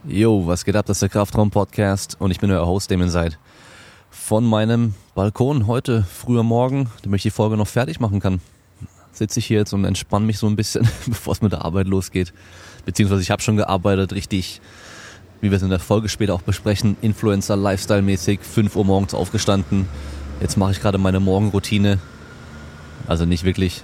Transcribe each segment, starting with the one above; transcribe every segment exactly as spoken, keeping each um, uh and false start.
Jo, was geht ab? Das ist der Kraftraum-Podcast und ich bin euer Host, Damon Seid. Von meinem Balkon heute, früher Morgen, damit ich die Folge noch fertig machen kann, sitze ich hier jetzt und entspanne mich so ein bisschen, bevor es mit der Arbeit losgeht. Beziehungsweise ich habe schon gearbeitet, richtig, wie wir es in der Folge später auch besprechen, Influencer-Lifestyle-mäßig, fünf Uhr morgens aufgestanden. Jetzt mache ich gerade meine Morgenroutine. Also nicht wirklich,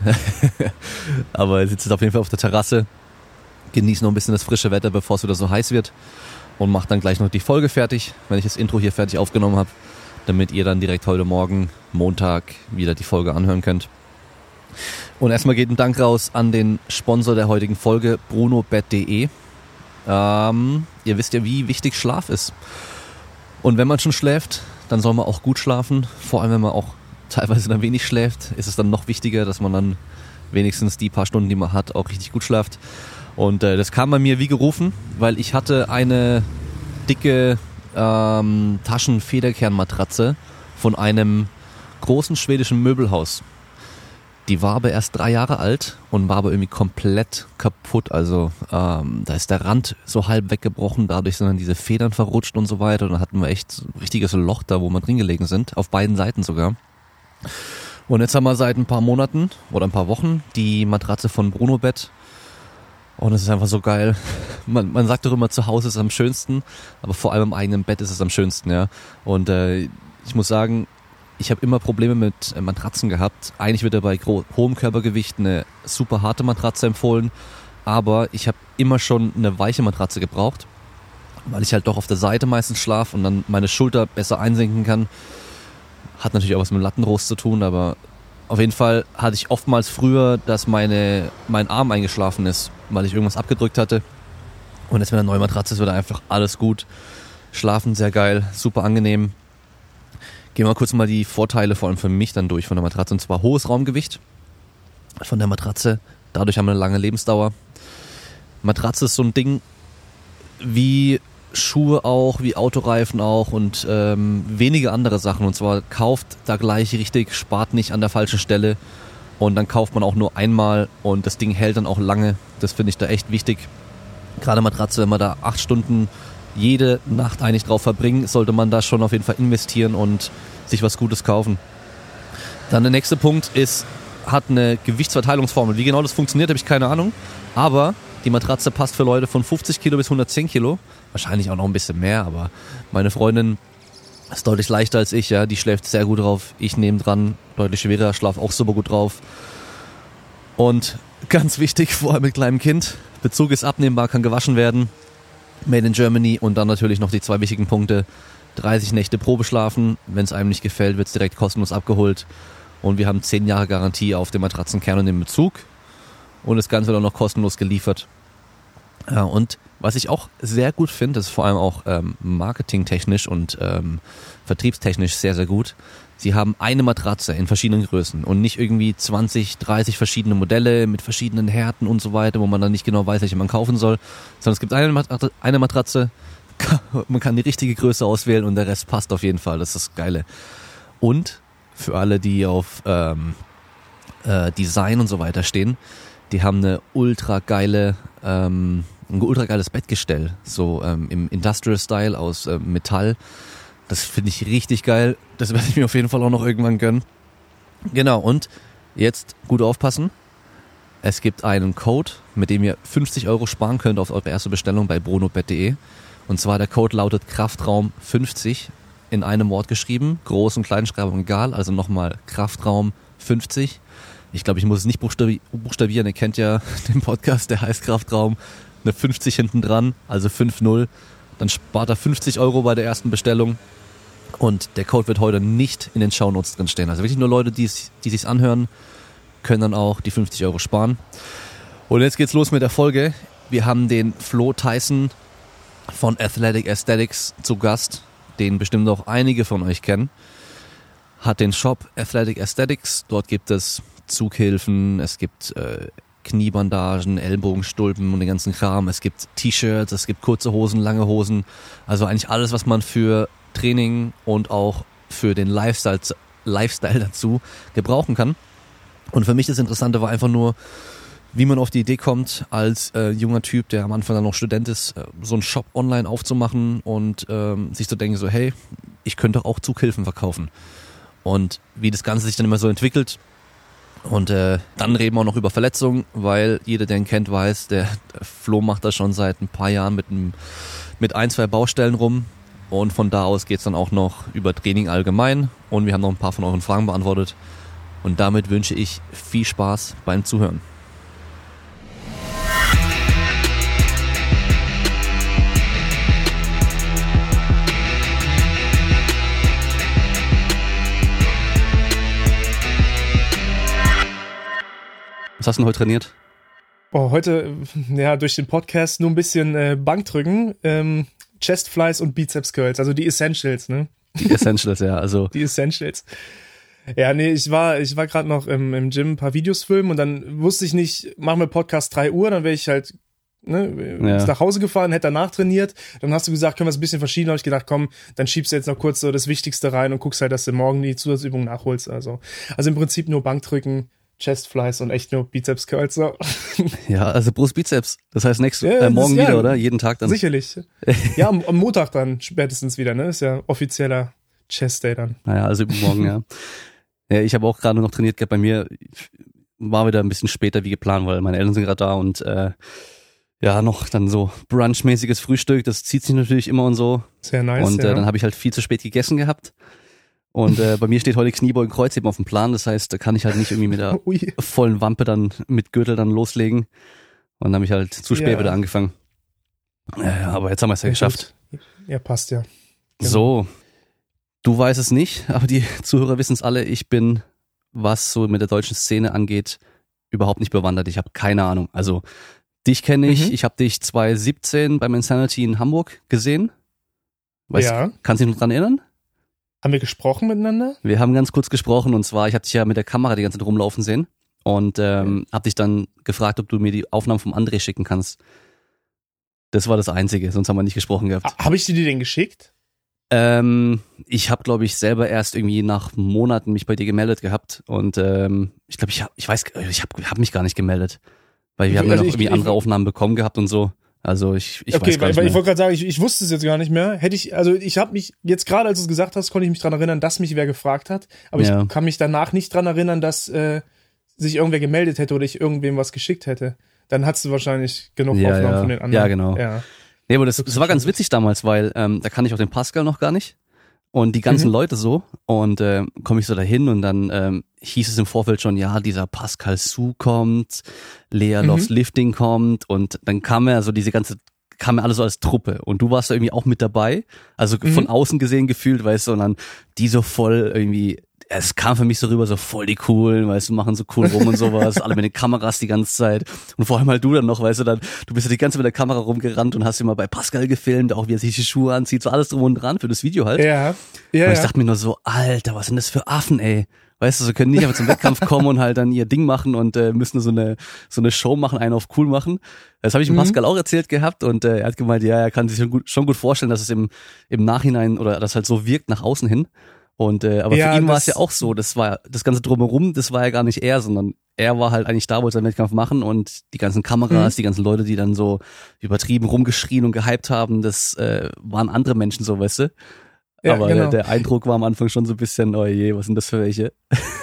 aber ich sitze auf jeden Fall auf der Terrasse. Genieße noch ein bisschen das frische Wetter, bevor es wieder so heiß wird und mache dann gleich noch die Folge fertig, wenn ich das Intro hier fertig aufgenommen habe, damit ihr dann direkt heute Morgen, Montag, wieder die Folge anhören könnt. Und erstmal geht ein Dank raus an den Sponsor der heutigen Folge, brunobet punkt de. Ähm, ihr wisst ja, wie wichtig Schlaf ist. Und wenn man schon schläft, dann soll man auch gut schlafen. Vor allem, wenn man auch teilweise dann wenig schläft, ist es dann noch wichtiger, dass man dann wenigstens die paar Stunden, die man hat, auch richtig gut schlaft. Und äh, das kam bei mir wie gerufen, weil ich hatte eine dicke ähm, Taschenfederkernmatratze von einem großen schwedischen Möbelhaus. Die war aber erst drei Jahre alt und war aber irgendwie komplett kaputt. Also ähm, da ist der Rand so halb weggebrochen, dadurch sind dann diese Federn verrutscht und so weiter. Und dann hatten wir echt so ein richtiges Loch da, wo wir drin gelegen sind, auf beiden Seiten sogar. Und jetzt haben wir seit ein paar Monaten oder ein paar Wochen die Matratze von Brunobet. Und es ist einfach so geil. Man, man sagt doch immer, zu Hause ist es am schönsten, aber vor allem im eigenen Bett ist es am schönsten, ja. Und äh, ich muss sagen, ich habe immer Probleme mit äh, Matratzen gehabt. Eigentlich wird ja bei gro- hohem Körpergewicht eine super harte Matratze empfohlen, aber ich habe immer schon eine weiche Matratze gebraucht, weil ich halt doch auf der Seite meistens schlafe und dann meine Schulter besser einsenken kann. Hat natürlich auch was mit Lattenrost zu tun, aber auf jeden Fall hatte ich oftmals früher, dass meine, mein Arm eingeschlafen ist, weil ich irgendwas abgedrückt hatte. Und jetzt mit der neuen Matratze ist wieder einfach alles gut. Schlafen sehr geil, super angenehm. Gehen wir kurz mal die Vorteile vor allem für mich dann durch von der Matratze. Und zwar hohes Raumgewicht von der Matratze. Dadurch haben wir eine lange Lebensdauer. Matratze ist so ein Ding wie Schuhe auch, wie Autoreifen auch und ähm, wenige andere Sachen. Und zwar kauft da gleich richtig, spart nicht an der falschen Stelle und dann kauft man auch nur einmal und das Ding hält dann auch lange. Das finde ich da echt wichtig. Gerade Matratze, wenn man da acht Stunden jede Nacht eigentlich drauf verbringen, sollte man da schon auf jeden Fall investieren und sich was Gutes kaufen. Dann der nächste Punkt ist, hat eine Gewichtsverteilungsformel. Wie genau das funktioniert, habe ich keine Ahnung. Aber die Matratze passt für Leute von fünfzig Kilo bis hundertzehn Kilo. Wahrscheinlich auch noch ein bisschen mehr, aber meine Freundin ist deutlich leichter als ich. Ja, die schläft sehr gut drauf. Ich nehme dran, deutlich schwerer, schlafe auch super gut drauf. Und ganz wichtig, vor allem mit kleinem Kind, Bezug ist abnehmbar, kann gewaschen werden. Made in Germany und dann natürlich noch die zwei wichtigen Punkte. dreißig Nächte Probe schlafen. Wenn es einem nicht gefällt, wird es direkt kostenlos abgeholt. Und wir haben zehn Jahre Garantie auf den Matratzenkern und den Bezug. Und das Ganze wird auch noch kostenlos geliefert. Ja, und was ich auch sehr gut finde, ist vor allem auch ähm, marketingtechnisch und ähm, vertriebstechnisch sehr, sehr gut. Sie haben eine Matratze in verschiedenen Größen und nicht irgendwie zwanzig, dreißig verschiedene Modelle mit verschiedenen Härten und so weiter, wo man dann nicht genau weiß, welche man kaufen soll. Sondern es gibt eine Matratze, eine Matratze, man kann die richtige Größe auswählen und der Rest passt auf jeden Fall. Das ist das Geile. Und für alle, die auf ähm, äh, Design und so weiter stehen, die haben eine ultra geile, ähm, ein ultra geiles Bettgestell, so ähm, im Industrial-Style aus äh, Metall. Das finde ich richtig geil. Das werde ich mir auf jeden Fall auch noch irgendwann gönnen. Genau, und jetzt gut aufpassen. Es gibt einen Code, mit dem ihr fünfzig Euro sparen könnt auf eure erste Bestellung bei brunobet punkt de. Und zwar der Code lautet Kraftraum fünfzig in einem Wort geschrieben. Groß- und Kleinschreibung egal, also nochmal Kraftraum fünfzig. Ich glaube, ich muss es nicht buchstabi- buchstabieren. Ihr kennt ja den Podcast, der heißt Kraftraum. Eine fünfzig hinten dran, also fünf null. Dann spart er fünfzig Euro bei der ersten Bestellung. Und der Code wird heute nicht in den Shownotes drin stehen. Also wirklich nur Leute, die es, die sich's anhören, können dann auch die fünfzig Euro sparen. Und jetzt geht's los mit der Folge. Wir haben den Flo Tyson von Athletic Aesthetics zu Gast, den bestimmt auch einige von euch kennen. Hat den Shop Athletic Aesthetics. Dort gibt es Zughilfen, es gibt äh, Kniebandagen, Ellbogenstulpen und den ganzen Kram. Es gibt T-Shirts, es gibt kurze Hosen, lange Hosen. Also eigentlich alles, was man für Training und auch für den Lifestyle, Lifestyle dazu gebrauchen kann. Und für mich das Interessante war einfach nur, wie man auf die Idee kommt, als äh, junger Typ, der am Anfang dann noch Student ist, äh, so einen Shop online aufzumachen und ähm, sich zu denken so, hey, ich könnte doch auch Zughilfen verkaufen. Und wie das Ganze sich dann immer so entwickelt. Und äh, dann reden wir auch noch über Verletzungen, weil jeder, der ihn kennt, weiß, der, der Flo macht das schon seit ein paar Jahren mit, einem, mit ein, zwei Baustellen rum. Und von da aus geht's dann auch noch über Training allgemein. Und wir haben noch ein paar von euren Fragen beantwortet. Und damit wünsche ich viel Spaß beim Zuhören. Was hast du denn heute trainiert? Oh, heute, ja, durch den Podcast nur ein bisschen äh, Bankdrücken, ähm, Chest Flies und Bizeps Curls, also die Essentials, ne? Die Essentials, ja, also. Die Essentials. Ja, nee, ich war, ich war gerade noch im, im Gym ein paar Videos filmen und dann wusste ich nicht, machen wir Podcast drei Uhr, dann wäre ich halt, ne, ja. nach Hause gefahren, hätte danach trainiert. Dann hast du gesagt, können wir es ein bisschen verschieben, habe ich gedacht, komm, dann schiebst du jetzt noch kurz so das Wichtigste rein und guckst halt, dass du morgen die Zusatzübungen nachholst, also. Also im Prinzip nur Bankdrücken, Chest Flies und echt nur Bizeps Curls. So. Ja, also Brust Bizeps. Das heißt nächste, ja, äh, morgen ist, wieder, ja, oder? Jeden Tag dann? Sicherlich. Ja, am, am Montag dann spätestens wieder, ne? Ist ja offizieller Chest Day dann. Naja, also morgen, ja. Ja, ich habe auch gerade noch trainiert gehabt. Bei mir war wieder ein bisschen später wie geplant, weil meine Eltern sind gerade da und äh, ja, noch dann so brunchmäßiges Frühstück. Das zieht sich natürlich immer und so. Sehr nice, Und äh, ja. dann habe ich halt viel zu spät gegessen gehabt. Und äh, bei mir steht heute Kniebeugen, Kreuzheben auf dem Plan. Das heißt, da kann ich halt nicht irgendwie mit der Ui. vollen Wampe dann mit Gürtel dann loslegen. Und dann habe ich halt zu spät Ja. wieder angefangen. Ja, aber jetzt haben wir es ja Ja, geschafft. gut. Ja, passt ja. Genau. So, du weißt es nicht, aber die Zuhörer wissen es alle. Ich bin, was so mit der deutschen Szene angeht, überhaupt nicht bewandert. Ich habe keine Ahnung. Also dich kenne ich. Mhm. Ich habe dich zwanzig siebzehn beim Insanity in Hamburg gesehen. Weißt, Ja. Kannst du dich noch dran erinnern? Haben wir gesprochen miteinander? Wir haben ganz kurz gesprochen und zwar, ich habe dich ja mit der Kamera die ganze Zeit rumlaufen sehen und ähm, habe dich dann gefragt, ob du mir die Aufnahmen vom André schicken kannst. Das war das Einzige, sonst haben wir nicht gesprochen gehabt. Habe ich dir die denn geschickt? Ähm, ich habe, glaube ich, selber erst irgendwie nach Monaten mich bei dir gemeldet gehabt und ähm, ich glaube, ich hab, ich weiß, ich habe hab mich gar nicht gemeldet, weil wir Also haben ja noch ich- irgendwie ich- andere Aufnahmen bekommen gehabt und so. Also ich, ich okay, weiß gar weil, nicht weil mehr. ich wollte gerade sagen, ich, ich wusste es jetzt gar nicht mehr. Hätte ich, also ich habe mich, jetzt gerade als du es gesagt hast, konnte ich mich dran erinnern, dass mich wer gefragt hat. Aber Ja. ich kann mich danach nicht dran erinnern, dass äh, sich irgendwer gemeldet hätte oder ich irgendwem was geschickt hätte. Dann hattest du wahrscheinlich genug Ja, Aufnahmen ja. von den anderen. Ja, genau. Ja. Nee, aber das, das war ganz witzig damals, weil ähm, da kann ich auch den Pascal noch gar nicht und die ganzen Mhm. Leute so und äh, komme ich so dahin und dann ähm, hieß es im Vorfeld schon, ja, dieser Pascal Su kommt, Lea Mhm. Loves Lifting kommt und dann kam ja so diese ganze, kam ja alles so als Truppe und du warst da irgendwie auch mit dabei, also Mhm. von außen gesehen gefühlt, weißt du, und dann die so voll irgendwie, es kam für mich so rüber, so voll die coolen, weißt du, machen so cool rum und sowas, alle mit den Kameras die ganze Zeit und vor allem halt du dann noch, weißt du, dann, du bist ja die ganze Zeit mit der Kamera rumgerannt und hast immer bei Pascal gefilmt, auch wie er sich die Schuhe anzieht, so alles drum und dran für das Video halt. Ja. Ja, und ich ja. dachte mir nur so, Alter, was sind das für Affen, ey? Weißt du, so können nicht einfach zum Wettkampf kommen und halt dann ihr Ding machen und äh, müssen so eine so eine Show machen, einen auf cool machen. Das habe ich dem Mhm. Pascal auch erzählt gehabt und äh, er hat gemeint, ja, er kann sich schon gut, schon gut vorstellen, dass es im im Nachhinein oder das halt so wirkt nach außen hin. Und äh, aber Ja, für ihn war es das- ja auch so, das war das ganze drumherum, das war ja gar nicht er, sondern er war halt eigentlich da, wollte seinen Wettkampf machen und die ganzen Kameras, Mhm. die ganzen Leute, die dann so übertrieben rumgeschrien und gehypt haben, das äh, waren andere Menschen so, weißt du? Ja, aber genau. der, der Eindruck war am Anfang schon so ein bisschen, oh je, was sind das für welche?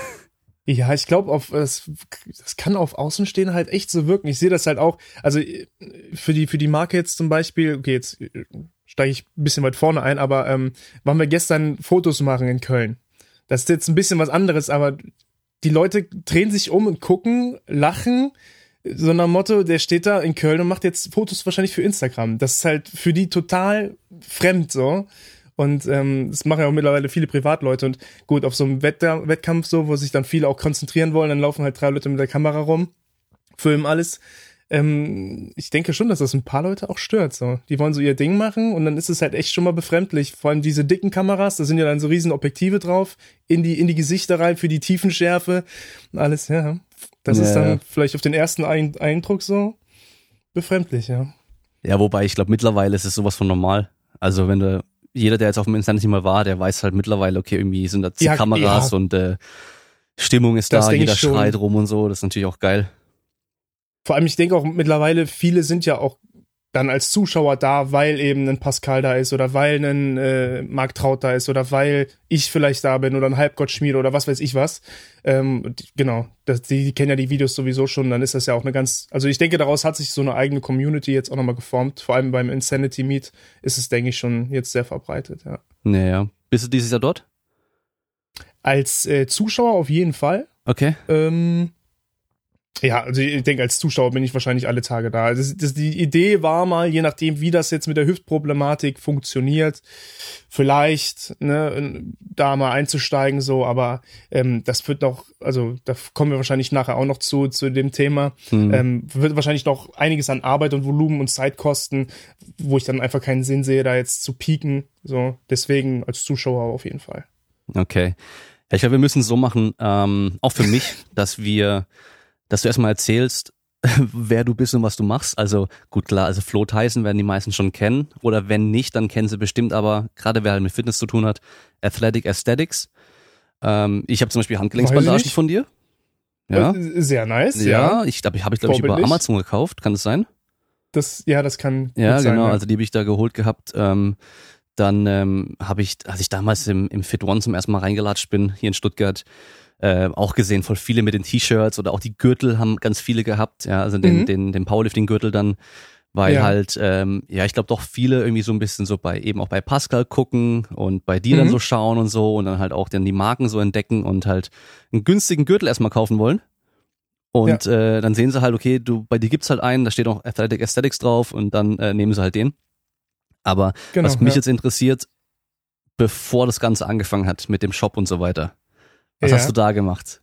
Ja, ich glaube, auf es, das kann auf Außenstehende halt echt so wirken. Ich sehe das halt auch, also äh, für die für die Marke jetzt zum Beispiel, okay, jetzt äh, steige ich ein bisschen weit vorne ein, aber ähm, waren wir gestern Fotos machen in Köln. Das ist jetzt ein bisschen was anderes, aber die Leute drehen sich um und gucken, lachen, so nach dem Motto, der steht da in Köln und macht jetzt Fotos wahrscheinlich für Instagram. Das ist halt für die total fremd so. Und ähm, das machen ja auch mittlerweile viele Privatleute. Und gut, auf so einem Wett Wettkampf so, wo sich dann viele auch konzentrieren wollen, dann laufen halt drei Leute mit der Kamera rum, filmen alles. Ähm, ich denke schon, dass das ein paar Leute auch stört. So, die wollen so ihr Ding machen und dann ist es halt echt schon mal befremdlich. Vor allem diese dicken Kameras, da sind ja dann so riesen Objektive drauf, in die in die Gesichter rein für die Tiefenschärfe und alles. Ja, das Ja, ist dann ja. vielleicht auf den ersten Ein Eindruck so befremdlich. Ja. Ja, wobei ich glaube, mittlerweile ist es sowas von normal. Also wenn du, jeder, der jetzt auf dem Insanity mal war, der weiß halt mittlerweile, okay, irgendwie sind da zig Ja, Kameras ja. und äh, Stimmung ist Das da, denk jeder ich schon. schreit rum und so, das ist natürlich auch geil. vor allem, ich denke auch mittlerweile, viele sind ja auch dann als Zuschauer da, weil eben ein Pascal da ist oder weil ein äh, Marc Traut da ist oder weil ich vielleicht da bin oder ein Halbgottschmied oder was weiß ich was. Ähm, die, genau, das, die, die kennen ja die Videos sowieso schon, dann ist das ja auch eine ganz, also ich denke, daraus hat sich so eine eigene Community jetzt auch nochmal geformt. Vor allem beim Insanity Meet ist es, denke ich, schon jetzt sehr verbreitet, ja. Naja. Bist du dieses Jahr dort? Als äh, Zuschauer auf jeden Fall. Okay. Ähm, Ja, also ich denke, als Zuschauer bin ich wahrscheinlich alle Tage da. Das, das, die Idee war mal, je nachdem, wie das jetzt mit der Hüftproblematik funktioniert, vielleicht ne, da mal einzusteigen, so, aber ähm, das wird noch, also da kommen wir wahrscheinlich nachher auch noch zu, zu dem Thema, mhm. ähm, wird wahrscheinlich noch einiges an Arbeit und Volumen und Zeit kosten, wo ich dann einfach keinen Sinn sehe, da jetzt zu pieken. So, deswegen als Zuschauer auf jeden Fall. Okay. Ja, ich glaube, wir müssen es so machen, ähm, auch für mich, dass wir dass du erstmal erzählst, wer du bist und was du machst. Also gut, klar, also Flo Tyson werden die meisten schon kennen. Oder wenn nicht, dann kennen sie bestimmt aber, gerade wer halt mit Fitness zu tun hat, Athletic Aesthetics. Ähm, ich habe zum Beispiel Handgelenksbandagen von dir. Ja. Sehr nice. Ja, ja. ich glaube, ich habe ich glaube ich über Amazon gekauft. Kann das sein? Das, ja, das kann ja, gut sein. Genau, ja. Also die habe ich da geholt gehabt. Ähm, dann ähm, habe ich, als ich damals im, im Fit One zum ersten Mal reingelatscht bin, hier in Stuttgart, Äh, auch gesehen, voll viele mit den T-Shirts oder auch die Gürtel haben ganz viele gehabt, ja, also den, mhm. den, den Powerlifting-Gürtel dann, weil ja. halt, ähm, ja, ich glaube doch viele irgendwie so ein bisschen so bei, eben auch bei Pascal gucken und bei dir mhm. dann so schauen und so und dann halt auch dann die Marken so entdecken und halt einen günstigen Gürtel erstmal kaufen wollen. Und ja. äh, dann sehen sie halt, okay, du, bei dir gibt's halt einen, da steht auch Athletic Aesthetics drauf und dann äh, nehmen sie halt den. Aber genau, was mich ja. jetzt interessiert, bevor das Ganze angefangen hat mit dem Shop und so weiter, was ja. hast du da gemacht?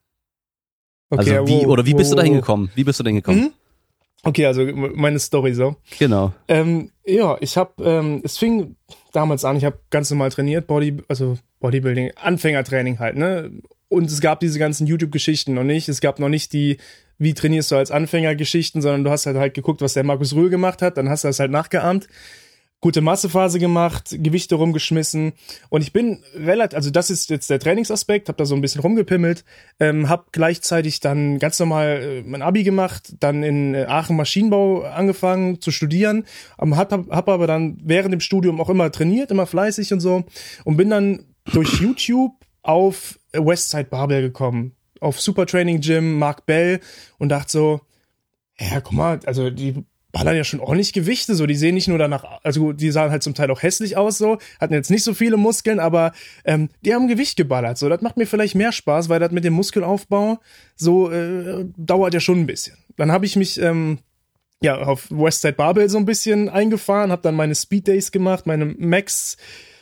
Okay, also wie, wo, oder wie bist wo, du da hingekommen? Wie bist du da hingekommen? Mhm. Okay, also meine Story so. Genau. Ähm, ja, ich habe, ähm, es fing damals an, ich habe ganz normal trainiert, Body, also Bodybuilding, Anfängertraining halt, ne? Und es gab diese ganzen YouTube-Geschichten noch nicht. Es gab noch nicht die, wie trainierst du als Anfänger-Geschichten, sondern du hast halt halt geguckt, was der Markus Rühl gemacht hat, dann hast du das halt nachgeahmt. Gute Massephase gemacht, Gewichte rumgeschmissen und ich bin relativ, also das ist jetzt der Trainingsaspekt, habe da so ein bisschen rumgepimmelt, ähm, habe gleichzeitig dann ganz normal äh, mein Abi gemacht, dann in äh, Aachen Maschinenbau angefangen zu studieren, ähm, hab, hab aber dann während dem Studium auch immer trainiert, immer fleißig und so und bin dann durch YouTube auf Westside Barbell gekommen, auf Super Training Gym, Mark Bell und dachte so, ja guck mal, also die ballern ja schon ordentlich Gewichte, so, die sehen nicht nur danach, also die sahen halt zum Teil auch hässlich aus, so, hatten jetzt nicht so viele Muskeln, aber ähm, die haben Gewicht geballert, so, das macht mir vielleicht mehr Spaß, weil das mit dem Muskelaufbau so äh, dauert ja schon ein bisschen. Dann habe ich mich ähm, ja auf Westside Barbell so ein bisschen eingefahren, habe dann meine Speed Days gemacht, meine Max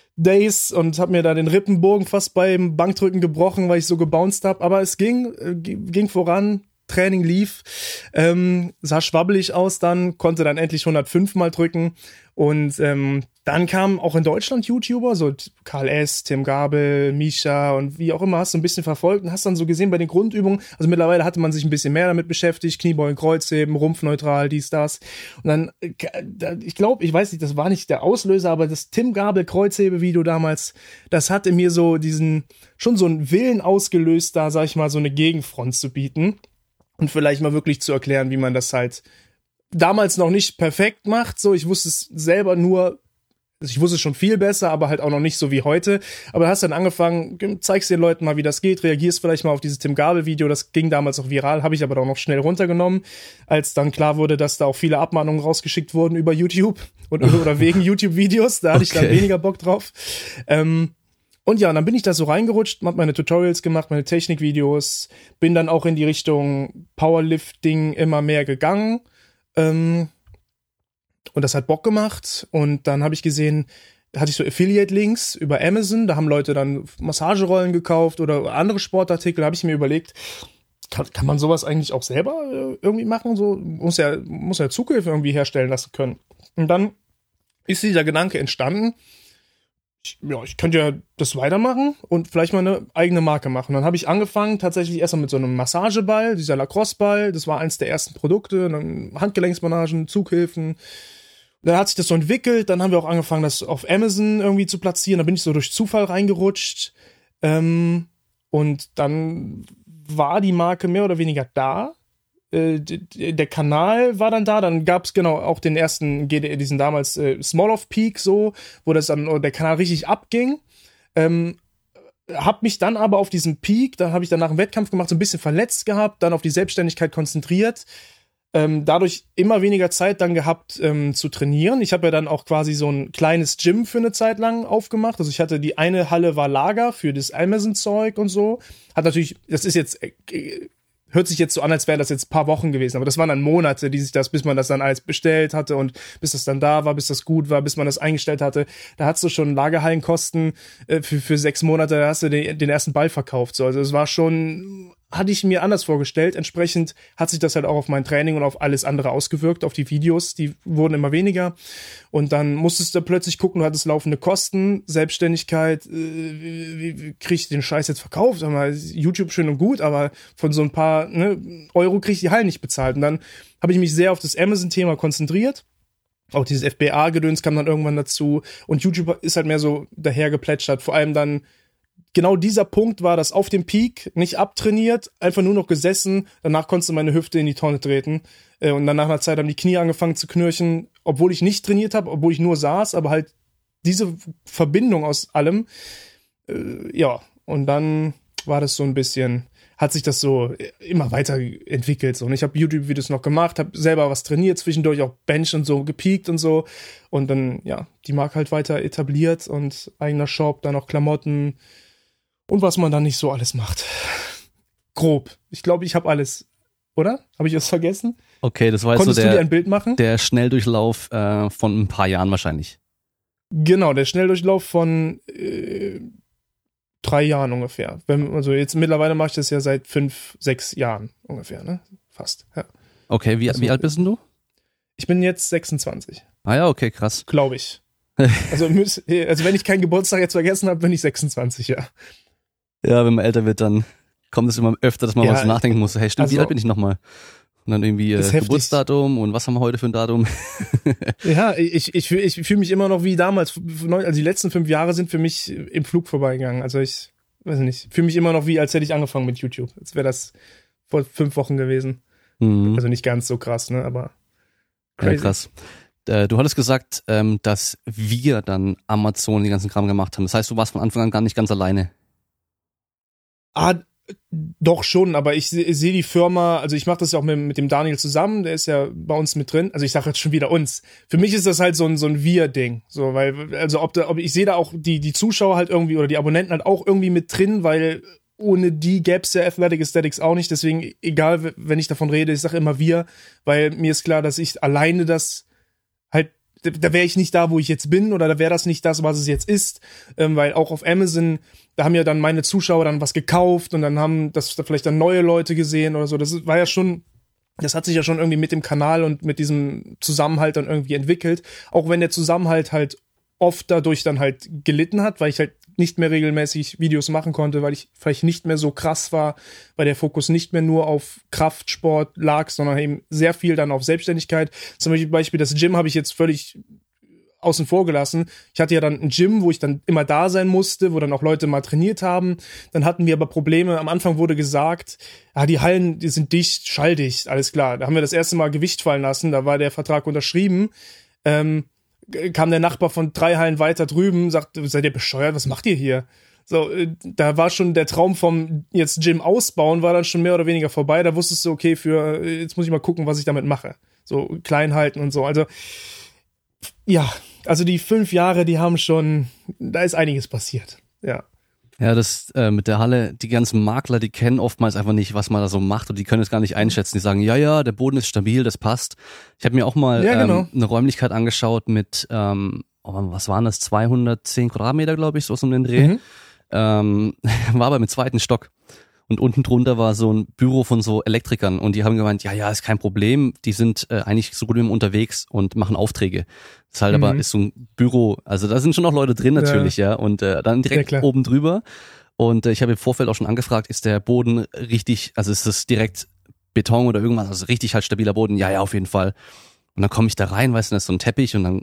Days und habe mir da den Rippenbogen fast beim Bankdrücken gebrochen, weil ich so gebounced habe, aber es ging, äh, ging voran. Training lief, ähm, sah schwabbelig aus dann, konnte dann endlich hundertfünf mal drücken und ähm, dann kamen auch in Deutschland YouTuber, so Karl S., Tim Gabel, Misha und wie auch immer, hast du ein bisschen verfolgt und hast dann so gesehen bei den Grundübungen, also mittlerweile hatte man sich ein bisschen mehr damit beschäftigt, Kniebeugen, Kreuzheben, Rumpfneutral, dies, das und dann, ich glaube, ich weiß nicht, das war nicht der Auslöser, aber das Tim Gabel Kreuzhebe-Video damals, das hat in mir so diesen, schon so einen Willen ausgelöst, da, sag ich mal, so eine Gegenfront zu bieten. Und vielleicht mal wirklich zu erklären, wie man das halt damals noch nicht perfekt macht. So, ich wusste es selber nur, also ich wusste es schon viel besser, aber halt auch noch nicht so wie heute. Aber du hast dann angefangen, zeigst den Leuten mal, wie das geht, reagierst vielleicht mal auf dieses Tim Gabel-Video. Das ging damals auch viral, habe ich aber auch noch schnell runtergenommen, als dann klar wurde, dass da auch viele Abmahnungen rausgeschickt wurden über YouTube und, oder wegen YouTube-Videos. Da hatte okay. ich dann weniger Bock drauf. Ähm, Und ja, und dann bin ich da so reingerutscht, hab meine Tutorials gemacht, meine Technikvideos, bin dann auch in die Richtung Powerlifting immer mehr gegangen. Ähm, und das hat Bock gemacht. Und dann habe ich gesehen, da hatte ich so Affiliate-Links über Amazon, da haben Leute dann Massagerollen gekauft oder andere Sportartikel. Da habe ich mir überlegt, kann, kann man sowas eigentlich auch selber äh, irgendwie machen? So muss ja, muss ja Zughilfe irgendwie herstellen lassen können. Und dann ist dieser Gedanke entstanden, Ich, ja, ich könnte ja das weitermachen und vielleicht mal eine eigene Marke machen. Dann habe ich angefangen tatsächlich erstmal mit so einem Massageball, dieser Lacrosse-Ball, das war eins der ersten Produkte, dann Handgelenksbandagen, Zughilfen. Dann hat sich das so entwickelt, dann haben wir auch angefangen, das auf Amazon irgendwie zu platzieren, da bin ich so durch Zufall reingerutscht ähm, und dann war die Marke mehr oder weniger da. äh, d- der Kanal war dann da, dann gab's genau auch den ersten G D R, diesen damals äh, Small-Off Peak so, wo das dann der Kanal richtig abging. Ähm, hab mich dann aber auf diesen Peak, da habe ich danach einen Wettkampf gemacht, so ein bisschen verletzt gehabt, dann auf die Selbstständigkeit konzentriert. Ähm, dadurch immer weniger Zeit dann gehabt ähm, zu trainieren. Ich habe ja dann auch quasi so ein kleines Gym für eine Zeit lang aufgemacht. Also ich hatte die eine Halle war Lager für das Amazon-Zeug und so. Hat natürlich, das ist jetzt, äh, hört sich jetzt so an, als wären das jetzt ein paar Wochen gewesen, aber das waren dann Monate, die sich das, bis man das dann alles bestellt hatte und bis das dann da war, bis das gut war, bis man das eingestellt hatte. Da hast du schon Lagerhallenkosten äh, für, für sechs Monate, da hast du den, den ersten Ball verkauft. So. Also es war schon, hatte ich mir anders vorgestellt. Entsprechend hat sich das halt auch auf mein Training und auf alles andere ausgewirkt, auf die Videos, die wurden immer weniger. Und dann musstest du plötzlich gucken, du hattest laufende Kosten, Selbstständigkeit, äh, wie, wie, wie krieg ich den Scheiß jetzt verkauft? Sag mal, YouTube schön und gut, aber von so ein paar ne, Euro krieg ich die Hallen nicht bezahlt. Und dann habe ich mich sehr auf das Amazon-Thema konzentriert. Auch dieses F B A-Gedöns kam dann irgendwann dazu. Und YouTube ist halt mehr so dahergeplätschert. Vor allem dann genau dieser Punkt war, dass auf dem Peak nicht abtrainiert, einfach nur noch gesessen. Danach konntest du meine Hüfte in die Tonne treten. Und dann nach einer Zeit haben die Knie angefangen zu knirschen, obwohl ich nicht trainiert habe, obwohl ich nur saß, aber halt diese Verbindung aus allem. Äh, ja, und dann war das so ein bisschen, hat sich das so immer weiter entwickelt. So. Und ich habe YouTube-Videos noch gemacht, habe selber was trainiert, zwischendurch auch Bench und so gepiekt und so. Und dann, ja, die Marke halt weiter etabliert und eigener Shop, dann auch Klamotten. Und was man dann nicht so alles macht. Grob. Ich glaube, ich habe alles. Oder? Habe ich was vergessen? Okay, das war jetzt Konntest so der, du dir ein Bild machen? der Schnelldurchlauf äh, von ein paar Jahren wahrscheinlich. Genau, der Schnelldurchlauf von äh, drei Jahren ungefähr. Wenn, also jetzt mittlerweile mache ich das ja seit fünf, sechs Jahren ungefähr, ne? Fast, ja. Okay, wie, Also, wie alt bist denn du? Ich bin jetzt sechsundzwanzig. Ah ja, okay, krass. Glaube ich. Also, müß, also wenn ich keinen Geburtstag jetzt vergessen habe, bin ich sechsundzwanzig, ja. Ja, wenn man älter wird, dann kommt es immer öfter, dass man Ja, mal so nachdenken muss. Hey, stimmt, also, wie alt bin ich nochmal? Und dann irgendwie äh, Geburtsdatum und was haben wir heute für ein Datum? Ja, ich, ich, ich fühle mich immer noch wie damals. Also die letzten fünf Jahre sind für mich im Flug vorbeigegangen. Also ich weiß nicht, fühle mich immer noch wie, als hätte ich angefangen mit YouTube. Als wäre das vor fünf Wochen gewesen. Mhm. Also nicht ganz so krass, ne, aber crazy. Ja, krass. Äh, du hattest gesagt, ähm, dass wir dann Amazon den ganzen Kram gemacht haben. Das heißt, du warst von Anfang an gar nicht ganz alleine. Ah, doch schon, aber ich sehe seh die Firma, also ich mache das ja auch mit, mit dem Daniel zusammen, der ist ja bei uns mit drin. Also ich sage jetzt schon wieder uns. Für mich ist das halt so ein so ein Wir-Ding, so, weil also ob da, ob ich sehe da auch die die Zuschauer halt irgendwie oder die Abonnenten halt auch irgendwie mit drin, weil ohne die gäb's ja Athletic Aesthetics auch nicht. Deswegen egal, wenn ich davon rede, ich sage immer wir, weil mir ist klar, dass ich alleine das halt, da wäre ich nicht da, wo ich jetzt bin, oder da wäre das nicht das, was es jetzt ist, ähm, weil auch auf Amazon, da haben ja dann meine Zuschauer dann was gekauft und dann haben das da vielleicht dann neue Leute gesehen oder so. Das war ja schon, das hat sich ja schon irgendwie mit dem Kanal und mit diesem Zusammenhalt dann irgendwie entwickelt, auch wenn der Zusammenhalt halt oft dadurch dann halt gelitten hat, weil ich halt nicht mehr regelmäßig Videos machen konnte, weil ich vielleicht nicht mehr so krass war, weil der Fokus nicht mehr nur auf Kraftsport lag, sondern eben sehr viel dann auf Selbstständigkeit. Zum Beispiel das Gym habe ich jetzt völlig außen vor gelassen. Ich hatte ja dann ein Gym, wo ich dann immer da sein musste, wo dann auch Leute mal trainiert haben. Dann hatten wir aber Probleme. Am Anfang wurde gesagt, ja, die Hallen, die sind dicht, schalldicht, alles klar. Da haben wir das erste Mal Gewicht fallen lassen, da war der Vertrag unterschrieben. Ähm, kam der Nachbar von drei Hallen weiter drüben, sagt, seid ihr bescheuert, was macht ihr hier? So, da war schon der Traum vom jetzt Gym ausbauen, war dann schon mehr oder weniger vorbei. Da wusstest du, okay, für jetzt muss ich mal gucken, was ich damit mache. So klein halten und so. Also, ja, also die fünf Jahre, die haben schon, da ist einiges passiert. Ja. Ja, das äh, mit der Halle, die ganzen Makler, die kennen oftmals einfach nicht, was man da so macht, und die können es gar nicht einschätzen. Die sagen, ja, ja, der Boden ist stabil, das passt. Ich habe mir auch mal ja, genau. ähm, eine Räumlichkeit angeschaut mit, ähm, oh, was waren das, zweihundertzehn Quadratmeter, glaube ich, so um den Dreh. Mhm. Ähm, war aber im zweiten Stock. Und unten drunter war so ein Büro von so Elektrikern, und die haben gemeint, ja, ja, ist kein Problem, die sind äh, eigentlich so gut wie immer unterwegs und machen Aufträge. Das ist halt mhm. aber ist so ein Büro, also da sind schon noch Leute drin natürlich, ja, ja und äh, dann direkt ja, oben drüber. Und äh, ich habe im Vorfeld auch schon angefragt, ist der Boden richtig, also ist das direkt Beton oder irgendwas, also richtig halt stabiler Boden? Ja, ja, auf jeden Fall. Und dann komme ich da rein, weißt du, da ist so ein Teppich, und dann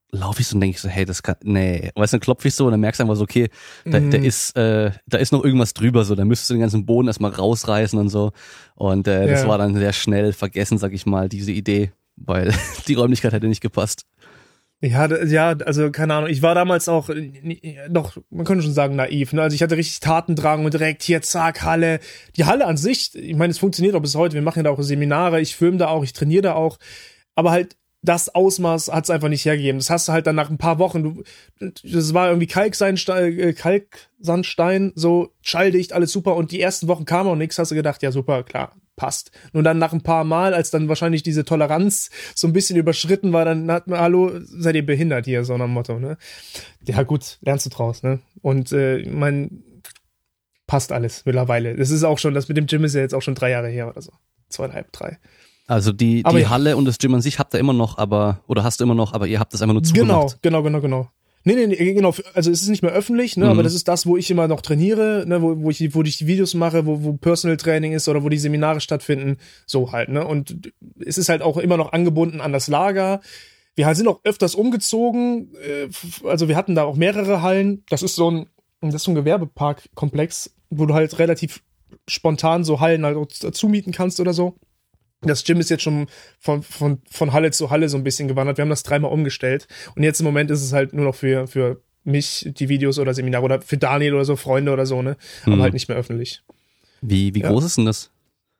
laufe ich so und denke ich so, hey, das kann, nee, weißt du, dann klopfe ich so und dann merkst du einfach so, okay, da, mm. da ist, äh, da ist noch irgendwas drüber, so, da müsstest du den ganzen Boden erstmal rausreißen und so. Und äh, das ja. war dann sehr schnell vergessen, sag ich mal, diese Idee, weil die Räumlichkeit hätte nicht gepasst. Ja, ja, also keine Ahnung, ich war damals auch noch, man könnte schon sagen, naiv, ne? Also ich hatte richtig Tatendrang und direkt hier, zack, Halle. Die Halle an sich, ich meine, es funktioniert auch bis heute, wir machen ja da auch Seminare, ich filme da auch, ich trainiere da auch, aber halt das Ausmaß hat es einfach nicht hergegeben. Das hast du halt dann nach ein paar Wochen, du, das war irgendwie Kalksandstein, Kalksandstein, so schalldicht, alles super. Und die ersten Wochen kam auch nichts, hast du gedacht, ja super, klar, passt. Nur dann nach ein paar Mal, als dann wahrscheinlich diese Toleranz so ein bisschen überschritten war, dann hat man, hallo, seid ihr behindert hier, so nach dem Motto, ne? Ja gut, lernst du draus, ne? Und äh, mein, passt alles mittlerweile. Das ist auch schon, das mit dem Gym ist ja jetzt auch schon drei Jahre her oder so. Zweieinhalb, drei. Also die, die ja. Halle und das Gym an sich habt ihr immer noch, aber, oder hast du immer noch, aber ihr habt das einfach nur zugemacht. Genau, genau, genau, genau. Nee, nee, nee, genau, also es ist nicht mehr öffentlich, ne, mhm. aber das ist das, wo ich immer noch trainiere, ne, wo, wo ich, wo ich die Videos mache, wo, wo Personal Training ist oder wo die Seminare stattfinden, so halt, ne, und es ist halt auch immer noch angebunden an das Lager. Wir sind auch öfters umgezogen, also wir hatten da auch mehrere Hallen, das ist so ein, das ist so ein Gewerbeparkkomplex, wo du halt relativ spontan so Hallen halt zumieten kannst oder so. Das Gym ist jetzt schon von, von, von Halle zu Halle so ein bisschen gewandert. Wir haben das dreimal umgestellt. Und jetzt im Moment ist es halt nur noch für, für mich, die Videos oder Seminare oder für Daniel oder so, Freunde oder so, ne? Aber hm. halt nicht mehr öffentlich. Wie, wie ja. groß ist denn das?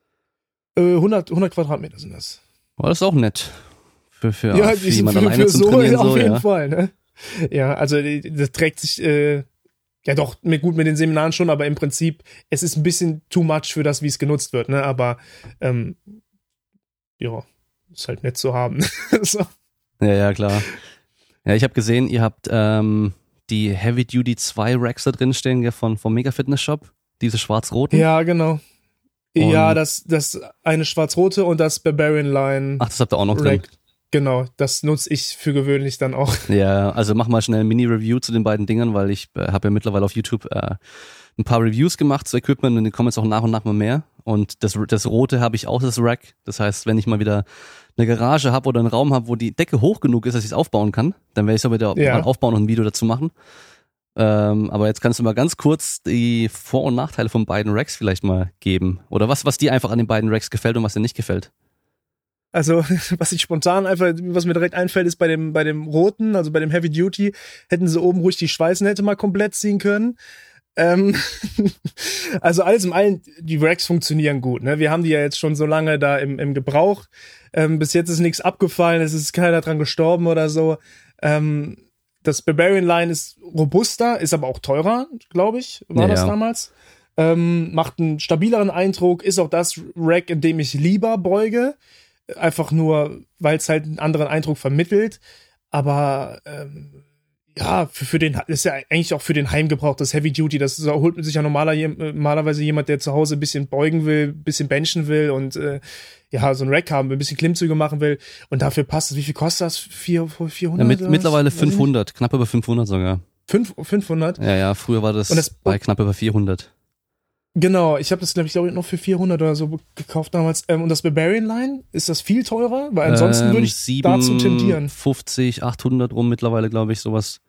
Äh, hundert, hundert Quadratmeter sind das. Oh, das ist auch nett. Für, für, ja, für jemand für, alleine für zum so, Trainieren. Auf so, jeden ja. Fall, ne? Ja, also das trägt sich, äh, ja doch, mit, gut mit den Seminaren schon, aber im Prinzip, es ist ein bisschen too much für das, wie es genutzt wird, ne? Aber, ähm, ja, ist halt nett zu haben. so. Ja, ja, klar. Ja, ich habe gesehen, ihr habt ähm, die Heavy Duty zwei Racks da drin stehen von, vom Mega Fitness Shop, diese schwarz-roten. Ja, genau. Und ja, das, das eine schwarz-rote und das Barbarian Line. Ach, das habt ihr auch noch Rack. drin. Genau, das nutze ich für gewöhnlich dann auch. Ja, also mach mal schnell ein Mini-Review zu den beiden Dingern, weil ich äh, habe ja mittlerweile auf YouTube äh, ein paar Reviews gemacht zu Equipment und die kommen jetzt auch nach und nach mal mehr. Und das, das rote habe ich auch, das Rack. Das heißt, wenn ich mal wieder eine Garage habe oder einen Raum habe, wo die Decke hoch genug ist, dass ich es aufbauen kann, dann werde ich es auch wieder ja. mal aufbauen und ein Video dazu machen. Ähm, aber jetzt kannst du mal ganz kurz die Vor- und Nachteile von beiden Racks vielleicht mal geben. Oder was, was dir einfach an den beiden Racks gefällt und was dir nicht gefällt. Also, was ich spontan einfach, was mir direkt einfällt, ist bei dem, bei dem roten, also bei dem Heavy Duty, hätten sie oben ruhig die Schweißnähte mal komplett ziehen können. Ähm, also alles im Allen, die Racks funktionieren gut, ne? Wir haben die ja jetzt schon so lange da im, im Gebrauch. Ähm, bis jetzt ist nichts abgefallen, es ist keiner dran gestorben oder so. Ähm, das Barbarian Line ist robuster, ist aber auch teurer, glaube ich, war ja, das ja. damals. Ähm, macht einen stabileren Eindruck, ist auch das Rack, in dem ich lieber beuge. Einfach nur, weil es halt einen anderen Eindruck vermittelt. Aber ähm, ja, für, für den ist ja eigentlich auch für den Heimgebrauch das Heavy Duty. Das ist, holt sich ja normaler, normalerweise jemand, der zu Hause ein bisschen beugen will, ein bisschen benchen will und äh, ja, so ein Rack haben, ein bisschen Klimmzüge machen will. Und dafür passt es. Wie viel kostet das? vier, vierhundert? Ja, mit, mittlerweile fünfhundert, knapp über fünfhundert sogar. Fünf, fünfhundert? Ja, ja, früher war das, das bei knapp über vierhundert. Genau, ich habe das, glaube ich, glaub ich, noch für vierhundert oder so gekauft damals. Ähm, und das Barbarian Line, ist das viel teurer? Weil ansonsten ähm, würde ich dazu tendieren. fünfzig, achthundert rum mittlerweile, glaube ich, sowas.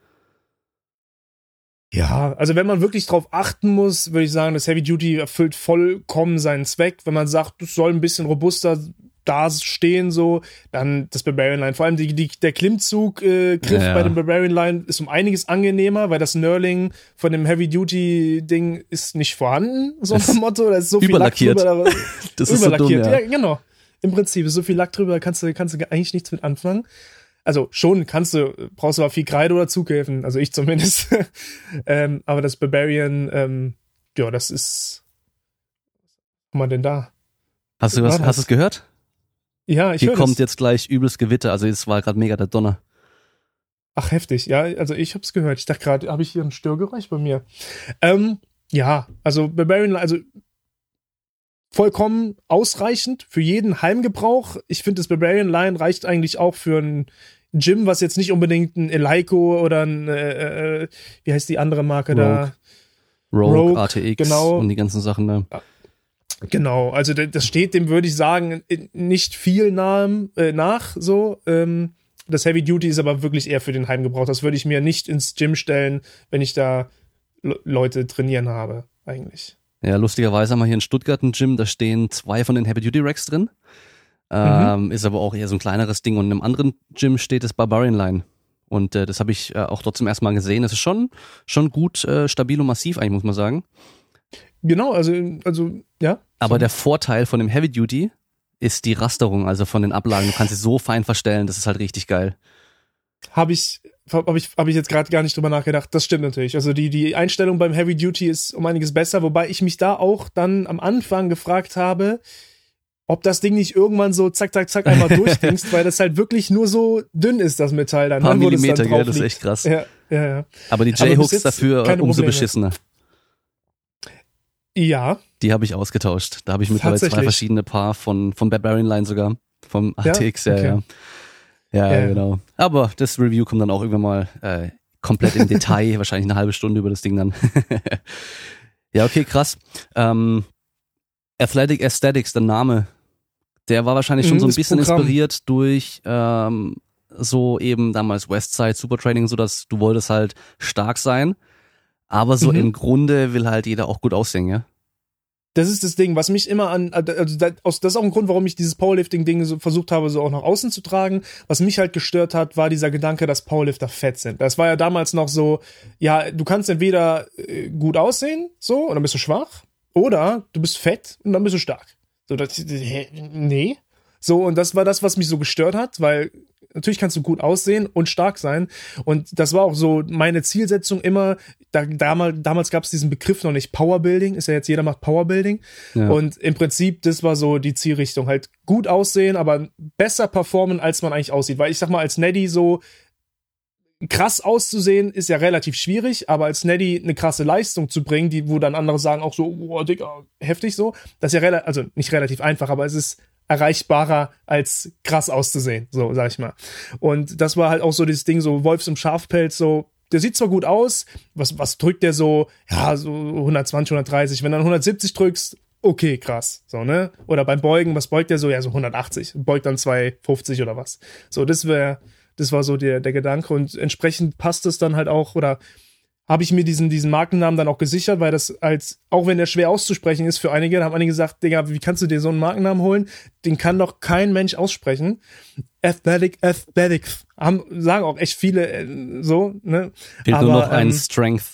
Ja, also wenn man wirklich drauf achten muss, würde ich sagen, das Heavy Duty erfüllt vollkommen seinen Zweck. Wenn man sagt, es soll ein bisschen robuster da stehen, so, dann das Barbarian Line. Vor allem die, die, der Klimmzug-Griff äh, ja, ja. bei dem Barbarian Line ist um einiges angenehmer, weil das Knurling von dem Heavy-Duty-Ding ist nicht vorhanden, so ein Motto. Da ist so viel Lack drüber. Das ist so dumm, ja. ja, genau. Im Prinzip ist so viel Lack drüber, kannst du, kannst du eigentlich nichts mit anfangen. Also schon kannst du, brauchst du aber viel Kreide oder Zughilfen, also ich zumindest. ähm, aber das Barbarian, ähm, ja, das ist, was haben wir denn da? Hast du was, hast du es gehört? Ja, ich Hier höre kommt das. jetzt gleich übles Gewitter, also es war gerade mega der Donner. Ach, heftig, ja, also ich hab's gehört. Ich dachte gerade, habe ich hier ein Störgeräusch bei mir? Ähm, ja, also Barbarian, also vollkommen ausreichend für jeden Heimgebrauch. Ich finde, das Barbarian Line reicht eigentlich auch für ein Gym, was jetzt nicht unbedingt ein Eleiko oder ein, äh, äh, wie heißt die andere Marke Rogue. da? Rogue, Rogue, R T X genau. Und die ganzen Sachen da. Genau, also das steht dem, würde ich sagen, nicht viel nahe, äh, nach, so. Ähm, das Heavy Duty ist aber wirklich eher für den Heimgebrauch. Das würde ich mir nicht ins Gym stellen, wenn ich da Le- Leute trainieren habe, eigentlich. Ja, lustigerweise haben wir hier in Stuttgart ein Gym, da stehen zwei von den Heavy-Duty-Racks drin. Ähm, mhm. Ist aber auch eher so ein kleineres Ding. Und in einem anderen Gym steht das Barbarian Line. Und äh, das habe ich äh, auch dort zum ersten Mal gesehen. Das ist schon, schon gut äh, stabil und massiv eigentlich, muss man sagen. Genau, also, also ja. Aber der Vorteil von dem Heavy-Duty ist die Rasterung, also von den Ablagen. Du kannst sie so fein verstellen, das ist halt richtig geil. Habe ich, hab ich, hab ich jetzt gerade gar nicht drüber nachgedacht. Das stimmt natürlich. Also die, die Einstellung beim Heavy Duty ist um einiges besser, wobei ich mich da auch dann am Anfang gefragt habe, ob das Ding nicht irgendwann so zack, zack, zack einmal durchdingst, weil das halt wirklich nur so dünn ist, das Metall dann. Ein paar ne, Millimeter, gell, das ist echt krass. Ja, ja, ja. Aber die J-Hooks dafür umso beschissener. Ja. Die habe ich ausgetauscht. Da habe ich mittlerweile zwei verschiedene Paar von, von Barbarian Line sogar. Vom A T X, ja, okay. ja. Ja, ja, genau. Aber das Review kommt dann auch irgendwann mal äh, komplett im Detail, wahrscheinlich eine halbe Stunde über das Ding dann. Ja, okay, krass. Ähm, Athletic Aesthetics, der Name, der war wahrscheinlich schon mhm, so ein bisschen Programm. Inspiriert durch ähm, so eben damals Westside Supertraining, so dass du wolltest halt stark sein, aber so mhm. im Grunde will halt jeder auch gut aussehen, ja? Das ist das Ding, was mich immer an, also das ist auch ein Grund, warum ich dieses Powerlifting-Ding so versucht habe, so auch nach außen zu tragen. Was mich halt gestört hat, war dieser Gedanke, dass Powerlifter fett sind. Das war ja damals noch so, ja, du kannst entweder gut aussehen, so, und dann bist du schwach, oder du bist fett und dann bist du stark. So, das, nee. So, und das war das, was mich so gestört hat, weil natürlich kannst du gut aussehen und stark sein. Und das war auch so meine Zielsetzung immer. Da, damals damals gab es diesen Begriff noch nicht. Powerbuilding, ist ja jetzt jeder macht Powerbuilding. Ja. Und im Prinzip, das war so die Zielrichtung. Halt gut aussehen, aber besser performen, als man eigentlich aussieht. Weil ich sag mal, als Neddy so krass auszusehen, ist ja relativ schwierig, aber als Neddy eine krasse Leistung zu bringen, die, wo dann andere sagen auch so, oh, Digga, heftig so. Das ist ja relativ, also nicht relativ einfach, aber es ist erreichbarer als krass auszusehen, so sag ich mal. Und das war halt auch so dieses Ding, so Wolfs im Schafpelz, so, der sieht zwar gut aus, was, was drückt der so, ja, so hundertzwanzig, hundertdreißig, wenn du dann hundertsiebzig drückst, okay, krass, so, ne? Oder beim Beugen, was beugt der so? Ja, so hundertachtzig, beugt dann zweihundertfünfzig oder was. So, das wäre, das war so der, der Gedanke und entsprechend passt es dann halt auch, oder habe ich mir diesen, diesen Markennamen dann auch gesichert, weil das als, auch wenn der schwer auszusprechen ist für einige, da haben einige gesagt, Digga, wie kannst du dir so einen Markennamen holen? Den kann doch kein Mensch aussprechen. Athletic, Athletics. Haben, sagen auch echt viele äh, so, ne? Fehlt aber, nur noch ein ähm, Strength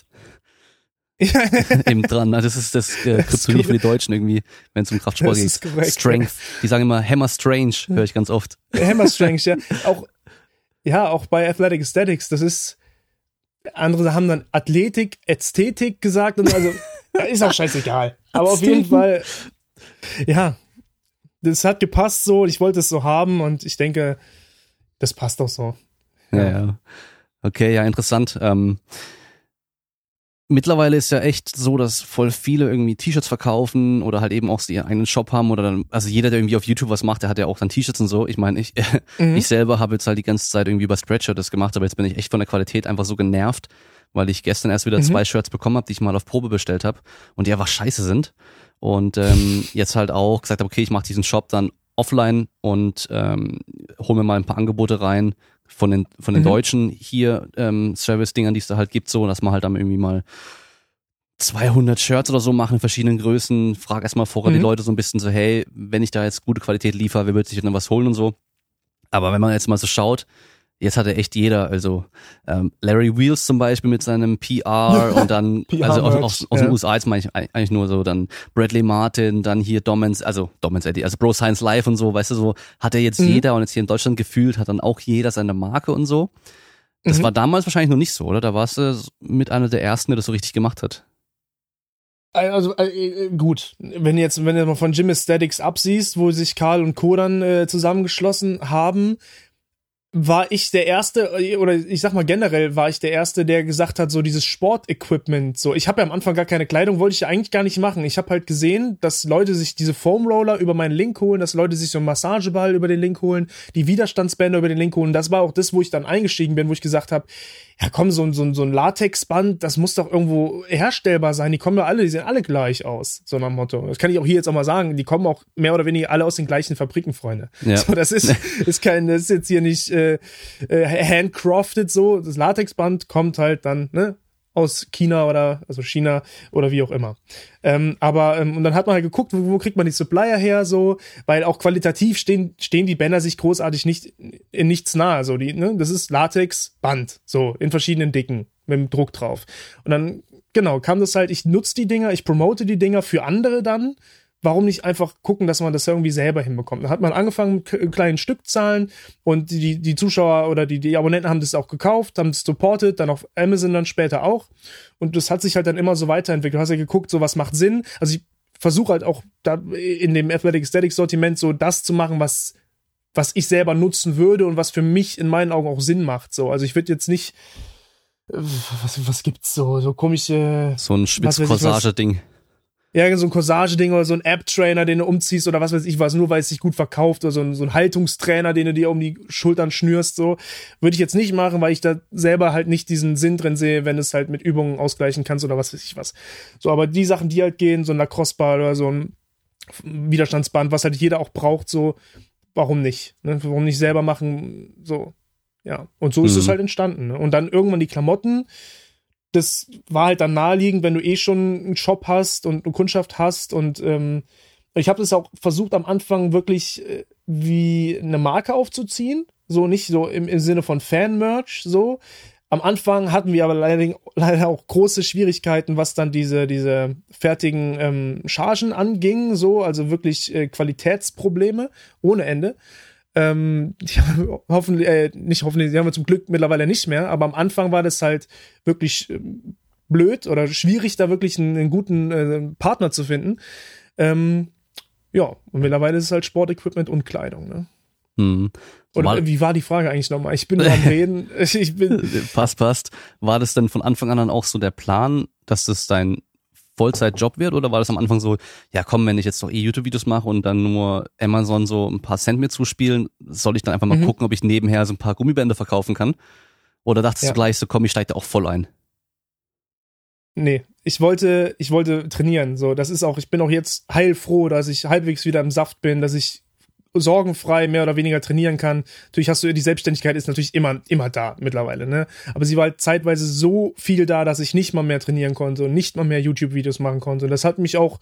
eben dran. Also das ist das äh, Kryptonit für die Deutschen irgendwie, wenn es um Kraftsport geht. Strength. Die sagen immer Hammer Strange, höre ich ganz oft. Hammer Strange, ja. Auch, ja, auch bei Athletic Aesthetics, das ist, andere haben dann Athletik, Ästhetik gesagt und also, ist auch scheißegal. Aber auf jeden Fall, ja, das hat gepasst so, ich wollte es so haben und ich denke, das passt auch so. Ja, ja. ja. Okay, ja, interessant. Ähm, mittlerweile ist ja echt so, dass voll viele irgendwie T-Shirts verkaufen oder halt eben auch ihren eigenen Shop haben oder dann, also jeder, der irgendwie auf YouTube was macht, der hat ja auch dann T-Shirts und so. Ich meine, ich, mhm. ich selber habe jetzt halt die ganze Zeit irgendwie über Spreadshirt das gemacht, aber jetzt bin ich echt von der Qualität einfach so genervt, weil ich gestern erst wieder mhm. zwei Shirts bekommen habe, die ich mal auf Probe bestellt habe und die einfach scheiße sind. Und ähm, jetzt halt auch gesagt habe, okay, ich mache diesen Shop dann offline und ähm, hol mir mal ein paar Angebote rein von den von den mhm. deutschen hier ähm, Service-Dingern, die es da halt gibt, so, dass man halt dann irgendwie mal zweihundert Shirts oder so machen in verschiedenen Größen. Frag erstmal vorher mhm. die Leute so ein bisschen so, hey, wenn ich da jetzt gute Qualität liefere, wer wird sich denn was holen und so. Aber wenn man jetzt mal so schaut, jetzt hat er echt jeder, also ähm, Larry Wheels zum Beispiel mit seinem P R und dann, P R also aus, aus, aus ja. den U S A jetzt meine ich eigentlich nur so, dann Bradley Martin, dann hier Domens, also Domens Eddie, also Bro Science Live und so, weißt du, so hat er jetzt mhm. jeder und jetzt hier in Deutschland gefühlt hat dann auch jeder seine Marke und so. Das mhm. war damals wahrscheinlich noch nicht so, oder? Da warst du mit einer der ersten, der das so richtig gemacht hat. Also äh, gut, wenn jetzt, wenn du mal von Gym Aesthetics absiehst, wo sich Karl und Co. dann äh, zusammengeschlossen haben, war ich der Erste, oder ich sag mal generell war ich der Erste, der gesagt hat, so dieses Sportequipment, so, ich habe ja am Anfang gar keine Kleidung, wollte ich ja eigentlich gar nicht machen. Ich habe halt gesehen, dass Leute sich diese Foam Roller über meinen Link holen, dass Leute sich so einen Massageball über den Link holen, die Widerstandsbänder über den Link holen. Das war auch das, wo ich dann eingestiegen bin, wo ich gesagt habe, ja komm, so, so, so ein Latexband, das muss doch irgendwo herstellbar sein. Die kommen ja alle, die sehen alle gleich aus, so nach dem Motto. Das kann ich auch hier jetzt auch mal sagen. Die kommen auch mehr oder weniger alle aus den gleichen Fabriken, Freunde. Ja. So, das ist, ist kein, das ist jetzt hier nicht äh, handcrafted so. Das Latexband kommt halt dann, ne, aus China oder, also China oder wie auch immer. Ähm, aber, ähm, und dann hat man halt geguckt, wo, wo kriegt man die Supplier her, so, weil auch qualitativ stehen, stehen die Bänder sich großartig nicht, in nichts nahe, so, die, ne, das ist Latexband, so, in verschiedenen Dicken, mit dem Druck drauf. Und dann, genau, kam das halt, ich nutze die Dinger, ich promote die Dinger für andere dann. Warum nicht einfach gucken, dass man das irgendwie selber hinbekommt? Da hat man angefangen mit kleinen Stückzahlen und die, die Zuschauer oder die, die Abonnenten haben das auch gekauft, haben es supported, dann auf Amazon dann später auch. Und das hat sich halt dann immer so weiterentwickelt. Du hast ja geguckt, so was macht Sinn. Also ich versuche halt auch da in dem Athletic Aesthetics Sortiment so das zu machen, was, was ich selber nutzen würde und was für mich in meinen Augen auch Sinn macht. So, also ich würde jetzt nicht, was, was gibt's so, so komische. So ein Spitzcorsage-Ding. Ja, so ein Corsage-Ding oder so ein App-Trainer, den du umziehst oder was weiß ich was, nur weil es sich gut verkauft oder so ein, so ein Haltungstrainer, den du dir um die Schultern schnürst, so. Würde ich jetzt nicht machen, weil ich da selber halt nicht diesen Sinn drin sehe, wenn du es halt mit Übungen ausgleichen kannst oder was weiß ich was. So, aber die Sachen, die halt gehen, so ein Lacrosse-Ball oder so ein Widerstandsband, was halt jeder auch braucht, so, warum nicht? Ne? Warum nicht selber machen, so. Ja, und so ist mhm. es halt entstanden. Ne? Und dann irgendwann die Klamotten. Das war halt dann naheliegend, wenn du eh schon einen Shop hast und eine Kundschaft hast und ähm, ich habe das auch versucht am Anfang wirklich äh, wie eine Marke aufzuziehen, so nicht so im, im Sinne von Fan-Merch, so. Am Anfang hatten wir aber leider, leider auch große Schwierigkeiten, was dann diese, diese fertigen ähm, Chargen anging, so, also wirklich äh, Qualitätsprobleme ohne Ende. Ähm, die haben wir hoffentlich, äh, nicht hoffentlich, die haben wir zum Glück mittlerweile nicht mehr, aber am Anfang war das halt wirklich äh, blöd oder schwierig, da wirklich einen, einen guten äh, Partner zu finden. Ähm, ja, und mittlerweile ist es halt Sportequipment und Kleidung, ne? Hm. Oder war, wie war die Frage eigentlich nochmal? Ich bin nur am Reden. Ich bin passt, passt. War das denn von Anfang an dann auch so der Plan, dass das dein Vollzeitjob wird oder war das am Anfang so, ja komm, wenn ich jetzt doch eh YouTube-Videos mache und dann nur Amazon so ein paar Cent mir zuspielen, soll ich dann einfach mal mhm. gucken, ob ich nebenher so ein paar Gummibänder verkaufen kann? Oder dachtest ja. du gleich so, komm, ich steige da auch voll ein? Nee, ich wollte, ich wollte trainieren, so, das ist auch, ich bin auch jetzt heilfroh, dass ich halbwegs wieder im Saft bin, dass ich sorgenfrei mehr oder weniger trainieren kann. Natürlich hast du, die Selbstständigkeit ist natürlich immer, immer da mittlerweile, ne? Aber sie war halt zeitweise so viel da, dass ich nicht mal mehr trainieren konnte und nicht mal mehr YouTube-Videos machen konnte. Und das hat mich auch,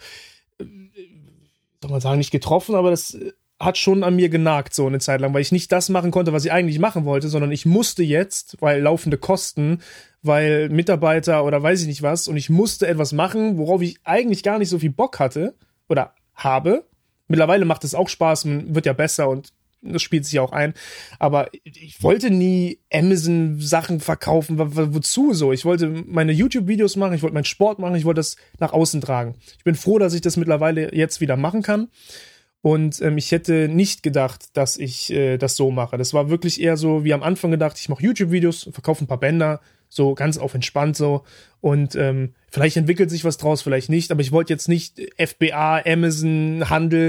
soll man sagen, nicht getroffen, aber das hat schon an mir genagt, so eine Zeit lang, weil ich nicht das machen konnte, was ich eigentlich machen wollte, sondern ich musste jetzt, weil laufende Kosten, weil Mitarbeiter oder weiß ich nicht was, und ich musste etwas machen, worauf ich eigentlich gar nicht so viel Bock hatte oder habe. Mittlerweile macht es auch Spaß, man wird ja besser und das spielt sich ja auch ein. Aber ich wollte nie Amazon-Sachen verkaufen. Wo, wozu so? Ich wollte meine YouTube-Videos machen, ich wollte meinen Sport machen, ich wollte das nach außen tragen. Ich bin froh, dass ich das mittlerweile jetzt wieder machen kann. Und ähm, ich hätte nicht gedacht, dass ich äh, das so mache. Das war wirklich eher so, wie am Anfang gedacht, ich mache YouTube-Videos, verkaufe ein paar Bänder, so ganz auf entspannt so. Und ähm, vielleicht entwickelt sich was draus, vielleicht nicht. Aber ich wollte jetzt nicht F B A, Amazon, Handel,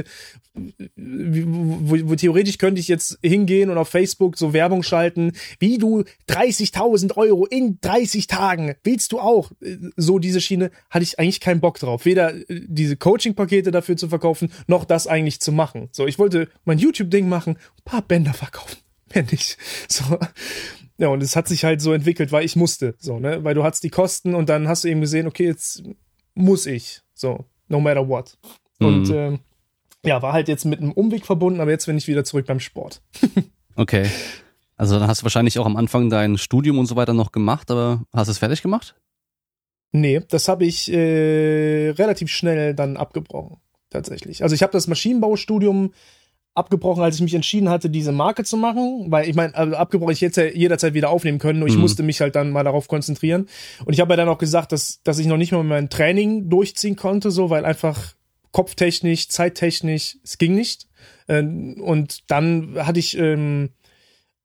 wo, wo, wo theoretisch könnte ich jetzt hingehen und auf Facebook so Werbung schalten, wie du dreißigtausend Euro in dreißig Tagen, willst du auch? So diese Schiene hatte ich eigentlich keinen Bock drauf. Weder diese Coaching-Pakete dafür zu verkaufen, noch das eigentlich zu machen. So, ich wollte mein YouTube-Ding machen, ein paar Bänder verkaufen, mehr nicht. So. Ja, und es hat sich halt so entwickelt, weil ich musste, so, ne, weil du hattest die Kosten und dann hast du eben gesehen, okay, jetzt muss ich, so, no matter what. Mhm. Und, ähm, ja, war halt jetzt mit einem Umweg verbunden, aber jetzt bin ich wieder zurück beim Sport. Okay. Also dann hast du wahrscheinlich auch am Anfang dein Studium und so weiter noch gemacht, aber hast du es fertig gemacht? Nee, das habe ich äh, relativ schnell dann abgebrochen, tatsächlich. Also ich habe das Maschinenbaustudium abgebrochen, als ich mich entschieden hatte, diese Marke zu machen, weil ich meine, also abgebrochen, ich hätte jederzeit wieder aufnehmen können, nur ich mhm. musste mich halt dann mal darauf konzentrieren. Und ich habe ja dann auch gesagt, dass, dass ich noch nicht mal mein Training durchziehen konnte, so, weil einfach kopftechnisch, zeittechnisch, es ging nicht. Und dann hatte ich ähm,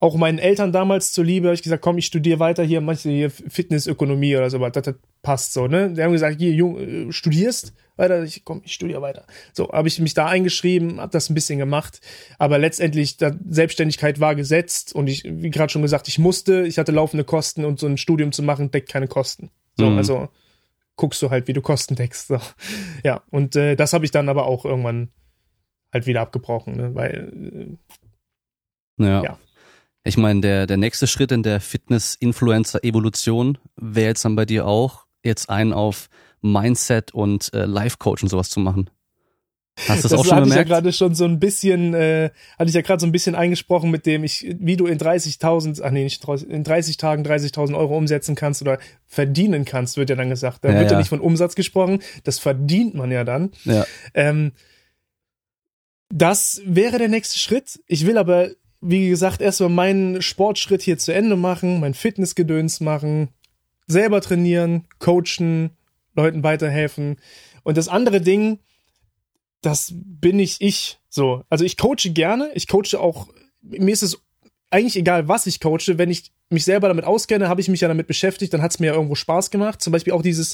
auch meinen Eltern damals zuliebe, habe ich gesagt, komm, ich studiere weiter hier, manche hier Fitnessökonomie oder so, aber das, das passt so, ne? Die haben gesagt, hier, Jung, studierst weiter? Ich, komm, ich studiere weiter. So, habe ich mich da eingeschrieben, habe das ein bisschen gemacht, aber letztendlich, da, Selbstständigkeit war gesetzt und ich, wie gerade schon gesagt, ich musste, ich hatte laufende Kosten und so ein Studium zu machen, deckt keine Kosten. So, mhm. also guckst du halt, wie du Kosten deckst. So. Ja, und äh, das habe ich dann aber auch irgendwann halt wieder abgebrochen, ne? Weil äh, ja. ja. Ich meine, der, der nächste Schritt in der Fitness-Influencer-Evolution wäre jetzt dann bei dir auch, jetzt einen auf Mindset und äh, Life-Coach und sowas zu machen. Hast du das, das auch schon hatte bemerkt? Ich ja gerade schon so ein bisschen, äh, hatte ich ja gerade so ein bisschen eingesprochen mit dem, ich, wie du in dreißigtausend, ach nee, nicht in dreißig Tagen dreißigtausend Euro umsetzen kannst oder verdienen kannst, wird ja dann gesagt. Da ja, wird ja. ja nicht von Umsatz gesprochen, das verdient man ja dann. Ja. Ähm, das wäre der nächste Schritt. Ich will aber, wie gesagt, erstmal meinen Sportschritt hier zu Ende machen, mein Fitnessgedöns machen, selber trainieren, coachen, Leuten weiterhelfen. Und das andere Ding, das bin ich ich. So, also ich coache gerne, ich coache auch, mir ist es eigentlich egal, was ich coache, wenn ich mich selber damit auskenne, habe ich mich ja damit beschäftigt, dann hat es mir ja irgendwo Spaß gemacht. Zum Beispiel auch dieses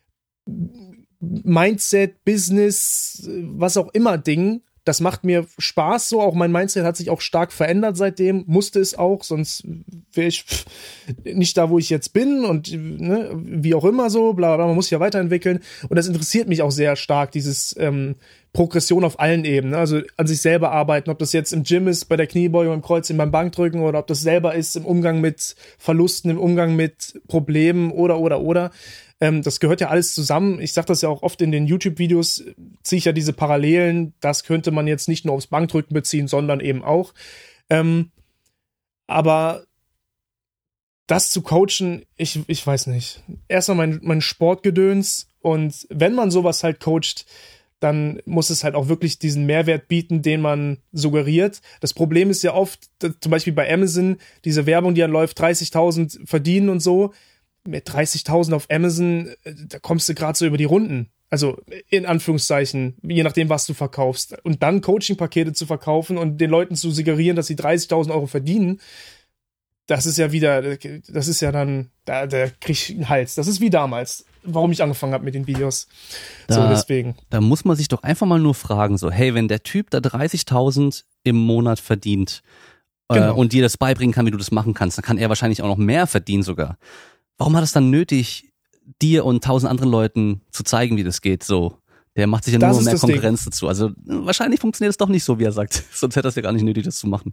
Mindset, Business, was auch immer Ding, das macht mir Spaß so, auch mein Mindset hat sich auch stark verändert seitdem, musste es auch, sonst wäre ich nicht da, wo ich jetzt bin und ne, wie auch immer so, bla bla, man muss sich ja weiterentwickeln und das interessiert mich auch sehr stark, dieses ähm, Progression auf allen Ebenen, also an sich selber arbeiten, ob das jetzt im Gym ist, bei der Kniebeuge, beim Kreuzheben, beim Bankdrücken oder ob das selber ist im Umgang mit Verlusten, im Umgang mit Problemen oder, oder, oder. Ähm, das gehört ja alles zusammen. Ich sage das ja auch oft in den YouTube-Videos, ziehe ich ja diese Parallelen. Das könnte man jetzt nicht nur aufs Bankdrücken beziehen, sondern eben auch. Ähm, aber das zu coachen, ich, ich weiß nicht. Erstmal mein, mein Sportgedöns und wenn man sowas halt coacht, dann muss es halt auch wirklich diesen Mehrwert bieten, den man suggeriert. Das Problem ist ja oft, zum Beispiel bei Amazon, diese Werbung, die dann läuft, dreißigtausend verdienen und so. Mit dreißigtausend auf Amazon, da kommst du gerade so über die Runden. Also in Anführungszeichen, je nachdem, was du verkaufst. Und dann Coaching-Pakete zu verkaufen und den Leuten zu suggerieren, dass sie dreißigtausend Euro verdienen, das ist ja wieder, das ist ja dann, da, da krieg ich einen Hals. Das ist wie damals, warum ich angefangen habe mit den Videos. Da, so, deswegen. Da muss man sich doch einfach mal nur fragen, so, hey, wenn der Typ da dreißigtausend im Monat verdient genau. äh, und dir das beibringen kann, wie du das machen kannst, dann kann er wahrscheinlich auch noch mehr verdienen sogar. Warum hat es dann nötig, dir und tausend anderen Leuten zu zeigen, wie das geht? So, der macht sich ja nur mehr Konkurrenz Ding. dazu. Also wahrscheinlich funktioniert es doch nicht so, wie er sagt. Sonst hätte er es ja gar nicht nötig, das zu machen.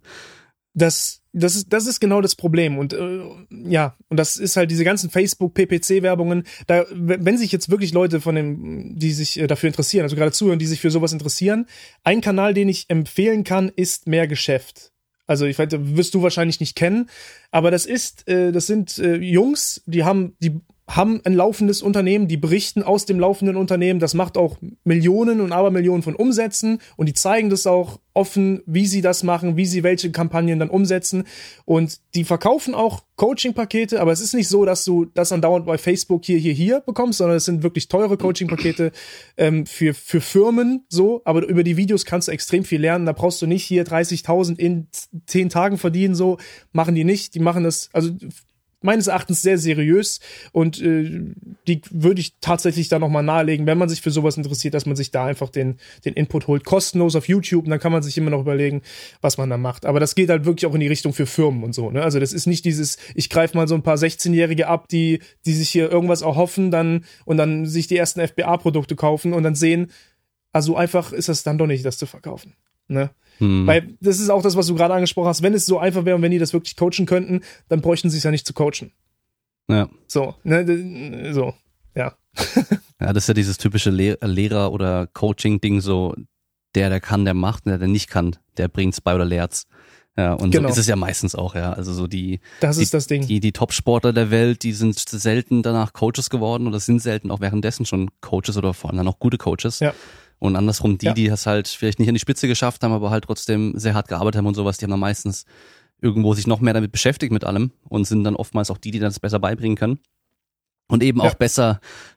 Das, das ist, das ist genau das Problem. Und äh, ja, und das ist halt diese ganzen Facebook-P P C-Werbungen. Da, wenn sich jetzt wirklich Leute von dem, die sich äh, dafür interessieren, also gerade zuhören, die sich für sowas interessieren, ein Kanal, den ich empfehlen kann, ist Mehr Geschäft. Also ich weiß, wirst du wahrscheinlich nicht kennen, aber das ist, äh, das sind äh, Jungs, die haben, die haben ein laufendes Unternehmen, die berichten aus dem laufenden Unternehmen, das macht auch Millionen und Abermillionen von Umsätzen und die zeigen das auch offen, wie sie das machen, wie sie welche Kampagnen dann umsetzen und die verkaufen auch Coaching-Pakete, aber es ist nicht so, dass du das andauernd bei Facebook hier, hier, hier bekommst, sondern es sind wirklich teure Coaching-Pakete ähm, für, für Firmen so, aber über die Videos kannst du extrem viel lernen, da brauchst du nicht hier dreißigtausend in zehn Tagen verdienen, so machen die nicht, die machen das, also meines Erachtens sehr seriös und äh, die würde ich tatsächlich da nochmal nahelegen, wenn man sich für sowas interessiert, dass man sich da einfach den, den Input holt, kostenlos auf YouTube und dann kann man sich immer noch überlegen, was man da macht. Aber das geht halt wirklich auch in die Richtung für Firmen und so, ne? Also das ist nicht dieses, ich greife mal so ein paar sechzehnjährige ab, die die sich hier irgendwas erhoffen dann und dann sich die ersten F B A-Produkte kaufen und dann sehen, also einfach ist das dann doch nicht, das zu verkaufen, ne? Hm. Weil das ist auch das, was du gerade angesprochen hast. Wenn es so einfach wäre und wenn die das wirklich coachen könnten, dann bräuchten sie es ja nicht zu coachen. Ja. So, ne, so, ja. Ja, das ist ja dieses typische Le- Lehrer- oder Coaching-Ding so, der, der kann, der macht, und der, der nicht kann, der bringt's bei oder lehrt's. Ja, und genau. So ist es ja meistens auch, ja. Also so die, das die, ist das Ding. Die, die Top-Sportler der Welt, die sind selten danach Coaches geworden oder sind selten auch währenddessen schon Coaches oder vor allem dann auch gute Coaches. Ja. Und andersrum, die, ja. die es halt vielleicht nicht an die Spitze geschafft haben, aber halt trotzdem sehr hart gearbeitet haben und sowas, die haben dann meistens irgendwo sich noch mehr damit beschäftigt mit allem und sind dann oftmals auch die, die das besser beibringen können. Und eben ja. auch besser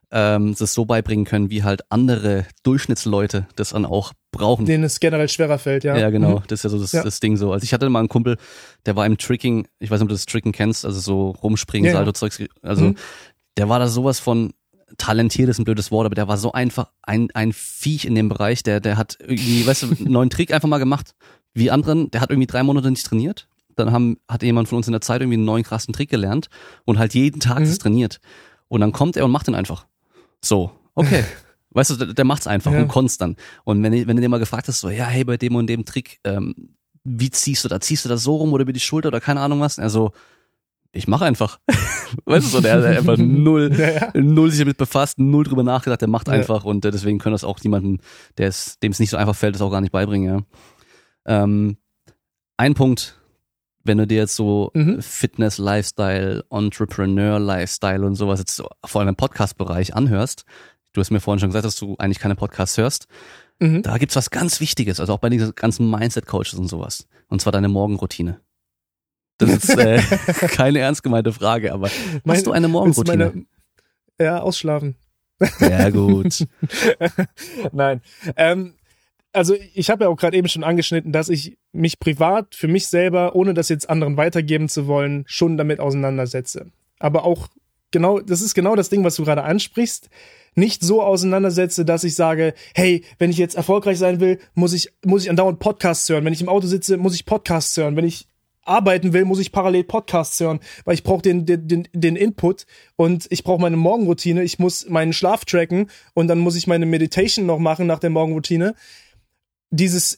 ähm, das so beibringen können, wie halt andere Durchschnittsleute das dann auch brauchen. Denen es generell schwerer fällt, ja. Ja, genau, Mhm. das ist ja so das, Ja. das Ding so. Also ich hatte mal einen Kumpel, der war im Tricking, ich weiß nicht, ob du das Tricking kennst, also so rumspringen, Ja, ja. Salto-Zeugs, also Mhm. der war da sowas von talentiert, ist ein blödes Wort, aber der war so einfach ein, ein Viech in dem Bereich, der, der hat irgendwie, weißt du, einen neuen Trick einfach mal gemacht, wie anderen, der hat irgendwie drei Monate nicht trainiert, dann haben, hat jemand von uns in der Zeit irgendwie einen neuen krassen Trick gelernt und halt jeden Tag Mhm. das trainiert. Und dann kommt er und macht den einfach. So, okay. Weißt du, der, der macht's einfach Ja. und konstant. Und wenn, wenn du dir mal gefragt hast, so, ja, hey, bei dem und dem Trick, ähm, wie ziehst du da? Ziehst du das so rum oder über die Schulter oder keine Ahnung was? Also, ich mache einfach. Weißt du, so, der, der einfach null, Ja, ja. null sich damit befasst, null drüber nachgedacht, der macht Ja. einfach und äh, deswegen können das auch jemanden, der es, dem es nicht so einfach fällt, das auch gar nicht beibringen, ja. Ähm, ein Punkt, wenn du dir jetzt so Mhm. Fitness, Lifestyle, Entrepreneur, Lifestyle und sowas jetzt so, vor allem im Podcast-Bereich anhörst, du hast mir vorhin schon gesagt, dass du eigentlich keine Podcasts hörst, Mhm. da gibt's was ganz Wichtiges, also auch bei diesen ganzen Mindset-Coaches und sowas. Und zwar deine Morgenroutine. Das ist äh, keine ernst gemeinte Frage, aber Mein- hast du eine Willst du Morgenroutine? meine- Ja, ausschlafen. Sehr gut. Nein. Ähm, also ich habe ja auch gerade eben schon angeschnitten, dass ich mich privat für mich selber, ohne das jetzt anderen weitergeben zu wollen, schon damit auseinandersetze. Aber auch genau, das ist genau das Ding, was du gerade ansprichst, nicht so auseinandersetze, dass ich sage, hey, wenn ich jetzt erfolgreich sein will, muss ich, muss ich andauernd Podcasts hören. Wenn ich im Auto sitze, muss ich Podcasts hören. Wenn ich arbeiten will, muss ich parallel Podcasts hören, weil ich brauche den, den, den, den Input und ich brauche meine Morgenroutine, ich muss meinen Schlaf tracken und dann muss ich meine Meditation noch machen nach der Morgenroutine. Dieses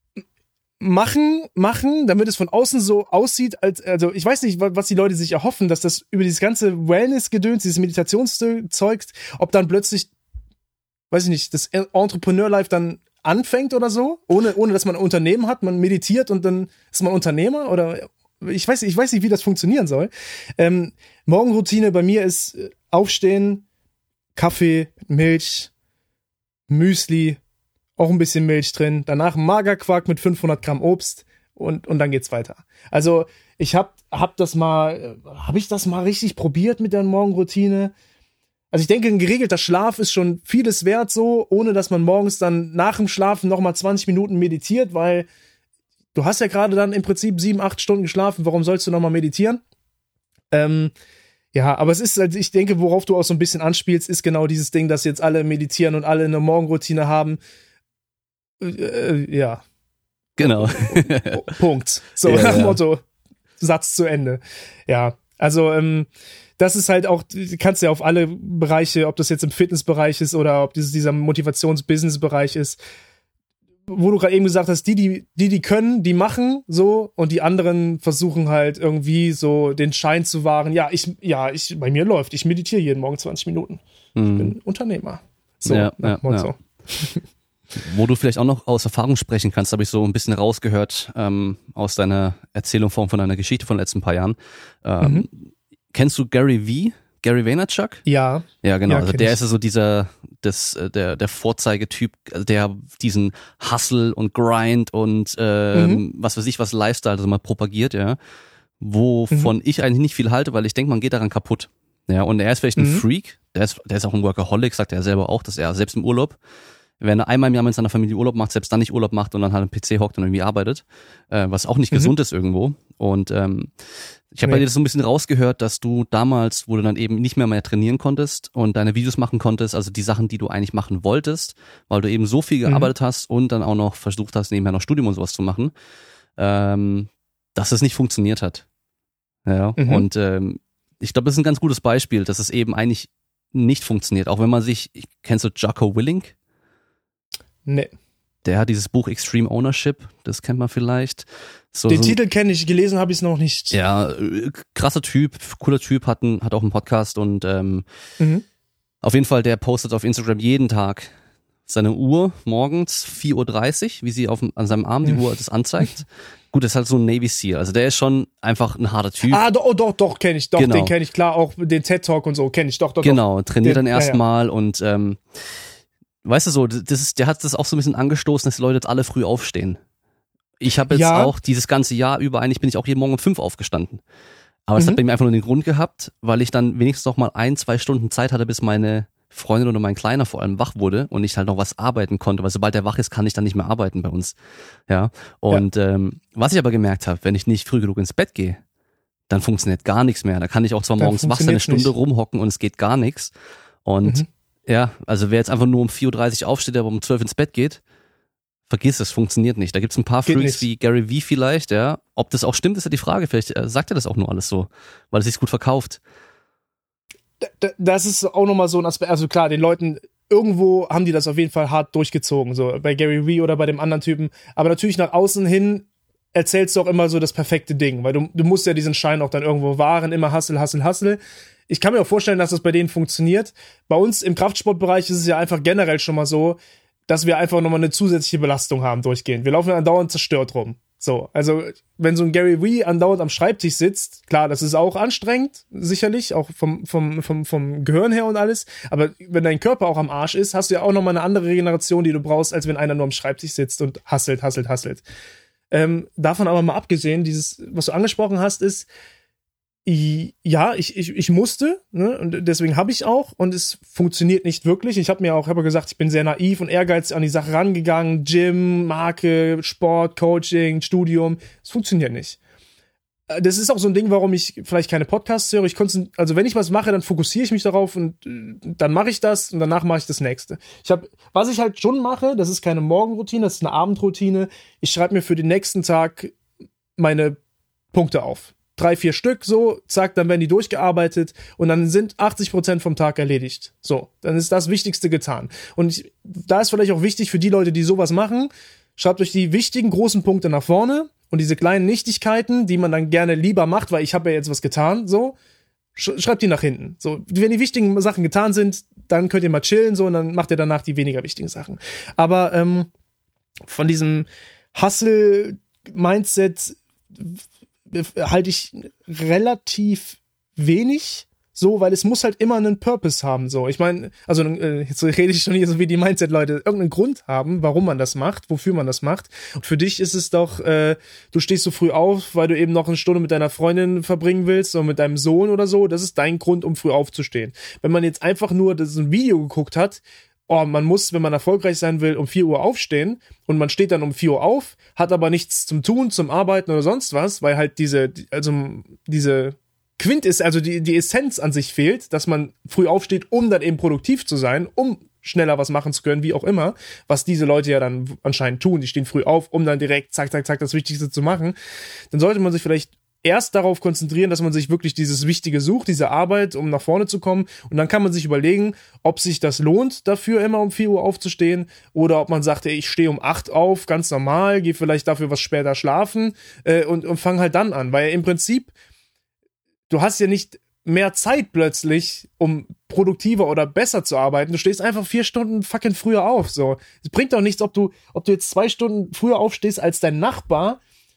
machen, machen, damit es von außen so aussieht, als, also ich weiß nicht, was die Leute sich erhoffen, dass das über dieses ganze Wellness-Gedöns, dieses Meditationszeug, ob dann plötzlich, weiß ich nicht, das Entrepreneur-Life dann anfängt oder so, ohne, ohne dass man ein Unternehmen hat, man meditiert und dann ist man Unternehmer oder ich weiß, ich weiß nicht, wie das funktionieren soll. Ähm, Morgenroutine bei mir ist äh, aufstehen, Kaffee, Milch, Müsli, auch ein bisschen Milch drin, danach Magerquark mit fünfhundert Gramm Obst und, und dann geht's weiter. Also ich hab, hab das mal, hab ich das mal richtig probiert mit der Morgenroutine? Also ich denke, ein geregelter Schlaf ist schon vieles wert so, ohne dass man morgens dann nach dem Schlafen nochmal zwanzig Minuten meditiert, weil du hast ja gerade dann im Prinzip sieben, acht Stunden geschlafen, warum sollst du nochmal meditieren? Ähm, ja, aber es ist, also ich denke, worauf du auch so ein bisschen anspielst, ist genau dieses Ding, dass jetzt alle meditieren und alle eine Morgenroutine haben. Äh, ja. Genau. Punkt. So, Ja, nach dem ja. Motto, Satz zu Ende. Ja, also ähm, das ist halt auch, du kannst ja auf alle Bereiche, ob das jetzt im Fitnessbereich ist oder ob dieses, dieser Motivations-Business-Bereich ist, wo du gerade eben gesagt hast, die, die, die, die können, die machen so und die anderen versuchen halt irgendwie so den Schein zu wahren. Ja, ich, ja, ich, bei mir läuft, ich meditiere jeden Morgen zwanzig Minuten. Ich Mhm. bin Unternehmer. So, Ja, nach ja, dem Motto. Wo du vielleicht auch noch aus Erfahrung sprechen kannst, habe ich so ein bisschen rausgehört ähm, aus deiner Erzählung von, von deiner Geschichte von den letzten paar Jahren. Ähm, Mhm. Kennst du Gary V? Gary Vaynerchuk? Ja, Ja, genau. Ja, also kenn der ich. ist ja so dieser, das, äh, der, der Vorzeigetyp, also der diesen Hustle und Grind und ähm, Mhm. was weiß ich, was Lifestyle also mal propagiert, ja. Wovon Mhm. ich eigentlich nicht viel halte, weil ich denke, man geht daran kaputt. Ja, und er ist vielleicht ein Mhm. Freak, der ist, der ist auch ein Workaholic, sagt er selber auch, dass er selbst im Urlaub, wenn er einmal im Jahr mit seiner Familie Urlaub macht, selbst dann nicht Urlaub macht und dann halt am P C hockt und irgendwie arbeitet, äh, was auch nicht Mhm. gesund ist irgendwo. Und ähm, ich habe bei Nee. dir das so ein bisschen rausgehört, dass du damals, wo du dann eben nicht mehr mehr trainieren konntest und deine Videos machen konntest, also die Sachen, die du eigentlich machen wolltest, weil du eben so viel gearbeitet hast und dann auch noch versucht hast, nebenher noch Studium und sowas zu machen, ähm, dass es nicht funktioniert hat. Ja, Mhm. und ähm, ich glaube, das ist ein ganz gutes Beispiel, dass es eben eigentlich nicht funktioniert. Auch wenn man sich, kennst du Jocko Willink? nee. Der hat dieses Buch Extreme Ownership, das kennt man vielleicht. So, Den so, Titel kenne ich, gelesen habe ich es noch nicht. ja, äh, krasser Typ, cooler Typ, hat, einen, hat auch einen Podcast und ähm, Mhm. auf jeden Fall, der postet auf Instagram jeden Tag seine Uhr morgens vier Uhr dreißig, wie sie auf, dem- an seinem Arm die Mhm. Uhr das anzeigt. Gut, das ist halt so ein Navy Seal, also der ist schon einfach ein harter Typ. Ah, doch, oh, doch, doch, kenne ich, doch, Genau. den kenne ich, klar, auch den TED-Talk und so, kenne ich, doch, doch, Genau, trainiert Den- dann ja, ja. erstmal und ähm, weißt du so, das ist, der hat das auch so ein bisschen angestoßen, dass die Leute jetzt alle früh aufstehen. Ich habe jetzt Ja. auch dieses ganze Jahr über, eigentlich bin ich auch jeden Morgen um fünf aufgestanden. Aber es Mhm. hat bei mir einfach nur den Grund gehabt, weil ich dann wenigstens noch mal ein, zwei Stunden Zeit hatte, bis meine Freundin oder mein Kleiner vor allem wach wurde und ich halt noch was arbeiten konnte, weil sobald er wach ist, kann ich dann nicht mehr arbeiten bei uns. Ja. Und ja. Ähm, was ich aber gemerkt habe, wenn ich nicht früh genug ins Bett gehe, dann funktioniert gar nichts mehr. Da kann ich auch zwar morgens wach sein, eine Stunde nicht. rumhocken und es geht gar nichts. Und mhm. ja, also wer jetzt einfach nur um vier Uhr dreißig aufsteht, aber um zwölf ins Bett geht, vergiss es, funktioniert nicht. Da gibt's ein paar Geht Freaks nicht. wie Gary Vee vielleicht, ja. Ob das auch stimmt, ist ja die Frage. Vielleicht äh, sagt er das auch nur alles so, weil es sich gut verkauft. Das ist auch nochmal so ein Aspekt, also klar, den Leuten, irgendwo haben die das auf jeden Fall hart durchgezogen, so bei Gary Vee oder bei dem anderen Typen. Aber natürlich nach außen hin erzählst du auch immer so das perfekte Ding, weil du, du musst ja diesen Schein auch dann irgendwo wahren, immer Hustle, Hustle, Hustle. Ich kann mir auch vorstellen, dass das bei denen funktioniert. Bei uns im Kraftsportbereich ist es ja einfach generell schon mal so, dass wir einfach nochmal eine zusätzliche Belastung haben durchgehend. Wir laufen ja andauernd zerstört rum. So, also wenn so ein Gary Vee andauernd am Schreibtisch sitzt, klar, das ist auch anstrengend, sicherlich, auch vom, vom, vom, vom Gehirn her und alles, aber wenn dein Körper auch am Arsch ist, hast du ja auch nochmal eine andere Regeneration, die du brauchst, als wenn einer nur am Schreibtisch sitzt und hustelt, hustelt, hustelt. Ähm, davon aber mal abgesehen, dieses, was du angesprochen hast, ist, ja, ich, ich, ich musste, ne, und deswegen habe ich auch, und es funktioniert nicht wirklich. Ich habe mir auch, habe gesagt, ich bin sehr naiv und ehrgeizig an die Sache rangegangen, Gym, Marke, Sport, Coaching, Studium, es funktioniert nicht. Das ist auch so ein Ding, warum ich vielleicht keine Podcasts höre. Ich konzentri- also wenn ich was mache, dann fokussiere ich mich darauf und äh, dann mache ich das und danach mache ich das nächste. Ich habe, was ich halt schon mache, das ist keine Morgenroutine, das ist eine Abendroutine. Ich schreibe mir für den nächsten Tag meine Punkte auf. Drei, vier Stück, so, zack, dann werden die durchgearbeitet und dann sind achtzig Prozent vom Tag erledigt. So, dann ist das Wichtigste getan. Und ich, da ist vielleicht auch wichtig für die Leute, die sowas machen, schreibt euch die wichtigen großen Punkte nach vorne und diese kleinen Nichtigkeiten, die man dann gerne lieber macht, weil ich habe ja jetzt was getan, so, sch- schreibt die nach hinten. So, wenn die wichtigen Sachen getan sind, dann könnt ihr mal chillen, so, und dann macht ihr danach die weniger wichtigen Sachen. Aber ähm, von diesem Hustle-Mindset halte ich relativ wenig, so, weil es muss halt immer einen Purpose haben, so. Ich meine, also jetzt rede ich schon hier so wie die Mindset-Leute, irgendeinen Grund haben, warum man das macht, wofür man das macht. Und für dich ist es doch, äh, du stehst so früh auf, weil du eben noch eine Stunde mit deiner Freundin verbringen willst oder mit deinem Sohn oder so. Das ist dein Grund, um früh aufzustehen. Wenn man jetzt einfach nur das ein Video geguckt hat, oh, man muss, wenn man erfolgreich sein will, um vier Uhr aufstehen und man steht dann um vier Uhr auf, hat aber nichts zum Tun, zum Arbeiten oder sonst was, weil halt diese, also diese Quint ist, also die, die Essenz an sich fehlt, dass man früh aufsteht, um dann eben produktiv zu sein, um schneller was machen zu können, wie auch immer, was diese Leute ja dann anscheinend tun. Die stehen früh auf, um dann direkt zack, zack, zack das Wichtigste zu machen. Dann sollte man sich vielleicht erst darauf konzentrieren, dass man sich wirklich dieses Wichtige sucht, diese Arbeit, um nach vorne zu kommen. Und dann kann man sich überlegen, ob sich das lohnt, dafür immer um vier Uhr aufzustehen oder ob man sagt, ey, ich stehe um acht auf, ganz normal, gehe vielleicht dafür was später schlafen äh, und, und fang halt dann an. Weil im Prinzip, du hast ja nicht mehr Zeit plötzlich, um produktiver oder besser zu arbeiten. Du stehst einfach vier Stunden fucking früher auf. So, es bringt doch nichts, ob du, ob du jetzt zwei Stunden früher aufstehst als dein Nachbar.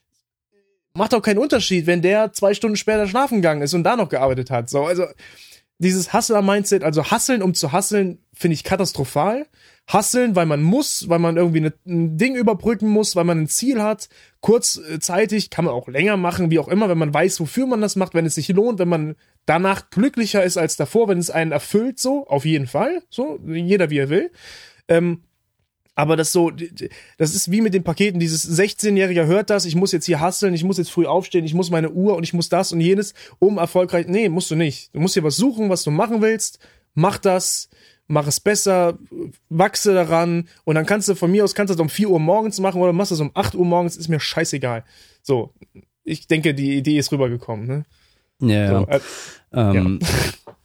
Macht auch keinen Unterschied, wenn der zwei Stunden später schlafen gegangen ist und da noch gearbeitet hat. So, also dieses Hustler-Mindset, also hustlen, um zu hustlen, finde ich katastrophal. Hustlen, weil man muss, weil man irgendwie eine, ein Ding überbrücken muss, weil man ein Ziel hat. Kurzzeitig kann man auch länger machen, wie auch immer, wenn man weiß, wofür man das macht, wenn es sich lohnt, wenn man danach glücklicher ist als davor, wenn es einen erfüllt, so, auf jeden Fall. So, jeder wie er will. Ähm, Aber das so, das ist wie mit den Paketen, dieses sechzehnjährige hört das, ich muss jetzt hier hustlen, ich muss jetzt früh aufstehen, ich muss meine Uhr und ich muss das und jenes, um erfolgreich, nee, musst du nicht. Du musst dir was suchen, was du machen willst, mach das, mach es besser, wachse daran und dann kannst du von mir aus, kannst du das um vier Uhr morgens machen oder machst du das um acht Uhr morgens, ist mir scheißegal. So, ich denke, die Idee ist rübergekommen, ne? Ja, so, äh, ähm, ja.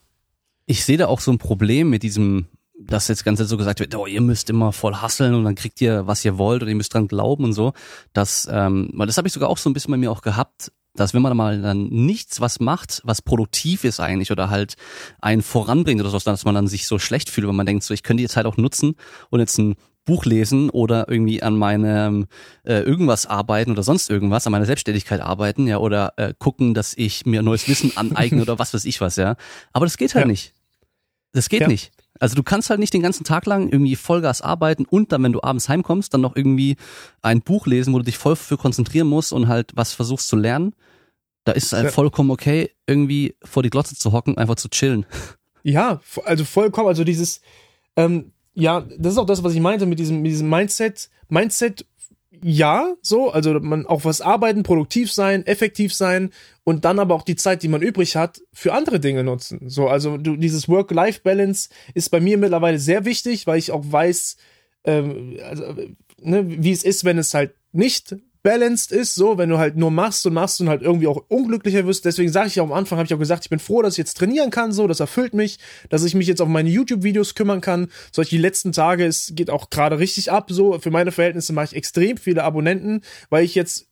Ich sehe da auch so ein Problem mit diesem, dass jetzt ganz so gesagt wird, oh, ihr müsst immer voll hustlen und dann kriegt ihr, was ihr wollt und ihr müsst dran glauben und so. Das, ähm, weil das habe ich sogar auch so ein bisschen bei mir auch gehabt, dass wenn man mal dann nichts was macht, was produktiv ist eigentlich oder halt einen voranbringt oder so, dass man dann sich so schlecht fühlt, weil man denkt so, ich könnte die Zeit auch nutzen und jetzt ein Buch lesen oder irgendwie an meinem äh, irgendwas arbeiten oder sonst irgendwas, an meiner Selbstständigkeit arbeiten, ja, oder äh, gucken, dass ich mir neues Wissen aneigne oder was weiß ich was, ja. Aber das geht halt ja. nicht. Das geht ja. nicht. Also du kannst halt nicht den ganzen Tag lang irgendwie Vollgas arbeiten und dann, wenn du abends heimkommst, dann noch irgendwie ein Buch lesen, wo du dich voll für konzentrieren musst und halt was versuchst zu lernen. Da ist es halt ja. vollkommen okay, irgendwie vor die Glotze zu hocken, einfach zu chillen. Ja, also vollkommen, also dieses, ähm, ja, das ist auch das, was ich meinte mit diesem, mit diesem Mindset, Mindset, ja, so, also man auch was arbeiten, produktiv sein, effektiv sein und dann aber auch die Zeit, die man übrig hat, für andere Dinge nutzen. So, also du, dieses Work-Life-Balance ist bei mir mittlerweile sehr wichtig, weil ich auch weiß, ähm, also, ne, wie es ist, wenn es halt nicht balanced ist, so, wenn du halt nur machst und machst und halt irgendwie auch unglücklicher wirst. Deswegen sage ich ja am Anfang, habe ich auch gesagt, ich bin froh, dass ich jetzt trainieren kann, so, das erfüllt mich, dass ich mich jetzt auf meine YouTube-Videos kümmern kann. Solche die letzten Tage, es geht auch gerade richtig ab, so, für meine Verhältnisse mache ich extrem viele Abonnenten, weil ich jetzt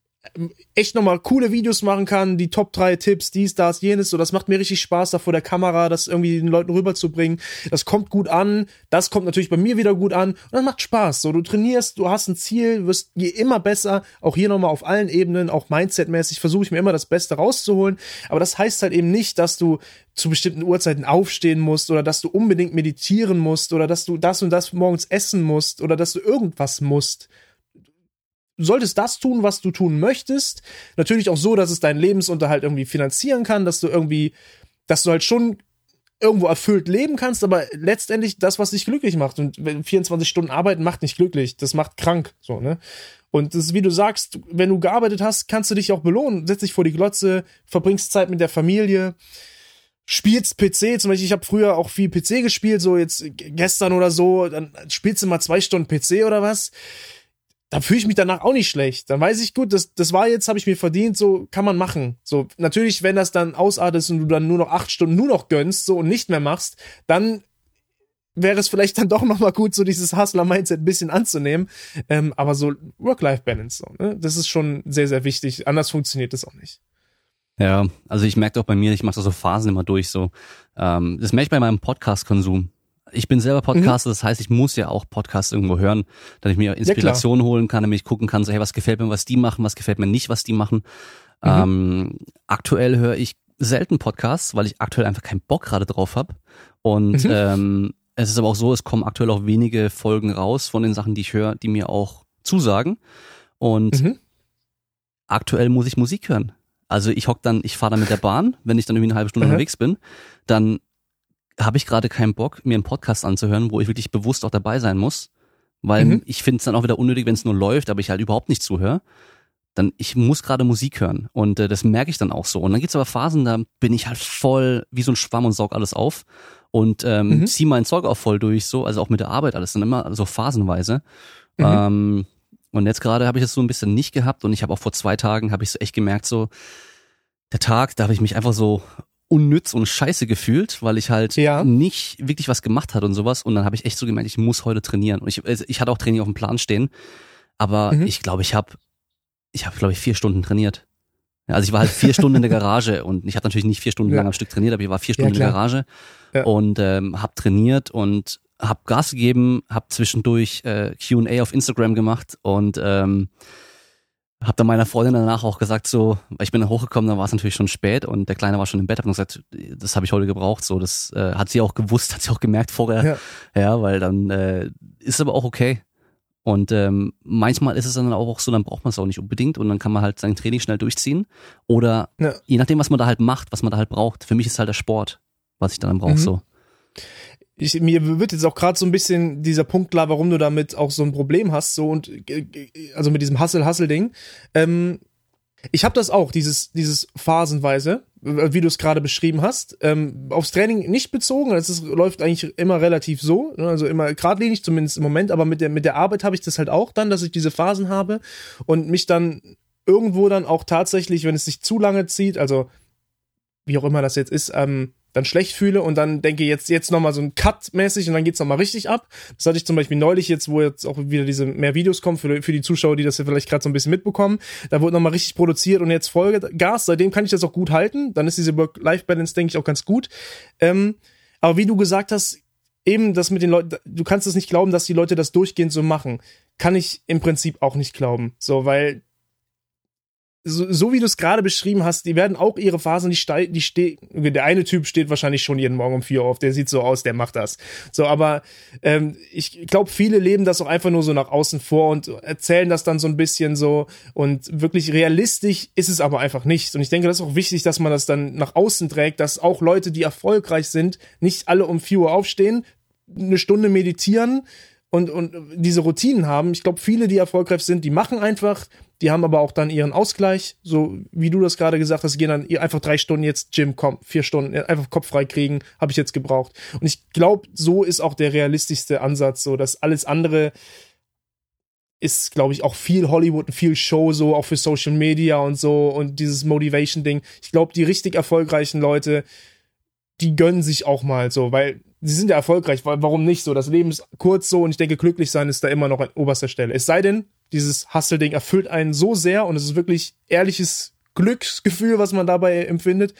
echt nochmal coole Videos machen kann, die Top drei Tipps, dies, das, jenes, so, das macht mir richtig Spaß, da vor der Kamera das irgendwie den Leuten rüberzubringen, das kommt gut an, das kommt natürlich bei mir wieder gut an und das macht Spaß, so, du trainierst, du hast ein Ziel, wirst je immer besser, auch hier nochmal auf allen Ebenen, auch Mindset-mäßig versuche ich mir immer das Beste rauszuholen, aber das heißt halt eben nicht, dass du zu bestimmten Uhrzeiten aufstehen musst oder dass du unbedingt meditieren musst oder dass du das und das morgens essen musst oder dass du irgendwas musst. Du solltest das tun, was du tun möchtest. Natürlich auch so, dass es deinen Lebensunterhalt irgendwie finanzieren kann, dass du irgendwie, dass du halt schon irgendwo erfüllt leben kannst, aber letztendlich das, was dich glücklich macht. Und vierundzwanzig Stunden arbeiten macht nicht glücklich, das macht krank, so, ne? Und das ist, wie du sagst, wenn du gearbeitet hast, kannst du dich auch belohnen. Setz dich vor die Glotze, verbringst Zeit mit der Familie, spielst P C, zum Beispiel, ich habe früher auch viel P C gespielt, so jetzt gestern oder so, dann spielst du mal zwei Stunden P C oder was. Da fühle ich mich danach auch nicht schlecht. Dann weiß ich, gut, das, das war jetzt, habe ich mir verdient, so kann man machen. So, natürlich, wenn das dann ausartet und du dann nur noch acht Stunden nur noch gönnst, so und nicht mehr machst, dann wäre es vielleicht dann doch nochmal gut, so dieses Hustler-Mindset ein bisschen anzunehmen. Ähm, aber so Work-Life-Balance, so, ne? Das ist schon sehr, sehr wichtig. Anders funktioniert das auch nicht. Ja, also ich merke auch bei mir, ich mache da so Phasen immer durch, so. Ähm, das merke ich bei meinem Podcast-Konsum. Ich bin selber Podcaster, mhm. Das heißt, ich muss ja auch Podcasts irgendwo hören, damit ich mir Inspiration ja, holen kann, damit ich gucken kann, so, hey, was gefällt mir, was die machen, was gefällt mir nicht, was die machen. Mhm. Ähm, aktuell höre ich selten Podcasts, weil ich aktuell einfach keinen Bock gerade drauf habe. Und mhm. ähm, es ist aber auch so, es kommen aktuell auch wenige Folgen raus von den Sachen, die ich höre, die mir auch zusagen. Und mhm. aktuell muss ich Musik hören. Also ich hock dann, ich fahre dann mit der Bahn, wenn ich dann irgendwie eine halbe Stunde mhm. unterwegs bin, dann habe ich gerade keinen Bock, mir einen Podcast anzuhören, wo ich wirklich bewusst auch dabei sein muss, weil mhm. ich finde es dann auch wieder unnötig, wenn es nur läuft, aber ich halt überhaupt nicht zuhöre. Dann, ich muss gerade Musik hören und äh, das merke ich dann auch so. Und dann gibt's aber Phasen, da bin ich halt voll wie so ein Schwamm und saug alles auf und ähm, mhm. ziehe mein Zeug auch voll durch, so, also auch mit der Arbeit alles, dann immer so phasenweise. Mhm. Ähm, und jetzt gerade habe ich es so ein bisschen nicht gehabt und ich habe auch vor zwei Tagen, habe ich so echt gemerkt, so der Tag, da habe ich mich einfach so unnütz und scheiße gefühlt, weil ich halt ja. nicht wirklich was gemacht hatte und sowas. Und dann habe ich echt so gemerkt, ich muss heute trainieren. Und ich, ich hatte auch Training auf dem Plan stehen, aber mhm. ich glaube, ich habe, ich habe, glaube ich, vier Stunden trainiert. Ja, also ich war halt vier Stunden in der Garage und ich habe natürlich nicht vier Stunden ja. lang am Stück trainiert, aber ich war vier Stunden ja, in der Garage ja. und ähm, habe trainiert und habe Gas gegeben, habe zwischendurch äh, Q und A auf Instagram gemacht und ähm, hab dann meiner Freundin danach auch gesagt, so, weil ich bin dann hochgekommen, dann war es natürlich schon spät und der Kleine war schon im Bett, hab dann gesagt, das habe ich heute gebraucht, so, das äh, hat sie auch gewusst, hat sie auch gemerkt vorher, ja, ja weil dann äh, ist aber auch okay. Und ähm, manchmal ist es dann auch so, dann braucht man es auch nicht unbedingt und dann kann man halt sein Training schnell durchziehen oder ja. je nachdem, was man da halt macht, was man da halt braucht. Für mich ist halt der Sport, was ich dann brauche, mhm. so. Ich, mir wird jetzt auch gerade so ein bisschen dieser Punkt klar, warum du damit auch so ein Problem hast, so und also mit diesem Hustle-Hustle-Ding. Ähm, ich habe das auch, dieses dieses phasenweise, wie du es gerade beschrieben hast, ähm, aufs Training nicht bezogen. Es ist, läuft eigentlich immer relativ so, also immer geradlinig, zumindest im Moment. Aber mit der mit der Arbeit habe ich das halt auch dann, dass ich diese Phasen habe und mich dann irgendwo dann auch tatsächlich, wenn es sich zu lange zieht, also wie auch immer das jetzt ist, ähm, dann schlecht fühle und dann denke jetzt jetzt nochmal so ein Cut-mäßig und dann geht's nochmal richtig ab. Das hatte ich zum Beispiel neulich jetzt, wo jetzt auch wieder diese mehr Videos kommen für, für die Zuschauer, die das ja vielleicht gerade so ein bisschen mitbekommen. Da wurde nochmal richtig produziert und jetzt Vollgas. Seitdem kann ich das auch gut halten. Dann ist diese Work-Life-Balance, denke ich, auch ganz gut. Ähm, aber wie du gesagt hast, eben das mit den Leuten, du kannst es nicht glauben, dass die Leute das durchgehend so machen. Kann ich im Prinzip auch nicht glauben. So, weil so, so wie du es gerade beschrieben hast, die werden auch ihre Phasen, die steigen, die stehen, der eine Typ steht wahrscheinlich schon jeden Morgen um vier Uhr auf, der sieht so aus, der macht das. So, aber ähm, ich glaube, viele leben das auch einfach nur so nach außen vor und erzählen das dann so ein bisschen so und wirklich realistisch ist es aber einfach nicht. Und ich denke, das ist auch wichtig, dass man das dann nach außen trägt, dass auch Leute, die erfolgreich sind, nicht alle um vier Uhr aufstehen, eine Stunde meditieren und, und diese Routinen haben. Ich glaube, viele, die erfolgreich sind, die machen einfach, die haben aber auch dann ihren Ausgleich, so wie du das gerade gesagt hast, gehen dann einfach drei Stunden jetzt Gym, komm, vier Stunden, einfach Kopf frei kriegen, habe ich jetzt gebraucht. Und ich glaube, so ist auch der realistischste Ansatz, so dass alles andere ist, glaube ich, auch viel Hollywood und viel Show, so auch für Social Media und so und dieses Motivation-Ding. Ich glaube, die richtig erfolgreichen Leute, die gönnen sich auch mal so, weil sie sind ja erfolgreich, warum nicht so? Das Leben ist kurz so und ich denke, glücklich sein ist da immer noch an oberster Stelle. Es sei denn, dieses Hustle-Ding erfüllt einen so sehr und es ist wirklich ehrliches Glücksgefühl, was man dabei empfindet.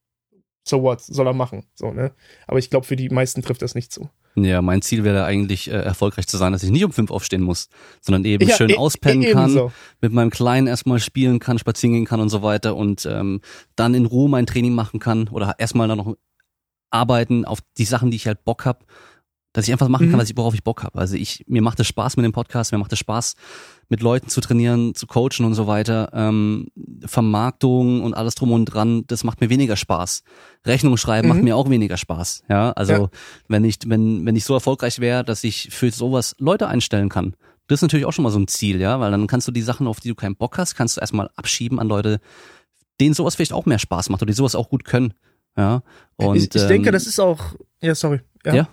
So what? Soll er machen. So, ne? Aber ich glaube, für die meisten trifft das nicht zu. Ja, mein Ziel wäre eigentlich, äh, erfolgreich zu sein, dass ich nicht um fünf aufstehen muss, sondern eben ja, schön e- auspennen e- kann, so. Mit meinem Kleinen erstmal spielen kann, spazieren gehen kann und so weiter und ähm, dann in Ruhe mein Training machen kann oder erstmal dann noch arbeiten auf die Sachen, die ich halt Bock hab, dass ich einfach machen kann, mhm. was ich, worauf ich Bock habe. Also ich, mir macht es Spaß mit dem Podcast, mir macht es Spaß, mit Leuten zu trainieren, zu coachen und so weiter. Ähm, Vermarktung und alles drum und dran, das macht mir weniger Spaß. Rechnung schreiben mhm. macht mir auch weniger Spaß. Ja, also ja. wenn ich, wenn, wenn ich so erfolgreich wäre, dass ich für sowas Leute einstellen kann, das ist natürlich auch schon mal so ein Ziel, ja, weil dann kannst du die Sachen, auf die du keinen Bock hast, kannst du erstmal abschieben an Leute, denen sowas vielleicht auch mehr Spaß macht oder die sowas auch gut können. Ja, und ich, ich denke, ähm, das ist auch, ja, sorry. Ja. ja.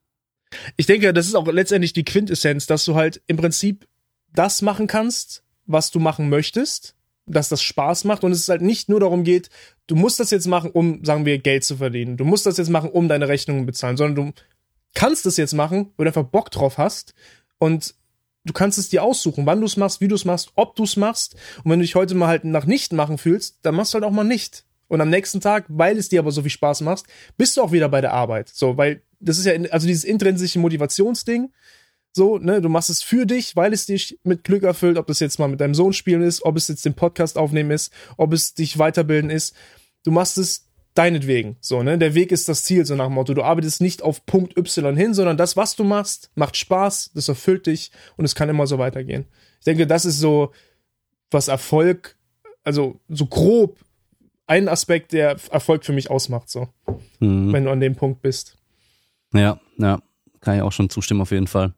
Ich denke, das ist auch letztendlich die Quintessenz, dass du halt im Prinzip das machen kannst, was du machen möchtest, dass das Spaß macht und es halt nicht nur darum geht, du musst das jetzt machen, um, sagen wir, Geld zu verdienen. Du musst das jetzt machen, um deine Rechnungen bezahlen, sondern du kannst es jetzt machen, weil du einfach Bock drauf hast und du kannst es dir aussuchen, wann du es machst, wie du es machst, ob du es machst und wenn du dich heute mal halt nach nicht machen fühlst, dann machst du halt auch mal nicht. Und am nächsten Tag, weil es dir aber so viel Spaß macht, bist du auch wieder bei der Arbeit. So, weil das ist ja, also dieses intrinsische Motivationsding. So, ne, du machst es für dich, weil es dich mit Glück erfüllt, ob das jetzt mal mit deinem Sohn spielen ist, ob es jetzt den Podcast aufnehmen ist, ob es dich weiterbilden ist. Du machst es deinetwegen. So, ne, der Weg ist das Ziel, so nach dem Motto. Du arbeitest nicht auf Punkt Y hin, sondern das, was du machst, macht Spaß, das erfüllt dich und es kann immer so weitergehen. Ich denke, das ist so, was Erfolg, also so grob, ein Aspekt, der Erfolg für mich ausmacht, so. Mhm. Wenn du an dem Punkt bist. Ja, ja, kann ich auch schon zustimmen, auf jeden Fall.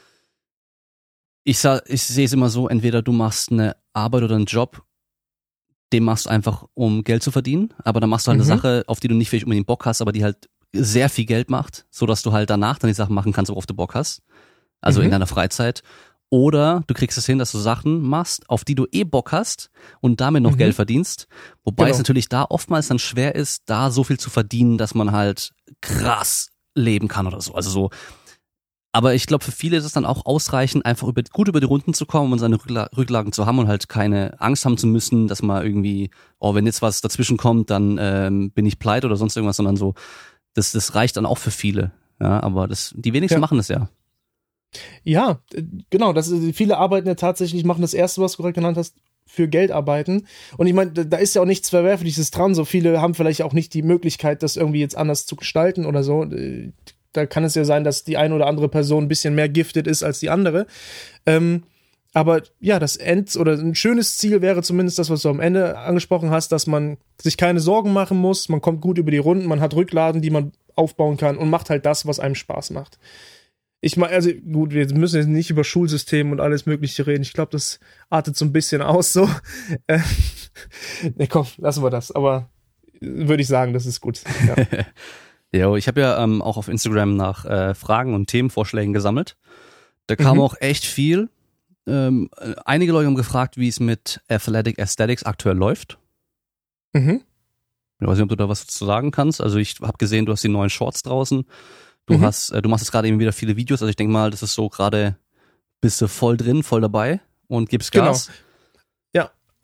Ich, ich sehe es immer so, entweder du machst eine Arbeit oder einen Job, den machst du einfach, um Geld zu verdienen, aber dann machst du halt mhm. eine Sache, auf die du nicht vielleicht unbedingt Bock hast, aber die halt sehr viel Geld macht, sodass du halt danach dann die Sachen machen kannst, worauf du Bock hast. Also mhm. in deiner Freizeit. Oder du kriegst es hin, dass du Sachen machst, auf die du eh Bock hast und damit noch mhm. Geld verdienst. Wobei genau. es natürlich da oftmals dann schwer ist, da so viel zu verdienen, dass man halt krass leben kann oder so. Also so. Aber ich glaube, für viele ist es dann auch ausreichend, einfach über, gut über die Runden zu kommen und seine Rückla- Rücklagen zu haben und halt keine Angst haben zu müssen, dass man irgendwie, oh, wenn jetzt was dazwischen kommt, dann ähm, bin ich pleite oder sonst irgendwas, sondern so, das, das reicht dann auch für viele. Ja, aber das, die wenigsten ja. machen das ja. Ja, genau, das ist, viele arbeiten ja tatsächlich, machen das Erste, was du gerade genannt hast, für Geld arbeiten. Und ich meine, da ist ja auch nichts Verwerfliches dran. So viele haben vielleicht auch nicht die Möglichkeit, das irgendwie jetzt anders zu gestalten oder so. Da kann es ja sein, dass die eine oder andere Person ein bisschen mehr gifted ist als die andere. Ähm, aber ja, das End oder ein schönes Ziel wäre zumindest das, was du am Ende angesprochen hast, dass man sich keine Sorgen machen muss, man kommt gut über die Runden, man hat Rücklagen, die man aufbauen kann und macht halt das, was einem Spaß macht. Ich meine, also gut, wir müssen jetzt nicht über Schulsystem und alles Mögliche reden. Ich glaube, das artet so ein bisschen aus so. Äh, ne, komm, lassen wir das. Aber würde ich sagen, das ist gut. Ja, jo, ich habe ja ähm, auch auf Instagram nach äh, Fragen und Themenvorschlägen gesammelt. Da kam mhm. auch echt viel. Ähm, einige Leute haben gefragt, wie es mit Athletic Aesthetics aktuell läuft. Mhm. Ich weiß nicht, ob du da was zu sagen kannst. Also ich habe gesehen, du hast die neuen Shorts draußen. Du mhm. hast, äh, du machst jetzt gerade eben wieder viele Videos, also ich denke mal, das ist so gerade, bist du voll drin, voll dabei und gibst Gas. Genau. Ja,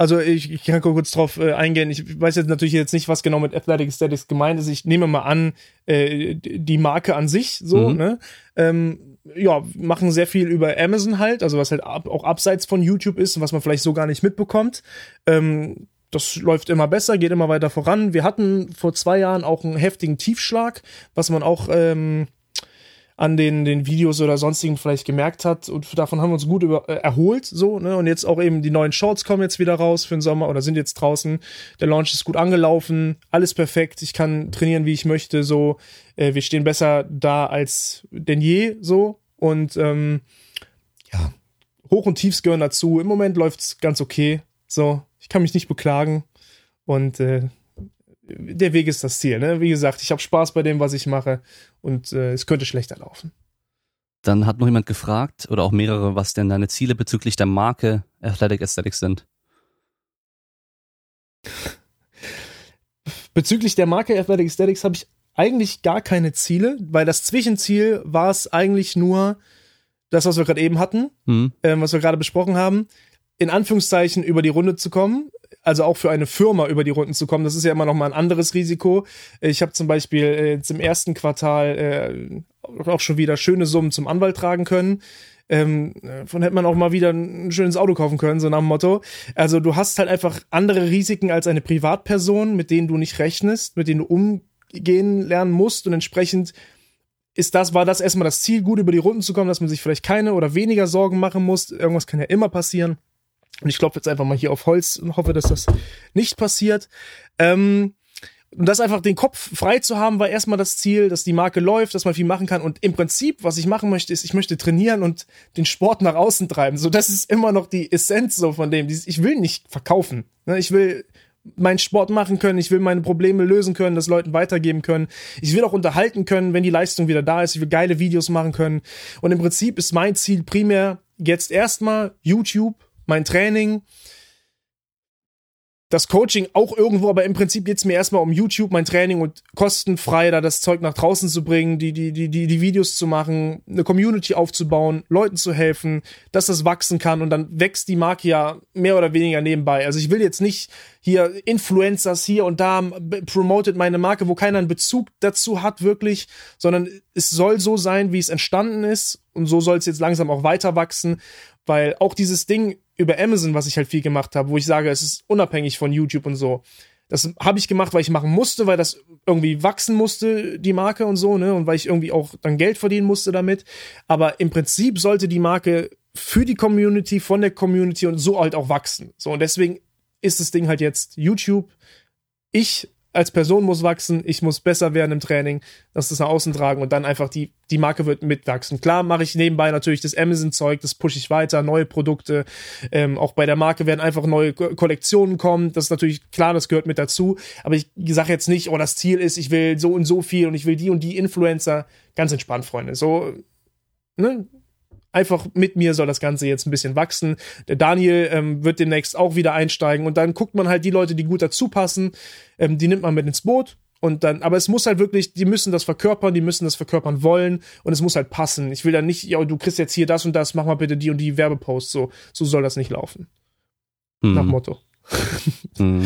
Also ich, ich kann kurz drauf äh, eingehen. Ich weiß jetzt natürlich jetzt nicht, was genau mit Athletic Aesthetics gemeint ist. Ich nehme mal an, äh, die Marke an sich so, mhm. ne? Ähm, ja, machen sehr viel über Amazon halt, also was halt ab, auch abseits von YouTube ist und was man vielleicht so gar nicht mitbekommt. Ähm, das läuft immer besser, geht immer weiter voran. Wir hatten vor zwei Jahren auch einen heftigen Tiefschlag, was man auch ähm, an den, den Videos oder sonstigen vielleicht gemerkt hat. Und davon haben wir uns gut über, äh, erholt. So, ne? Und jetzt auch eben die neuen Shorts kommen jetzt wieder raus für den Sommer oder sind jetzt draußen. Der Launch ist gut angelaufen, alles perfekt. Ich kann trainieren, wie ich möchte. So, äh, wir stehen besser da als denn je. So. Und ähm, ja, Hoch- und Tiefs gehören dazu. Im Moment läuft's ganz okay. So, ich kann mich nicht beklagen. Und äh, der Weg ist das Ziel, ne? Wie gesagt, ich habe Spaß bei dem, was ich mache und äh, es könnte schlechter laufen. Dann hat noch jemand gefragt, oder auch mehrere, was denn deine Ziele bezüglich der Marke Athletic Aesthetics sind. Bezüglich der Marke Athletic Aesthetics habe ich eigentlich gar keine Ziele, weil das Zwischenziel war es eigentlich nur das, was wir gerade eben hatten, mhm. ähm, was wir gerade besprochen haben, in Anführungszeichen über die Runde zu kommen, also auch für eine Firma über die Runden zu kommen, das ist ja immer noch mal ein anderes Risiko. Ich habe zum Beispiel äh, jetzt im ersten Quartal äh, auch schon wieder schöne Summen zum Anwalt tragen können. Ähm, von hätte man auch mal wieder ein schönes Auto kaufen können, so nach dem Motto. Also du hast halt einfach andere Risiken als eine Privatperson, mit denen du nicht rechnest, mit denen du umgehen lernen musst und entsprechend ist das, war das erstmal das Ziel, gut über die Runden zu kommen, dass man sich vielleicht keine oder weniger Sorgen machen muss. Irgendwas kann ja immer passieren. Und ich klopfe jetzt einfach mal hier auf Holz und hoffe, dass das nicht passiert. Ähm, und das einfach den Kopf frei zu haben, war erstmal das Ziel, dass die Marke läuft, dass man viel machen kann. Und im Prinzip, was ich machen möchte, ist, ich möchte trainieren und den Sport nach außen treiben. So, das ist immer noch die Essenz so von dem. Ich will nicht verkaufen. Ich will meinen Sport machen können, ich will meine Probleme lösen können, das Leuten weitergeben können. Ich will auch unterhalten können, wenn die Leistung wieder da ist. Ich will geile Videos machen können. Und im Prinzip ist mein Ziel primär jetzt erstmal YouTube, mein Training, das Coaching auch irgendwo, aber im Prinzip geht's mir erstmal um YouTube, mein Training und kostenfrei da das Zeug nach draußen zu bringen, die, die, die, die, die Videos zu machen, eine Community aufzubauen, Leuten zu helfen, dass das wachsen kann und dann wächst die Marke ja mehr oder weniger nebenbei. Also ich will jetzt nicht hier Influencers hier und da promotet meine Marke, wo keiner einen Bezug dazu hat wirklich, sondern es soll so sein, wie es entstanden ist und so soll es jetzt langsam auch weiter wachsen, weil auch dieses Ding über Amazon, was ich halt viel gemacht habe, wo ich sage, es ist unabhängig von YouTube und so. Das habe ich gemacht, weil ich machen musste, weil das irgendwie wachsen musste, die Marke und so, ne, und weil ich irgendwie auch dann Geld verdienen musste damit. Aber im Prinzip sollte die Marke für die Community, von der Community und so halt auch wachsen. So, und deswegen ist das Ding halt jetzt YouTube. Ich als Person muss wachsen, ich muss besser werden im Training, dass das nach außen tragen und dann einfach die die Marke wird mitwachsen. Klar mache ich nebenbei natürlich das Amazon-Zeug, das pushe ich weiter, neue Produkte, ähm, auch bei der Marke werden einfach neue Ko- Kollektionen kommen, das ist natürlich klar, das gehört mit dazu, aber ich sage jetzt nicht, oh, das Ziel ist, ich will so und so viel und ich will die und die Influencer, ganz entspannt, Freunde, so, ne, einfach mit mir soll das Ganze jetzt ein bisschen wachsen. Der Daniel ähm, wird demnächst auch wieder einsteigen und dann guckt man halt die Leute, die gut dazu passen, ähm, die nimmt man mit ins Boot und dann, aber es muss halt wirklich, die müssen das verkörpern, die müssen das verkörpern wollen und es muss halt passen. Ich will dann nicht, ja, du kriegst jetzt hier das und das, mach mal bitte die und die Werbeposts, so, so soll das nicht laufen. Mhm. Nach Motto. Mhm.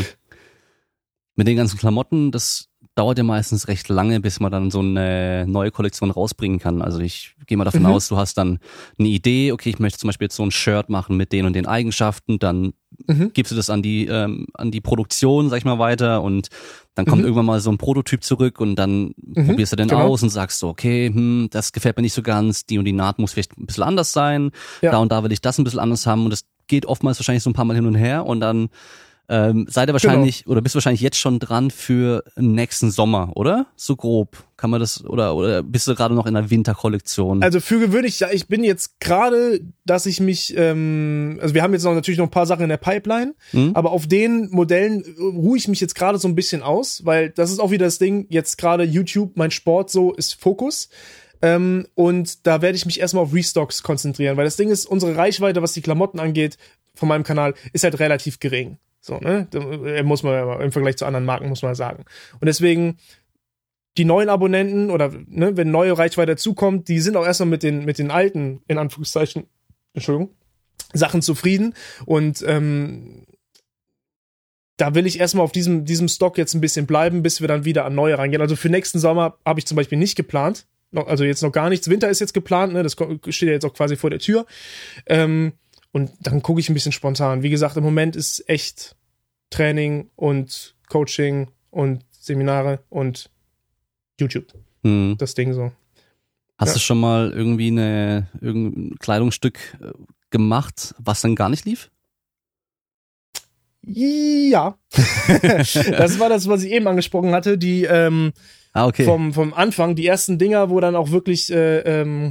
Mit den ganzen Klamotten, das dauert ja meistens recht lange, bis man dann so eine neue Kollektion rausbringen kann. Also ich gehe mal davon mhm. aus, du hast dann eine Idee, okay, ich möchte zum Beispiel jetzt so ein Shirt machen mit den und den Eigenschaften, dann mhm. gibst du das an die ähm, an die Produktion, sag ich mal, weiter und dann kommt mhm. irgendwann mal so ein Prototyp zurück und dann mhm. probierst du den genau. aus und sagst so, okay, hm, das gefällt mir nicht so ganz, die und die Naht muss vielleicht ein bisschen anders sein, ja. da und da will ich das ein bisschen anders haben und das geht oftmals wahrscheinlich so ein paar Mal hin und her und dann Ähm, seid ihr wahrscheinlich, genau. oder bist du wahrscheinlich jetzt schon dran für nächsten Sommer, oder? So grob. Kann man das, oder, oder bist du gerade noch in der Winterkollektion? Also für gewöhnlich, ja, ich bin jetzt gerade, dass ich mich, ähm, also wir haben jetzt noch natürlich noch ein paar Sachen in der Pipeline, mhm. aber auf den Modellen ruhe ich mich jetzt gerade so ein bisschen aus, weil das ist auch wieder das Ding, jetzt gerade YouTube, mein Sport so, ist Fokus. Ähm, und da werde ich mich erstmal auf Restocks konzentrieren, weil das Ding ist, unsere Reichweite, was die Klamotten angeht, von meinem Kanal, ist halt relativ gering. So, ne, muss man ja im Vergleich zu anderen Marken, muss man sagen. Und deswegen, die neuen Abonnenten oder, ne, wenn neue Reichweite dazukommt, die sind auch erstmal mit den, mit den alten, in Anführungszeichen, Entschuldigung, Sachen zufrieden und, ähm, da will ich erstmal auf diesem, diesem Stock jetzt ein bisschen bleiben, bis wir dann wieder an neue reingehen. Also für nächsten Sommer habe ich zum Beispiel nicht geplant. Also jetzt noch gar nichts. Winter ist jetzt geplant, ne? Das steht ja jetzt auch quasi vor der Tür. Ähm, und dann gucke ich ein bisschen spontan. Wie gesagt, im Moment ist echt Training und Coaching und Seminare und YouTube. Mhm. Das Ding so. Hast Ja. du schon mal irgendwie eine, irgendein Kleidungsstück äh, gemacht, was dann gar nicht lief? Ja. Das war das, was ich eben angesprochen hatte. Die ähm, Ah, okay. vom, vom Anfang, die ersten Dinger, wo dann auch wirklich äh, ähm,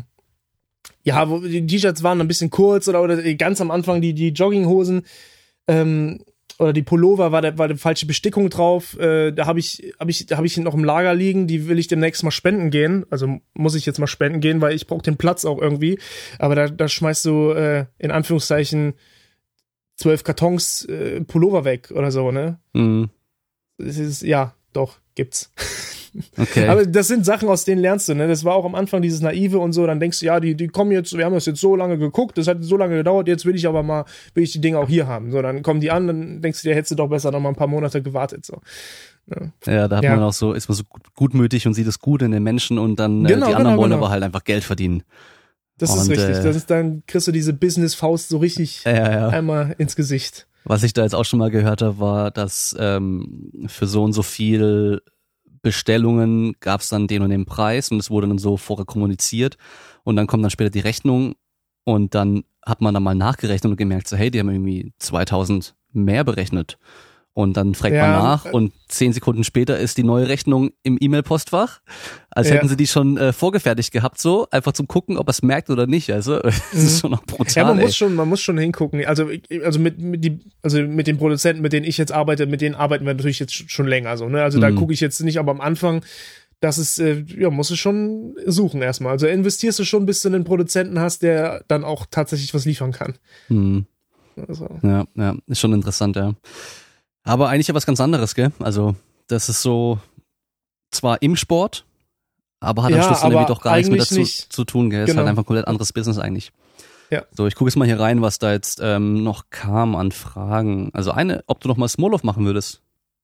ja, wo die T-Shirts waren ein bisschen kurz oder, oder ganz am Anfang die, die Jogginghosen ähm, oder die Pullover war der war die falsche Bestickung drauf. Äh, da habe ich habe ich da habe ich noch im Lager liegen. Die will ich demnächst mal spenden gehen. Also muss ich jetzt mal spenden gehen, weil ich brauche den Platz auch irgendwie. Aber da da schmeißt du äh, in Anführungszeichen zwölf Kartons äh, Pullover weg oder so, ne? Mhm. Es ist ja doch gibt's. Okay. Aber das sind Sachen, aus denen lernst du, ne? Das war auch am Anfang dieses Naive und so, dann denkst du, ja, die, die kommen jetzt, wir haben das jetzt so lange geguckt, das hat so lange gedauert, jetzt will ich aber mal, will ich die Dinge auch hier haben. So, dann kommen die an, dann denkst du dir, hättest du doch besser noch mal ein paar Monate gewartet, so. Ja, ja, da hat Ja. man auch so, ist man so gut, gutmütig und sieht das Gute in den Menschen und dann äh, Genau, die anderen genau, wollen genau. aber halt einfach Geld verdienen. Das Und, ist richtig. äh, Das ist dann, kriegst du diese Business-Faust so richtig Ja, ja, ja. einmal ins Gesicht. Was ich da jetzt auch schon mal gehört habe, war, dass ähm, für so und so viel Bestellungen gab es dann den und den Preis und es wurde dann so vorher kommuniziert und dann kommt dann später die Rechnung und dann hat man dann mal nachgerechnet und gemerkt, so hey, die haben irgendwie zweitausend mehr berechnet und dann fragt Ja, man nach äh, und zehn Sekunden später ist die neue Rechnung im E-Mail-Postfach, als Ja. hätten sie die schon äh, vorgefertigt gehabt, so einfach zum Gucken, ob er es merkt oder nicht, also das ist schon noch brutal. Ja, man ey. muss schon, man muss schon hingucken. Also, also mit, mit die, also mit den Produzenten, mit denen ich jetzt arbeite, mit denen arbeiten wir natürlich jetzt schon länger so, ne? Also da Mhm. gucke ich jetzt nicht, aber am Anfang, das ist, äh, ja, musst du schon suchen erstmal. Also investierst du schon, bis du einen Produzenten hast, der dann auch tatsächlich was liefern kann. Mhm. Also, Ja, ja, ist schon interessant, ja. Aber eigentlich ja was ganz anderes, gell? Also, das ist so zwar im Sport, aber hat am Ja, Schluss dann irgendwie aber doch gar nichts mit eigentlich dazu nicht. zu tun, gell? Ist Genau. halt einfach ein komplett anderes Business eigentlich. Ja. So, ich gucke jetzt mal hier rein, was da jetzt ähm, noch kam an Fragen. Also eine, ob du noch mal Small-Off machen würdest.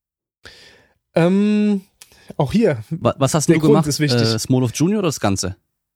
ähm, auch hier, Was, was hast Der du Grund gemacht? ist wichtig. Äh, Small-Off Junior oder das Ganze?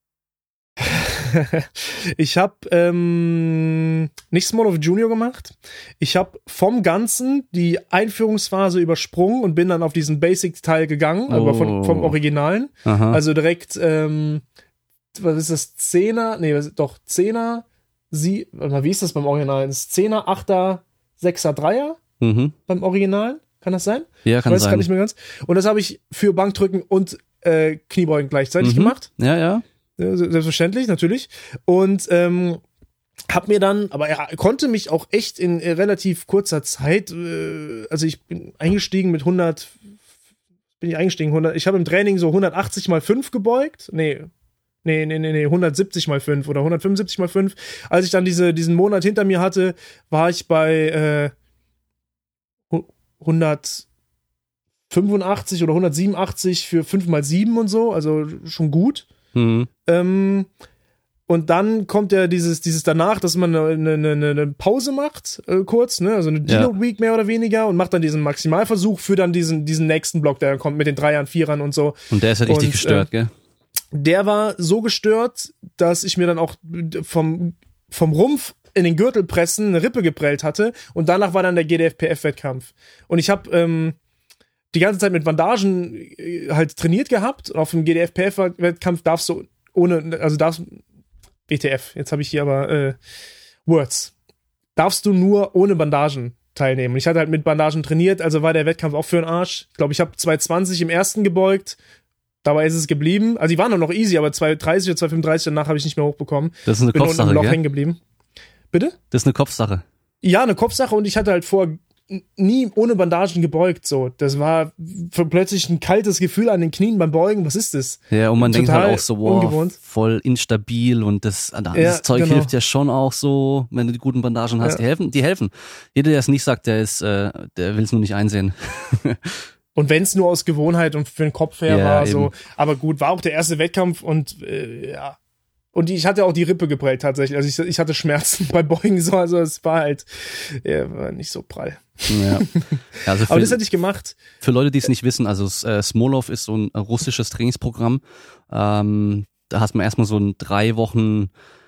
ich habe ähm, nicht Small of Junior gemacht. Ich habe vom Ganzen die Einführungsphase übersprungen und bin dann auf diesen Basic-Teil gegangen, Oh. aber von, vom Originalen. Aha. Also direkt, ähm, was ist das? Zehner? Nee, was, doch, Zehner, sie, warte mal, wie ist das beim Originalen? Das ist Zehner, Achter, Sechser, Dreier mhm. beim Originalen? Kann das sein? Ja, kann ich weiß sein. gar nicht mehr ganz. Und das habe ich für Bankdrücken und äh, Kniebeugen gleichzeitig Mhm. gemacht. Ja, ja. Ja, selbstverständlich, natürlich. Und ähm, hab mir dann, aber er konnte mich auch echt in äh, relativ kurzer Zeit, äh, also ich bin eingestiegen mit hundert, bin ich eingestiegen, hundert, ich habe im Training so hundertachtzig mal fünf gebeugt. Nee, nee, nee, nee, nee, hundertsiebzig mal fünf oder hundertfünfundsiebzig mal fünf. Als ich dann diese, diesen Monat hinter mir hatte, war ich bei äh, hundertfünfundachtzig oder hundertsiebenundachtzig für fünf mal sieben und so, also schon gut. Mhm. Ähm, und dann kommt ja dieses, dieses danach, dass man eine, eine, eine Pause macht, äh, kurz, ne, also eine Deload Week mehr oder weniger und macht dann diesen Maximalversuch für dann diesen, diesen nächsten Block, der dann kommt mit den Dreiern, Vierern und so. Und der ist ja richtig Und, gestört, äh, gell? Der war so gestört, dass ich mir dann auch vom, vom Rumpf in den Gürtelpressen eine Rippe geprellt hatte und danach war dann der G D F P F-Wettkampf. Und ich habe ähm, die ganze Zeit mit Bandagen äh, halt trainiert gehabt. Und auf dem G D F P F-Wettkampf darfst du ohne, also darfst, W T F, jetzt habe ich hier aber äh, Words. Darfst du nur ohne Bandagen teilnehmen. Und ich hatte halt mit Bandagen trainiert, also war der Wettkampf auch für den Arsch. Ich glaube, ich habe zwei zwanzig im ersten gebeugt. Dabei ist es geblieben. Also die waren noch easy, aber zwei dreißig oder zwei fünfunddreißig danach habe ich nicht mehr hochbekommen. Das ist eine Bin unten im Kopfsache, Loch gell? hängen geblieben. Bitte? Das ist eine Kopfsache. Ja, eine Kopfsache und ich hatte halt vor nie ohne Bandagen gebeugt, so. Das war plötzlich ein kaltes Gefühl an den Knien beim Beugen. Was ist das? Ja, und man denkt Total halt auch so, wow, ungewohnt. voll instabil und das, das Ja, Zeug genau. hilft ja schon auch so, wenn du die guten Bandagen hast. Ja. Die helfen, die helfen. Jeder, der es nicht sagt, der ist, äh, der will es nur nicht einsehen. Und wenn es nur aus Gewohnheit und für den Kopf her Ja, war, eben. so. Aber gut, war auch der erste Wettkampf und äh, ja. Und die, ich hatte auch die Rippe geprellt tatsächlich. Also ich, ich hatte Schmerzen bei Beugen so, also es war halt ja, war nicht so prall. Ja. Also für, aber das hätte ich gemacht. Für Leute, die es nicht wissen, also äh, Smolov ist so ein russisches Trainingsprogramm. Ähm, da hast man erstmal so ein drei Wochen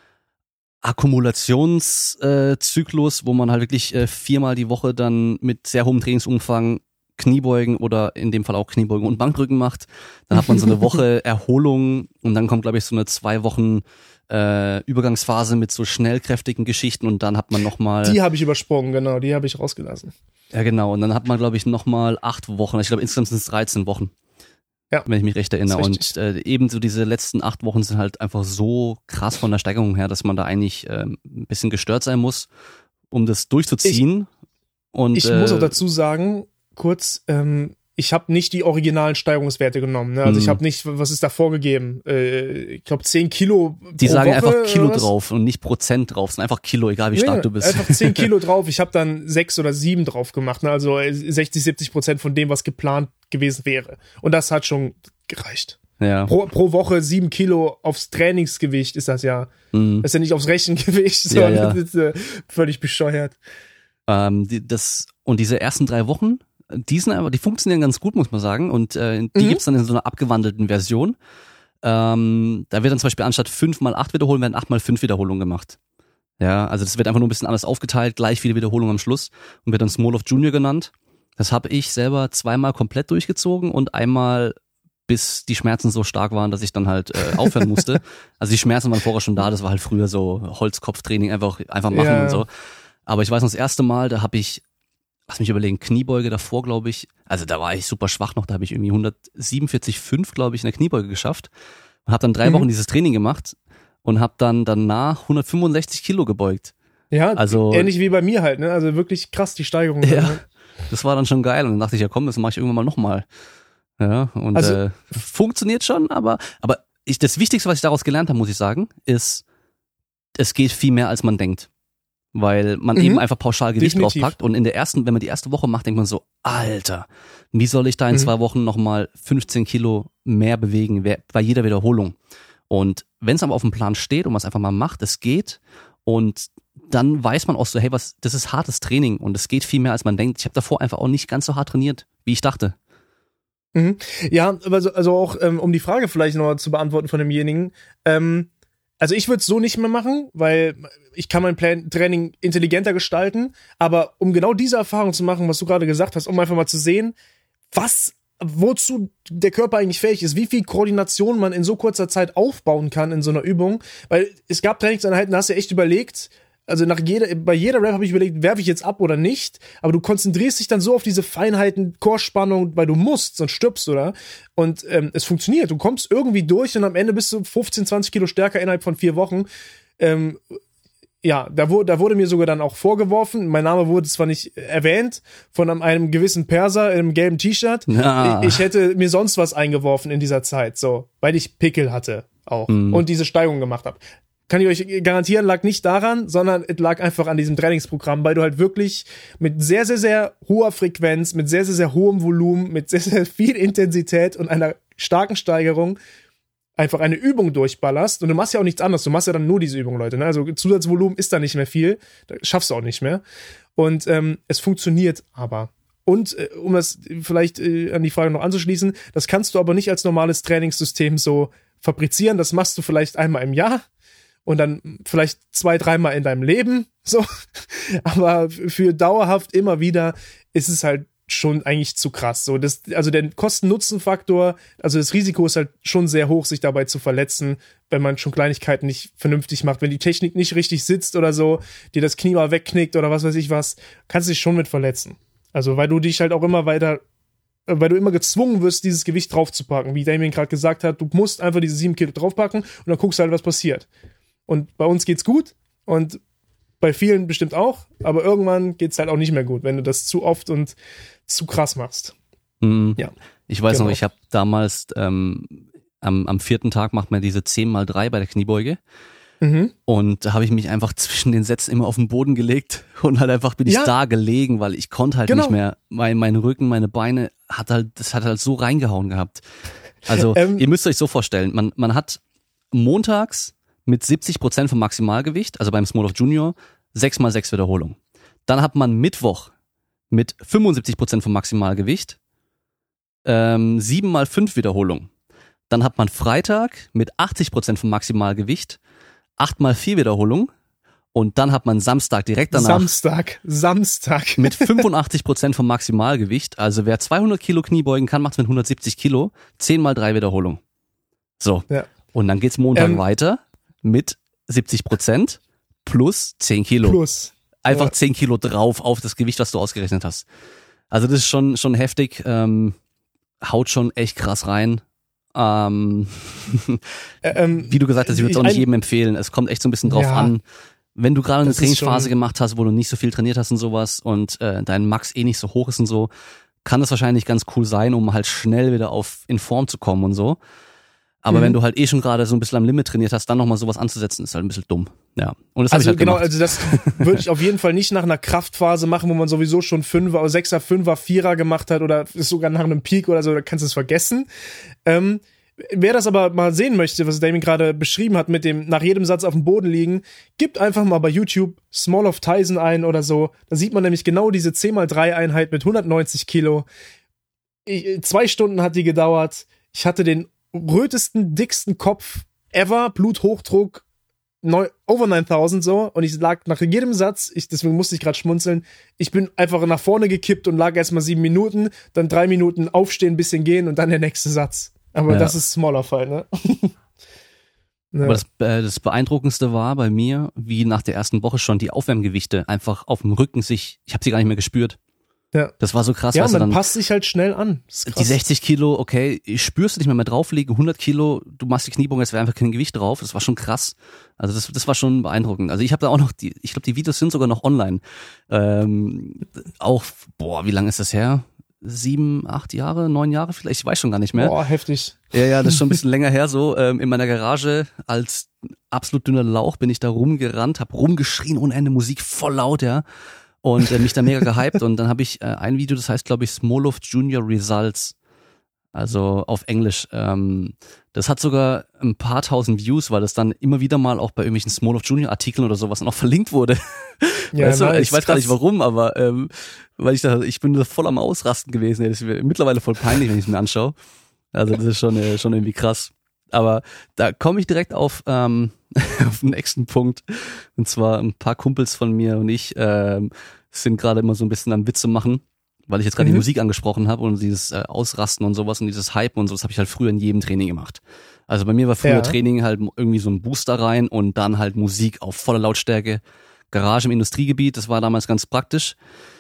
Akkumulationszyklus, äh, wo man halt wirklich äh, viermal die Woche dann mit sehr hohem Trainingsumfang Kniebeugen oder in dem Fall auch Kniebeugen und Bankdrücken macht. Dann hat man so eine Woche Erholung und dann kommt, glaube ich, so eine zwei Wochen äh, Übergangsphase mit so schnellkräftigen Geschichten und dann hat man nochmal... Die habe ich übersprungen, genau, die habe ich rausgelassen. Ja, genau. Und dann hat man, glaube ich, nochmal acht Wochen. Ich glaube, insgesamt sind es dreizehn Wochen. Ja. Wenn ich mich recht erinnere. Und äh, ebenso diese letzten acht Wochen sind halt einfach so krass von der Steigerung her, dass man da eigentlich äh, ein bisschen gestört sein muss, um das durchzuziehen. Ich, und, ich äh, muss auch dazu sagen, kurz, ähm, ich habe nicht die originalen Steigerungswerte genommen. Ne? Also mhm. ich habe nicht, was ist da vorgegeben? Äh, ich glaube zehn Kilo pro Die sagen Woche einfach Kilo drauf und nicht Prozent drauf. Es sind einfach Kilo, egal wie stark ja, du bist. Einfach zehn Kilo drauf. Ich habe dann sechs oder sieben drauf gemacht. Ne? Also sechzig, siebzig Prozent von dem, was geplant gewesen wäre. Und das hat schon gereicht. Ja. Pro, pro Woche sieben Kilo aufs Trainingsgewicht ist das ja. Mhm. Das ist ja nicht aufs Rechengewicht, sondern ja, ja. das ist äh, völlig bescheuert. Ähm, die, das, und diese ersten drei Wochen, die sind aber, die funktionieren ganz gut, muss man sagen. Und äh, die mhm. gibt's dann in so einer abgewandelten Version. Ähm, da wird dann zum Beispiel anstatt fünf mal acht Wiederholungen, werden acht mal fünf Wiederholungen gemacht. Ja, also das wird einfach nur ein bisschen anders aufgeteilt, gleich viele Wiederholungen am Schluss und wird dann Smolov Junior genannt. Das habe ich selber zweimal komplett durchgezogen und einmal bis die Schmerzen so stark waren, dass ich dann halt äh, aufhören musste. Also die Schmerzen waren vorher schon da, das war halt früher so Holzkopftraining, einfach einfach machen ja. und so. Aber ich weiß noch, das erste Mal, da habe ich, lass mich überlegen, Kniebeuge davor, glaube ich, also da war ich super schwach noch, da habe ich irgendwie hundertsiebenundvierzig Komma fünf, glaube ich, in der Kniebeuge geschafft und habe dann drei mhm. Wochen dieses Training gemacht und habe dann danach hundertfünfundsechzig Kilo gebeugt. Ja, also ähnlich wie bei mir halt, ne? Also wirklich krass die Steigerung. Ja, dann, ne? Das war dann schon geil und dann dachte ich, ja komm, das mache ich irgendwann mal nochmal. Ja, und also, äh, funktioniert schon, aber aber ich, das Wichtigste, was ich daraus gelernt habe, muss ich sagen, ist, es geht viel mehr, als man denkt. Weil man mhm. eben einfach pauschal Gewicht Definitiv. draufpackt und in der ersten, wenn man die erste Woche macht, denkt man so, Alter, wie soll ich da in mhm. zwei Wochen nochmal fünfzehn Kilo mehr bewegen, bei jeder Wiederholung? Und wenn es aber auf dem Plan steht und man es einfach mal macht, es geht und dann weiß man auch so, hey, was, das ist hartes Training und es geht viel mehr, als man denkt. Ich habe davor einfach auch nicht ganz so hart trainiert, wie ich dachte. Mhm. Ja, also, also auch, ähm, um die Frage vielleicht noch zu beantworten von demjenigen, ähm, also ich würde es so nicht mehr machen, weil ich kann mein Plan- Training intelligenter gestalten, aber um genau diese Erfahrung zu machen, was du gerade gesagt hast, um einfach mal zu sehen, was, wozu der Körper eigentlich fähig ist, wie viel Koordination man in so kurzer Zeit aufbauen kann in so einer Übung, weil es gab Trainingseinheiten, da hast du echt überlegt, also nach jeder, bei jeder Rep habe ich überlegt, werfe ich jetzt ab oder nicht, aber du konzentrierst dich dann so auf diese Feinheiten, Core-Spannung, weil du musst, sonst stirbst du da. Und ähm, es funktioniert, du kommst irgendwie durch und am Ende bist du fünfzehn, zwanzig Kilo stärker innerhalb von vier Wochen. Ähm, ja, da wurde, da wurde mir sogar dann auch vorgeworfen, mein Name wurde zwar nicht erwähnt, von einem, einem gewissen Perser in einem gelben T-Shirt, ja. ich, ich hätte mir sonst was eingeworfen in dieser Zeit, so, weil ich Pickel hatte auch mhm. und diese Steigung gemacht habe. Kann ich euch garantieren, lag nicht daran, sondern es lag einfach an diesem Trainingsprogramm, weil du halt wirklich mit sehr, sehr, sehr hoher Frequenz, mit sehr, sehr, sehr hohem Volumen, mit sehr, sehr viel Intensität und einer starken Steigerung einfach eine Übung durchballerst. Und du machst ja auch nichts anderes. Du machst ja dann nur diese Übung, Leute. Ne? Also Zusatzvolumen ist da nicht mehr viel. Das schaffst du auch nicht mehr. Und ähm, es funktioniert aber. Und äh, um das vielleicht äh, an die Frage noch anzuschließen, das kannst du aber nicht als normales Trainingssystem so fabrizieren. Das machst du vielleicht einmal im Jahr. Und dann vielleicht zwei, dreimal in deinem Leben, so. Aber für dauerhaft immer wieder ist es halt schon eigentlich zu krass. So, das, also der Kosten-Nutzen-Faktor, also das Risiko ist halt schon sehr hoch, sich dabei zu verletzen, wenn man schon Kleinigkeiten nicht vernünftig macht. Wenn die Technik nicht richtig sitzt oder so, dir das Knie mal wegknickt oder was weiß ich was, kannst du dich schon mit verletzen. Also, weil du dich halt auch immer weiter, weil du immer gezwungen wirst, dieses Gewicht draufzupacken. Wie Damien gerade gesagt hat, du musst einfach diese sieben Kilo draufpacken und dann guckst du halt, was passiert. Und bei uns geht's gut und bei vielen bestimmt auch, aber irgendwann geht's halt auch nicht mehr gut, wenn du das zu oft und zu krass machst. Mhm. Ja, ich weiß genau. noch, ich habe damals ähm, am, am vierten Tag macht man diese zehn mal drei bei der Kniebeuge mhm. und da habe ich mich einfach zwischen den Sätzen immer auf den Boden gelegt und halt einfach bin ich ja. da gelegen, weil ich konnte halt genau. nicht mehr, mein, mein Rücken, meine Beine, hat halt, das hat halt so reingehauen gehabt. Also ähm, ihr müsst euch so vorstellen, man, man hat montags mit siebzig Prozent vom Maximalgewicht, also beim Small of Junior, sechs mal sechs Wiederholungen. Dann hat man Mittwoch mit fünfundsiebzig Prozent vom Maximalgewicht, ähm, sieben mal fünf Wiederholungen. Dann hat man Freitag mit achtzig Prozent vom Maximalgewicht, acht mal vier Wiederholungen. Und dann hat man Samstag direkt danach. Samstag, Samstag. Mit fünfundachtzig Prozent vom Maximalgewicht. Also wer zweihundert Kilo Kniebeugen kann, macht es mit hundertsiebzig Kilo. zehn mal drei Wiederholungen. So. Ja. Und dann geht's Montag ähm, weiter mit siebzig Prozent plus zehn Kilo. Plus. Einfach ja. zehn Kilo drauf auf das Gewicht, was du ausgerechnet hast. Also das ist schon, schon heftig. Ähm, haut schon echt krass rein. Ähm, ähm, wie du gesagt hast, ich würde es auch nicht jedem empfehlen. Es kommt echt so ein bisschen drauf ja. an. Wenn du gerade eine Trainingsphase gemacht hast, wo du nicht so viel trainiert hast und sowas und äh, dein Max eh nicht so hoch ist und so, kann das wahrscheinlich ganz cool sein, um halt schnell wieder auf in Form zu kommen und so. Aber mhm. wenn du halt eh schon gerade so ein bisschen am Limit trainiert hast, dann nochmal sowas anzusetzen, ist halt ein bisschen dumm. Ja. Und das also hab ich halt genau, gemacht. also das würde ich auf jeden Fall nicht nach einer Kraftphase machen, wo man sowieso schon Fünfer oder Sechser, Fünfer, Vierer gemacht hat oder ist sogar nach einem Peak oder so, da kannst du es vergessen. Ähm, Wer das aber mal sehen möchte, was Damien gerade beschrieben hat, mit dem nach jedem Satz auf dem Boden liegen, gibt einfach mal bei YouTube Small of Tyson ein oder so. Da sieht man nämlich genau diese zehn mal drei Einheit mit hundertneunzig Kilo. Ich, zwei Stunden hat die gedauert. Ich hatte den rötesten, dicksten Kopf ever, Bluthochdruck, neu, over neuntausend so. Und ich lag nach jedem Satz, ich, deswegen musste ich gerade schmunzeln, ich bin einfach nach vorne gekippt und lag erstmal sieben Minuten, dann drei Minuten aufstehen, ein bisschen gehen und dann der nächste Satz. Aber ja. das ist smaller Fall, ne? ja. Aber das, äh, das Beeindruckendste war bei mir, wie nach der ersten Woche schon die Aufwärmgewichte einfach auf dem Rücken sich, ich habe sie gar nicht mehr gespürt. Ja. Das war so krass. Ja, weißt man du, dann passt sich halt schnell an. Die sechzig Kilo, okay, spürst du nicht mehr, mehr drauflegen, hundert Kilo, du machst die Kniebeugen, es wäre einfach kein Gewicht drauf. Das war schon krass. Also das, das war schon beeindruckend. Also ich habe da auch noch, die, ich glaube, die Videos sind sogar noch online. Ähm, auch, boah, wie lange ist das her? Sieben, acht Jahre, neun Jahre vielleicht, ich weiß schon gar nicht mehr. Boah, heftig. Ja, ja, das ist schon ein bisschen länger her so. Ähm, in meiner Garage als absolut dünner Lauch bin ich da rumgerannt, hab rumgeschrien ohne Ende, Musik voll laut, ja. Und äh, mich da mega gehypt. Und dann habe ich äh, ein Video, das heißt, glaube ich, Small of Junior Results. Also auf Englisch. Ähm, das hat sogar ein paar tausend Views, weil das dann immer wieder mal auch bei irgendwelchen Small of Junior Artikeln oder sowas noch verlinkt wurde. Ja, weißt du, nice, ich weiß gar nicht warum, aber ähm, weil ich da, ich bin da voll am Ausrasten gewesen. Das ist mittlerweile voll peinlich, wenn ich es mir anschaue. Also das ist schon äh, schon irgendwie krass. Aber da komme ich direkt auf ähm, auf den nächsten Punkt. Und zwar ein paar Kumpels von mir und ich ähm, sind gerade immer so ein bisschen am Witze machen, weil ich jetzt gerade mhm. die Musik angesprochen habe und dieses äh, Ausrasten und sowas und dieses Hypen und so, das habe ich halt früher in jedem Training gemacht. Also bei mir war früher ja. Training halt irgendwie so ein Booster rein und dann halt Musik auf voller Lautstärke. Garage im Industriegebiet, das war damals ganz praktisch.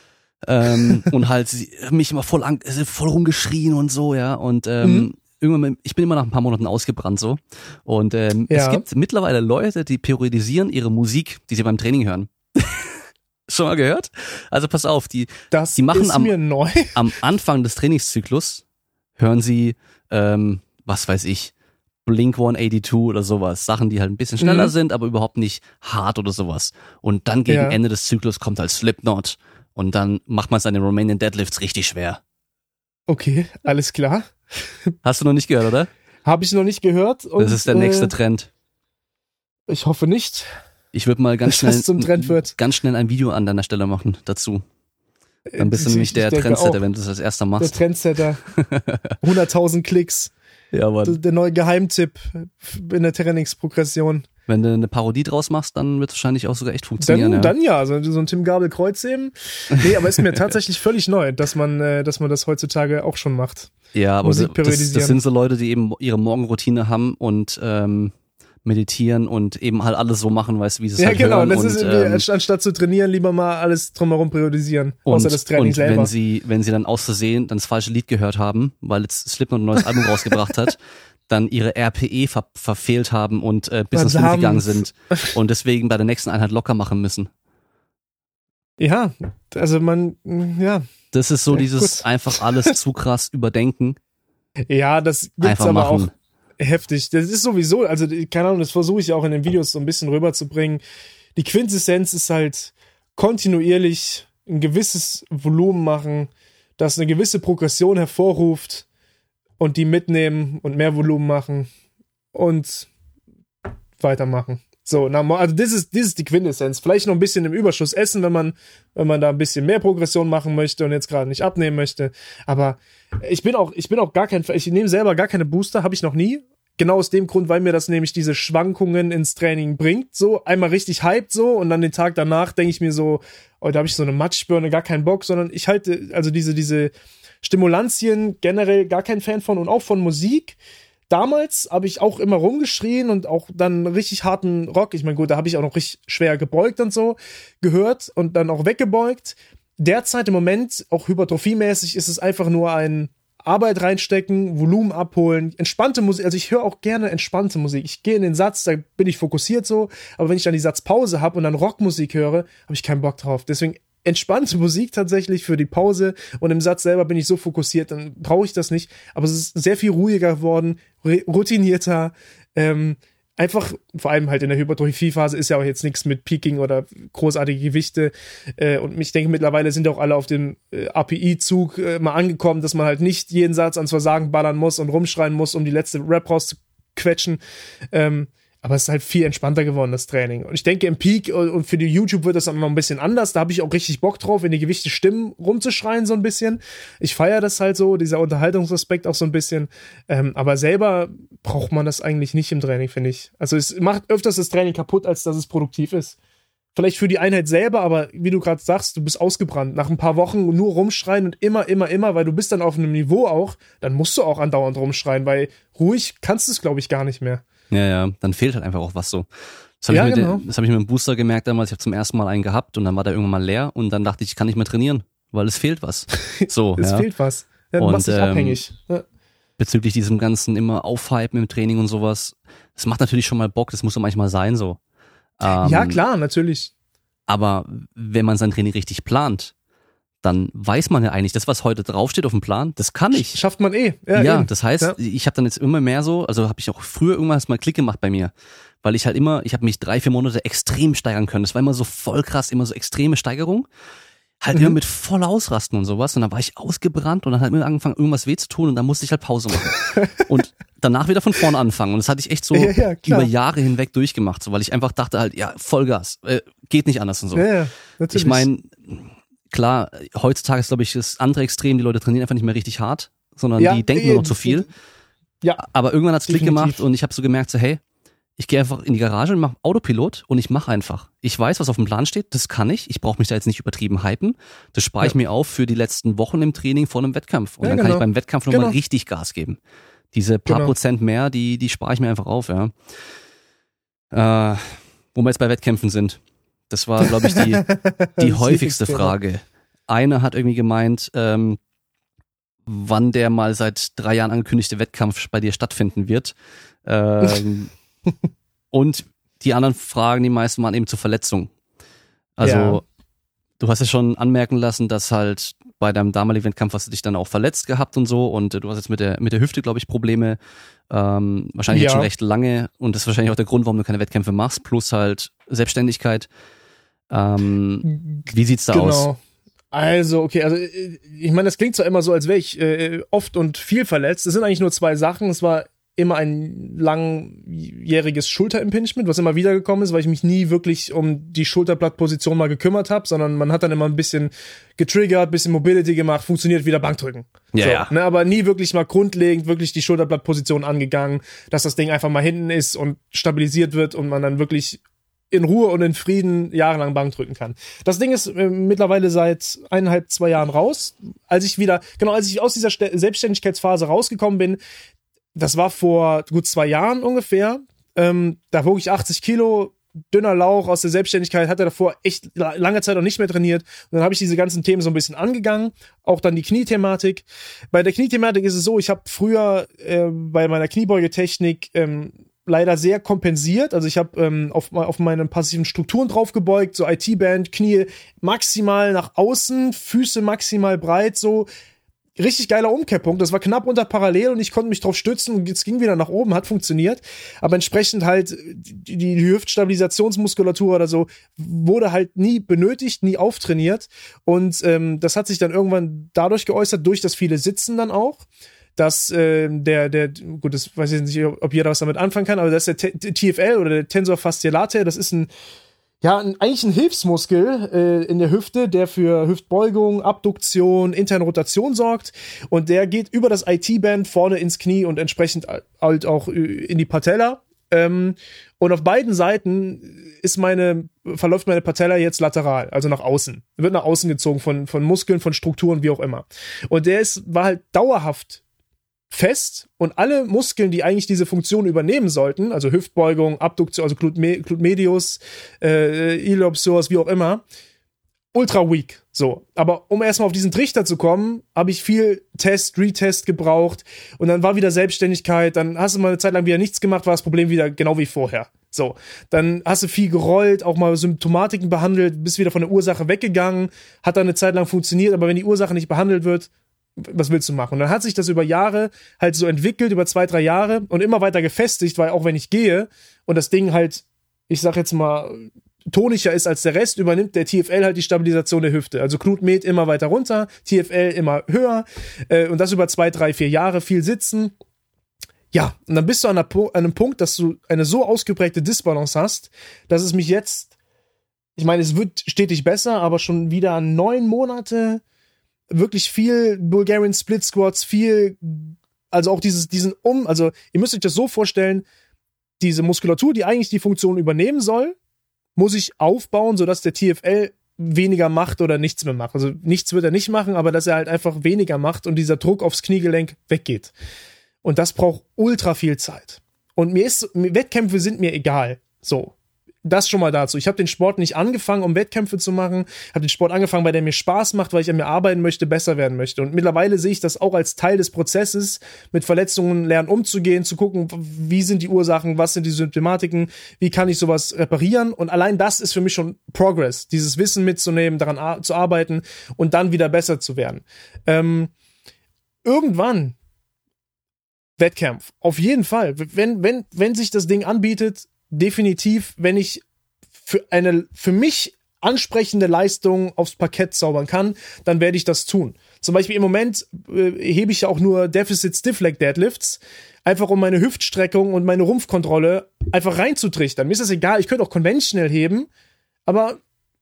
ähm, und halt mich immer voll, an, voll rumgeschrien und so, ja. Und ähm, mhm. irgendwann, ich bin immer nach ein paar Monaten ausgebrannt so. Und ähm, ja. es gibt mittlerweile Leute, die periodisieren ihre Musik, die sie beim Training hören. Schon mal gehört? Also pass auf, die, das die machen ist am, mir neu. am Anfang des Trainingszyklus hören sie, ähm, was weiß ich, Blink hundertzweiundachtzig oder sowas. Sachen, die halt ein bisschen schneller mhm. sind, aber überhaupt nicht hart oder sowas. Und dann gegen ja. Ende des Zyklus kommt halt Slipknot und dann macht man seine Romanian Deadlifts richtig schwer. Okay, alles klar. Hast du noch nicht gehört, oder? Habe ich noch nicht gehört. Und, das ist der nächste äh, Trend. Ich hoffe nicht. Ich würde mal ganz schnell, zum Trend wird. ganz schnell ein Video an deiner Stelle machen dazu. Dann bist du nämlich der Trendsetter, auch. Wenn du das als erster machst. Der Trendsetter. hunderttausend Klicks. Ja, Mann. Der neue Geheimtipp in der Trainingsprogression. Wenn du eine Parodie draus machst, dann wird es wahrscheinlich auch sogar echt funktionieren. Dann ja, dann ja also so ein Tim Gabel Kreuzheben. Nee, aber ist mir tatsächlich völlig neu, dass man, äh, dass man das heutzutage auch schon macht. Ja, aber das, das sind so Leute, die eben ihre Morgenroutine haben und ähm, meditieren und eben halt alles so machen, weißt du, wie sie es ja, halt genau. hören. Ja, genau. Das und, ist, ähm, anstatt zu trainieren, lieber mal alles drumherum periodisieren, und, außer das Training und selber. Und wenn sie, wenn sie dann aus Versehen dann das falsche Lied gehört haben, weil jetzt Slipknot ein neues Album rausgebracht hat, dann ihre R P E ver- verfehlt haben und äh, bis ins Fünf gegangen sind und deswegen bei der nächsten Einheit locker machen müssen. Ja, also man, ja. Das ist so ja, dieses gut. Einfach alles zu krass überdenken. Ja, das gibt's einfach aber machen. auch heftig. Das ist sowieso, also keine Ahnung, das versuche ich auch in den Videos so ein bisschen rüberzubringen. Die Quintessenz ist halt kontinuierlich ein gewisses Volumen machen, das eine gewisse Progression hervorruft und die mitnehmen und mehr Volumen machen und weitermachen. So, na, also das ist, das ist die Quintessenz. Vielleicht noch ein bisschen im Überschuss essen, wenn man, wenn man da ein bisschen mehr Progression machen möchte und jetzt gerade nicht abnehmen möchte. Aber ich bin auch, ich bin auch gar kein, ich nehme selber gar keine Booster, habe ich noch nie. Genau aus dem Grund, weil mir das nämlich diese Schwankungen ins Training bringt. So, einmal richtig hyped so und dann den Tag danach denke ich mir so, oh, da habe ich so eine Matschbirne, gar keinen Bock, sondern ich halte, also diese, diese Stimulantien generell gar kein Fan von und auch von Musik. Damals habe ich auch immer rumgeschrien und auch dann richtig harten Rock, ich meine gut, da habe ich auch noch richtig schwer gebeugt und so, gehört und dann auch weggebeugt. Derzeit im Moment, auch hypertrophiemäßig, ist es einfach nur ein Arbeit reinstecken, Volumen abholen, entspannte Musik, also ich höre auch gerne entspannte Musik. Ich gehe in den Satz, da bin ich fokussiert so, aber wenn ich dann die Satzpause habe und dann Rockmusik höre, habe ich keinen Bock drauf. Deswegen entspannte Musik tatsächlich für die Pause und im Satz selber bin ich so fokussiert, dann brauche ich das nicht. Aber es ist sehr viel ruhiger geworden, routinierter, ähm, einfach, vor allem halt in der Hypertrophie-Phase ist ja auch jetzt nichts mit Peaking oder großartige Gewichte äh, und ich denke mittlerweile sind auch alle auf dem äh, A P I-Zug äh, mal angekommen, dass man halt nicht jeden Satz ans Versagen ballern muss und rumschreien muss, um die letzte Rap rauszuquetschen. Ähm, Aber es ist halt viel entspannter geworden, das Training. Und ich denke, im Peak und für die YouTube wird das dann noch ein bisschen anders. Da habe ich auch richtig Bock drauf, in die Gewichte stimmen, rumzuschreien so ein bisschen. Ich feiere das halt so, dieser Unterhaltungsaspekt auch so ein bisschen. Ähm, aber selber braucht man das eigentlich nicht im Training, finde ich. Also es macht öfters das Training kaputt, als dass es produktiv ist. Vielleicht für die Einheit selber, aber wie du gerade sagst, du bist ausgebrannt. Nach ein paar Wochen nur rumschreien und immer, immer, immer, weil du bist dann auf einem Niveau auch, dann musst du auch andauernd rumschreien, weil ruhig kannst du es, glaube ich, gar nicht mehr. Ja, ja, dann fehlt halt einfach auch was so. Das habe ja, ich, genau. hab ich mit dem Booster gemerkt damals. Ich habe zum ersten Mal einen gehabt und dann war der irgendwann mal leer und dann dachte ich, ich kann nicht mehr trainieren, weil es fehlt was. So, es ja. fehlt was. Ja, du und, machst dich ähm, abhängig. Ja. Bezüglich diesem ganzen immer Aufhypen im Training und sowas, das macht natürlich schon mal Bock, das muss doch manchmal sein so. Ähm, ja, klar, natürlich. Aber wenn man sein Training richtig plant, dann weiß man ja eigentlich, das, was heute draufsteht auf dem Plan, das kann ich. Schafft man eh. Ja, ja eben. Das heißt, ja. ich habe dann jetzt immer mehr so, also habe ich auch früher irgendwas mal Klick gemacht bei mir, weil ich halt immer, ich habe mich drei, vier Monate extrem steigern können. Das war immer so voll krass, immer so extreme Steigerung. Halt mhm. immer mit voll Ausrasten und sowas. Und dann war ich ausgebrannt und dann hat mir angefangen, irgendwas weh zu tun und dann musste ich halt Pause machen. Und danach wieder von vorne anfangen. Und das hatte ich echt so ja, ja, über Jahre hinweg durchgemacht, so, weil ich einfach dachte halt, ja, Vollgas, äh, geht nicht anders und so. Ja, ja, natürlich. Ich meine, klar, heutzutage ist, glaube ich, das andere Extrem, die Leute trainieren einfach nicht mehr richtig hart, sondern ja, die denken nur noch zu viel. Ja. Aber irgendwann hat's Klick definitiv. gemacht und ich habe so gemerkt, so hey, ich gehe einfach in die Garage und mache Autopilot und ich mache einfach. Ich weiß, was auf dem Plan steht, das kann ich. Ich brauche mich da jetzt nicht übertrieben hypen. Das spare ich ja. mir auf für die letzten Wochen im Training vor einem Wettkampf. Und ja, dann genau. kann ich beim Wettkampf nochmal genau. richtig Gas geben. Diese paar genau. Prozent mehr, die, die spare ich mir einfach auf, ja. Äh, wo wir jetzt bei Wettkämpfen sind. Das war, glaube ich, die, die häufigste Frage. Einer hat irgendwie gemeint, ähm, wann der mal seit drei Jahren angekündigte Wettkampf bei dir stattfinden wird. Ähm, und die anderen Fragen, die meisten waren eben zur Verletzung. Also ja. du hast ja schon anmerken lassen, dass halt bei deinem damaligen Wettkampf hast du dich dann auch verletzt gehabt und so und äh, du hast jetzt mit der mit der Hüfte, glaube ich, Probleme. Ähm, wahrscheinlich ja. jetzt schon recht lange und das ist wahrscheinlich auch der Grund, warum du keine Wettkämpfe machst, plus halt Selbstständigkeit. Ähm, wie sieht's da genau. aus? Also, okay, also ich meine, das klingt zwar immer so, als wäre ich äh, oft und viel verletzt. Es sind eigentlich nur zwei Sachen. Es war immer ein langjähriges Schulterimpingement, was immer wieder gekommen ist, weil ich mich nie wirklich um die Schulterblattposition mal gekümmert habe, sondern man hat dann immer ein bisschen getriggert, bisschen Mobility gemacht, funktioniert wieder Bankdrücken. Ja, so, ja. Ne, aber nie wirklich mal grundlegend wirklich die Schulterblattposition angegangen, dass das Ding einfach mal hinten ist und stabilisiert wird und man dann wirklich in Ruhe und in Frieden jahrelang Bank drücken kann. Das Ding ist äh, mittlerweile seit eineinhalb, zwei Jahren raus. Als ich wieder, genau, als ich aus dieser Ste- Selbstständigkeitsphase rausgekommen bin, das war vor gut zwei Jahren ungefähr, ähm, da wog ich achtzig Kilo, dünner Lauch aus der Selbstständigkeit, hatte davor echt lange Zeit noch nicht mehr trainiert. Und dann habe ich diese ganzen Themen so ein bisschen angegangen, auch dann die Kniethematik. Bei der Kniethematik ist es so, ich habe früher äh, bei meiner Kniebeugetechnik ähm, leider sehr kompensiert. Also ich habe ähm, auf, auf meine passiven Strukturen drauf gebeugt, so I T-Band, Knie maximal nach außen, Füße maximal breit, so richtig geiler Umkehrpunkt. Das war knapp unter parallel und ich konnte mich drauf stützen und es ging wieder nach oben, hat funktioniert. Aber entsprechend halt die, die Hüftstabilisationsmuskulatur oder so wurde halt nie benötigt, nie auftrainiert. Und ähm, das hat sich dann irgendwann dadurch geäußert, durch das viele Sitzen dann auch, dass äh, der, der, gut, das weiß ich nicht, ob jeder was damit anfangen kann, aber das ist der T- T F L oder der Tensor fasciae latae, das ist ein Ja, ein, eigentlich ein Hilfsmuskel äh, in der Hüfte, der für Hüftbeugung, Abduktion, interne Rotation sorgt und der geht über das I T-Band vorne ins Knie und entsprechend halt auch in die Patella. Ähm, und auf beiden Seiten ist meine, verläuft meine Patella jetzt lateral, also nach außen. Wird nach außen gezogen von, von Muskeln, von Strukturen, wie auch immer. Und der ist, war halt dauerhaft fest und alle Muskeln, die eigentlich diese Funktion übernehmen sollten, also Hüftbeugung, Abduktion, also Glut, Me- Glut medius, äh, Iliopsoas, wie auch immer, ultra weak. So, aber um erstmal auf diesen Trichter zu kommen, habe ich viel Test, Retest gebraucht und dann war wieder Selbstständigkeit, dann hast du mal eine Zeit lang wieder nichts gemacht, war das Problem wieder genau wie vorher. So, dann hast du viel gerollt, auch mal Symptomatiken behandelt, bist wieder von der Ursache weggegangen, hat dann eine Zeit lang funktioniert, aber wenn die Ursache nicht behandelt wird, was willst du machen? Und dann hat sich das über Jahre halt so entwickelt, über zwei, drei Jahre und immer weiter gefestigt, weil auch wenn ich gehe und das Ding halt, ich sag jetzt mal, tonischer ist als der Rest, übernimmt der T F L halt die Stabilisation der Hüfte. Also Glut Med immer weiter runter, T F L immer höher äh, und das über zwei, drei, vier Jahre, viel sitzen. Ja, und dann bist du an, einer, an einem Punkt, dass du eine so ausgeprägte Disbalance hast, dass es mich jetzt, ich meine, es wird stetig besser, aber schon wieder neun Monate wirklich viel Bulgarian Split Squats, viel, also auch dieses, diesen um, also ihr müsst euch das so vorstellen, diese Muskulatur, die eigentlich die Funktion übernehmen soll, muss ich aufbauen, sodass der T F L weniger macht oder nichts mehr macht. Also nichts wird er nicht machen, aber dass er halt einfach weniger macht und dieser Druck aufs Kniegelenk weggeht. Und das braucht ultra viel Zeit. Und mir ist, Wettkämpfe sind mir egal. So. Das schon mal dazu. Ich habe den Sport nicht angefangen, um Wettkämpfe zu machen. Habe den Sport angefangen, weil der mir Spaß macht, weil ich an mir arbeiten möchte, besser werden möchte. Und mittlerweile sehe ich das auch als Teil des Prozesses, mit Verletzungen lernen umzugehen, zu gucken, wie sind die Ursachen, was sind die Symptomatiken, wie kann ich sowas reparieren. Und allein das ist für mich schon Progress, dieses Wissen mitzunehmen, daran ar- zu arbeiten und dann wieder besser zu werden. Ähm, irgendwann Wettkampf, auf jeden Fall. Wenn, wenn, wenn sich das Ding anbietet, definitiv, wenn ich für eine für mich ansprechende Leistung aufs Parkett zaubern kann, dann werde ich das tun. Zum Beispiel im Moment äh, hebe ich ja auch nur Deficit Stiff Leg Deadlifts, einfach um meine Hüftstreckung und meine Rumpfkontrolle einfach reinzutrichtern. Mir ist das egal, ich könnte auch conventional heben, aber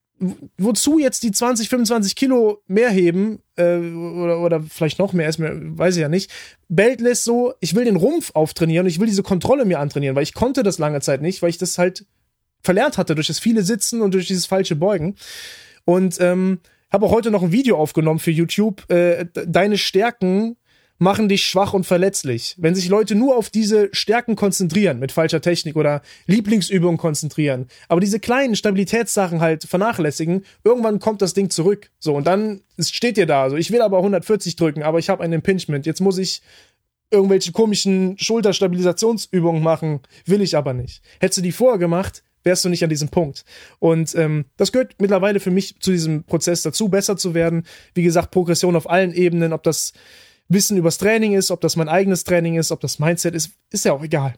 wozu jetzt die zwanzig, fünfundzwanzig Kilo mehr heben, äh, oder, oder vielleicht noch mehr, ist mir, weiß ich ja nicht. Beltless so, ich will den Rumpf auftrainieren und ich will diese Kontrolle mir antrainieren, weil ich konnte das lange Zeit nicht, weil ich das halt verlernt hatte durch das viele Sitzen und durch dieses falsche Beugen. Und ähm, habe auch heute noch ein Video aufgenommen für YouTube, äh, deine Stärken machen dich schwach und verletzlich. Wenn sich Leute nur auf diese Stärken konzentrieren, mit falscher Technik oder Lieblingsübungen konzentrieren, aber diese kleinen Stabilitätssachen halt vernachlässigen, irgendwann kommt das Ding zurück. So, und dann steht ihr da. Also ich will aber hundertvierzig drücken, aber ich habe ein Impingement. Jetzt muss ich irgendwelche komischen Schulterstabilisationsübungen machen. Will ich aber nicht. Hättest du die vorher gemacht, wärst du nicht an diesem Punkt. Und ähm, das gehört mittlerweile für mich zu diesem Prozess dazu, besser zu werden. Wie gesagt, Progression auf allen Ebenen, ob das Wissen übers Training ist, ob das mein eigenes Training ist, ob das Mindset ist, ist ja auch egal.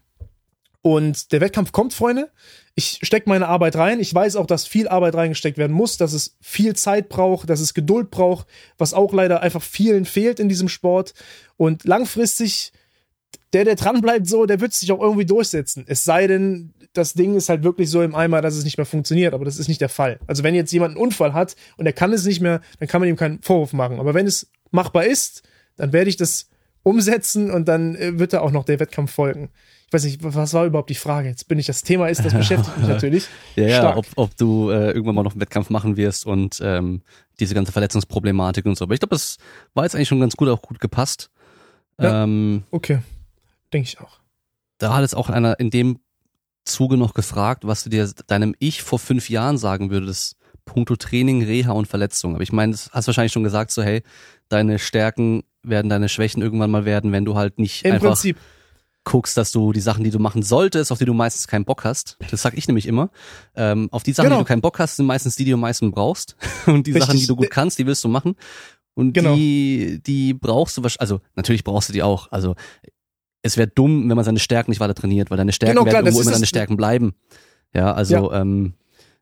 Und der Wettkampf kommt, Freunde. Ich stecke meine Arbeit rein. Ich weiß auch, dass viel Arbeit reingesteckt werden muss, dass es viel Zeit braucht, dass es Geduld braucht, was auch leider einfach vielen fehlt in diesem Sport. Und langfristig, der, der dran bleibt so, der wird sich auch irgendwie durchsetzen. Es sei denn, das Ding ist halt wirklich so im Eimer, dass es nicht mehr funktioniert. Aber das ist nicht der Fall. Also wenn jetzt jemand einen Unfall hat und er kann es nicht mehr, dann kann man ihm keinen Vorwurf machen. Aber wenn es machbar ist, dann werde ich das umsetzen und dann äh, wird da auch noch der Wettkampf folgen. Ich weiß nicht, was war überhaupt die Frage? Jetzt bin ich, das Thema ist, das beschäftigt mich natürlich. Ja, ja, ob, ob du äh, irgendwann mal noch einen Wettkampf machen wirst und ähm, diese ganze Verletzungsproblematik und so. Aber ich glaube, das war jetzt eigentlich schon ganz gut, auch gut gepasst. Ja, ähm, okay, denke ich auch. Da hat jetzt auch einer in dem Zuge noch gefragt, was du dir deinem Ich vor fünf Jahren sagen würdest, puncto Training, Reha und Verletzung. Aber ich meine, das hast du wahrscheinlich schon gesagt, so hey, deine Stärken werden deine Schwächen irgendwann mal werden, wenn du halt nicht Im einfach Prinzip guckst, dass du die Sachen, die du machen solltest, auf die du meistens keinen Bock hast. Das sag ich nämlich immer. Ähm, auf die Sachen, genau. die du keinen Bock hast, sind meistens die, die du am meisten brauchst. Und die Richtig. Sachen, die du gut kannst, die willst du machen. Und Genau. die, die brauchst du wahrscheinlich, also natürlich brauchst du die auch. Also es wäre dumm, wenn man seine Stärken nicht weiter trainiert, weil deine Stärken Genau, werden klar, das irgendwo ist immer das- deine Stärken bleiben. Ja, also Ja. ähm,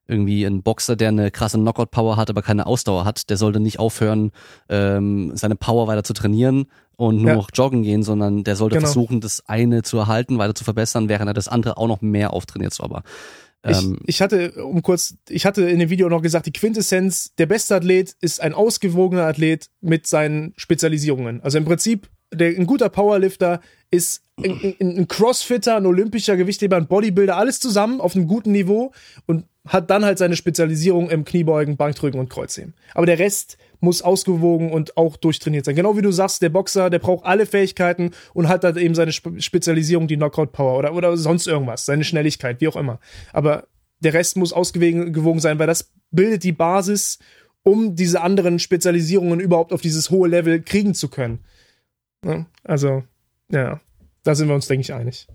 irgendwie ein Boxer, der eine krasse Knockout-Power hat, aber keine Ausdauer hat, der sollte nicht aufhören, ähm, seine Power weiter zu trainieren und nur Ja. noch joggen gehen, sondern der sollte Genau. versuchen, das eine zu erhalten, weiter zu verbessern, während er das andere auch noch mehr auftrainiert. So, aber ähm, Ich, ich hatte, um kurz, ich hatte in dem Video noch gesagt, die Quintessenz, der beste Athlet ist ein ausgewogener Athlet mit seinen Spezialisierungen. Also im Prinzip, der, ein guter Powerlifter ist ein, ein, ein Crossfitter, ein olympischer Gewichtheber, ein Bodybuilder, alles zusammen auf einem guten Niveau und hat dann halt seine Spezialisierung im Kniebeugen, Bankdrücken und Kreuzheben. Aber der Rest muss ausgewogen und auch durchtrainiert sein. Genau wie du sagst, der Boxer, der braucht alle Fähigkeiten und hat dann eben seine Spe- Spezialisierung, die Knockout-Power oder, oder sonst irgendwas, seine Schnelligkeit, wie auch immer. Aber der Rest muss ausgewogen gewogen sein, weil das bildet die Basis, um diese anderen Spezialisierungen überhaupt auf dieses hohe Level kriegen zu können. Ja, also, ja, da sind wir uns, denke ich, einig.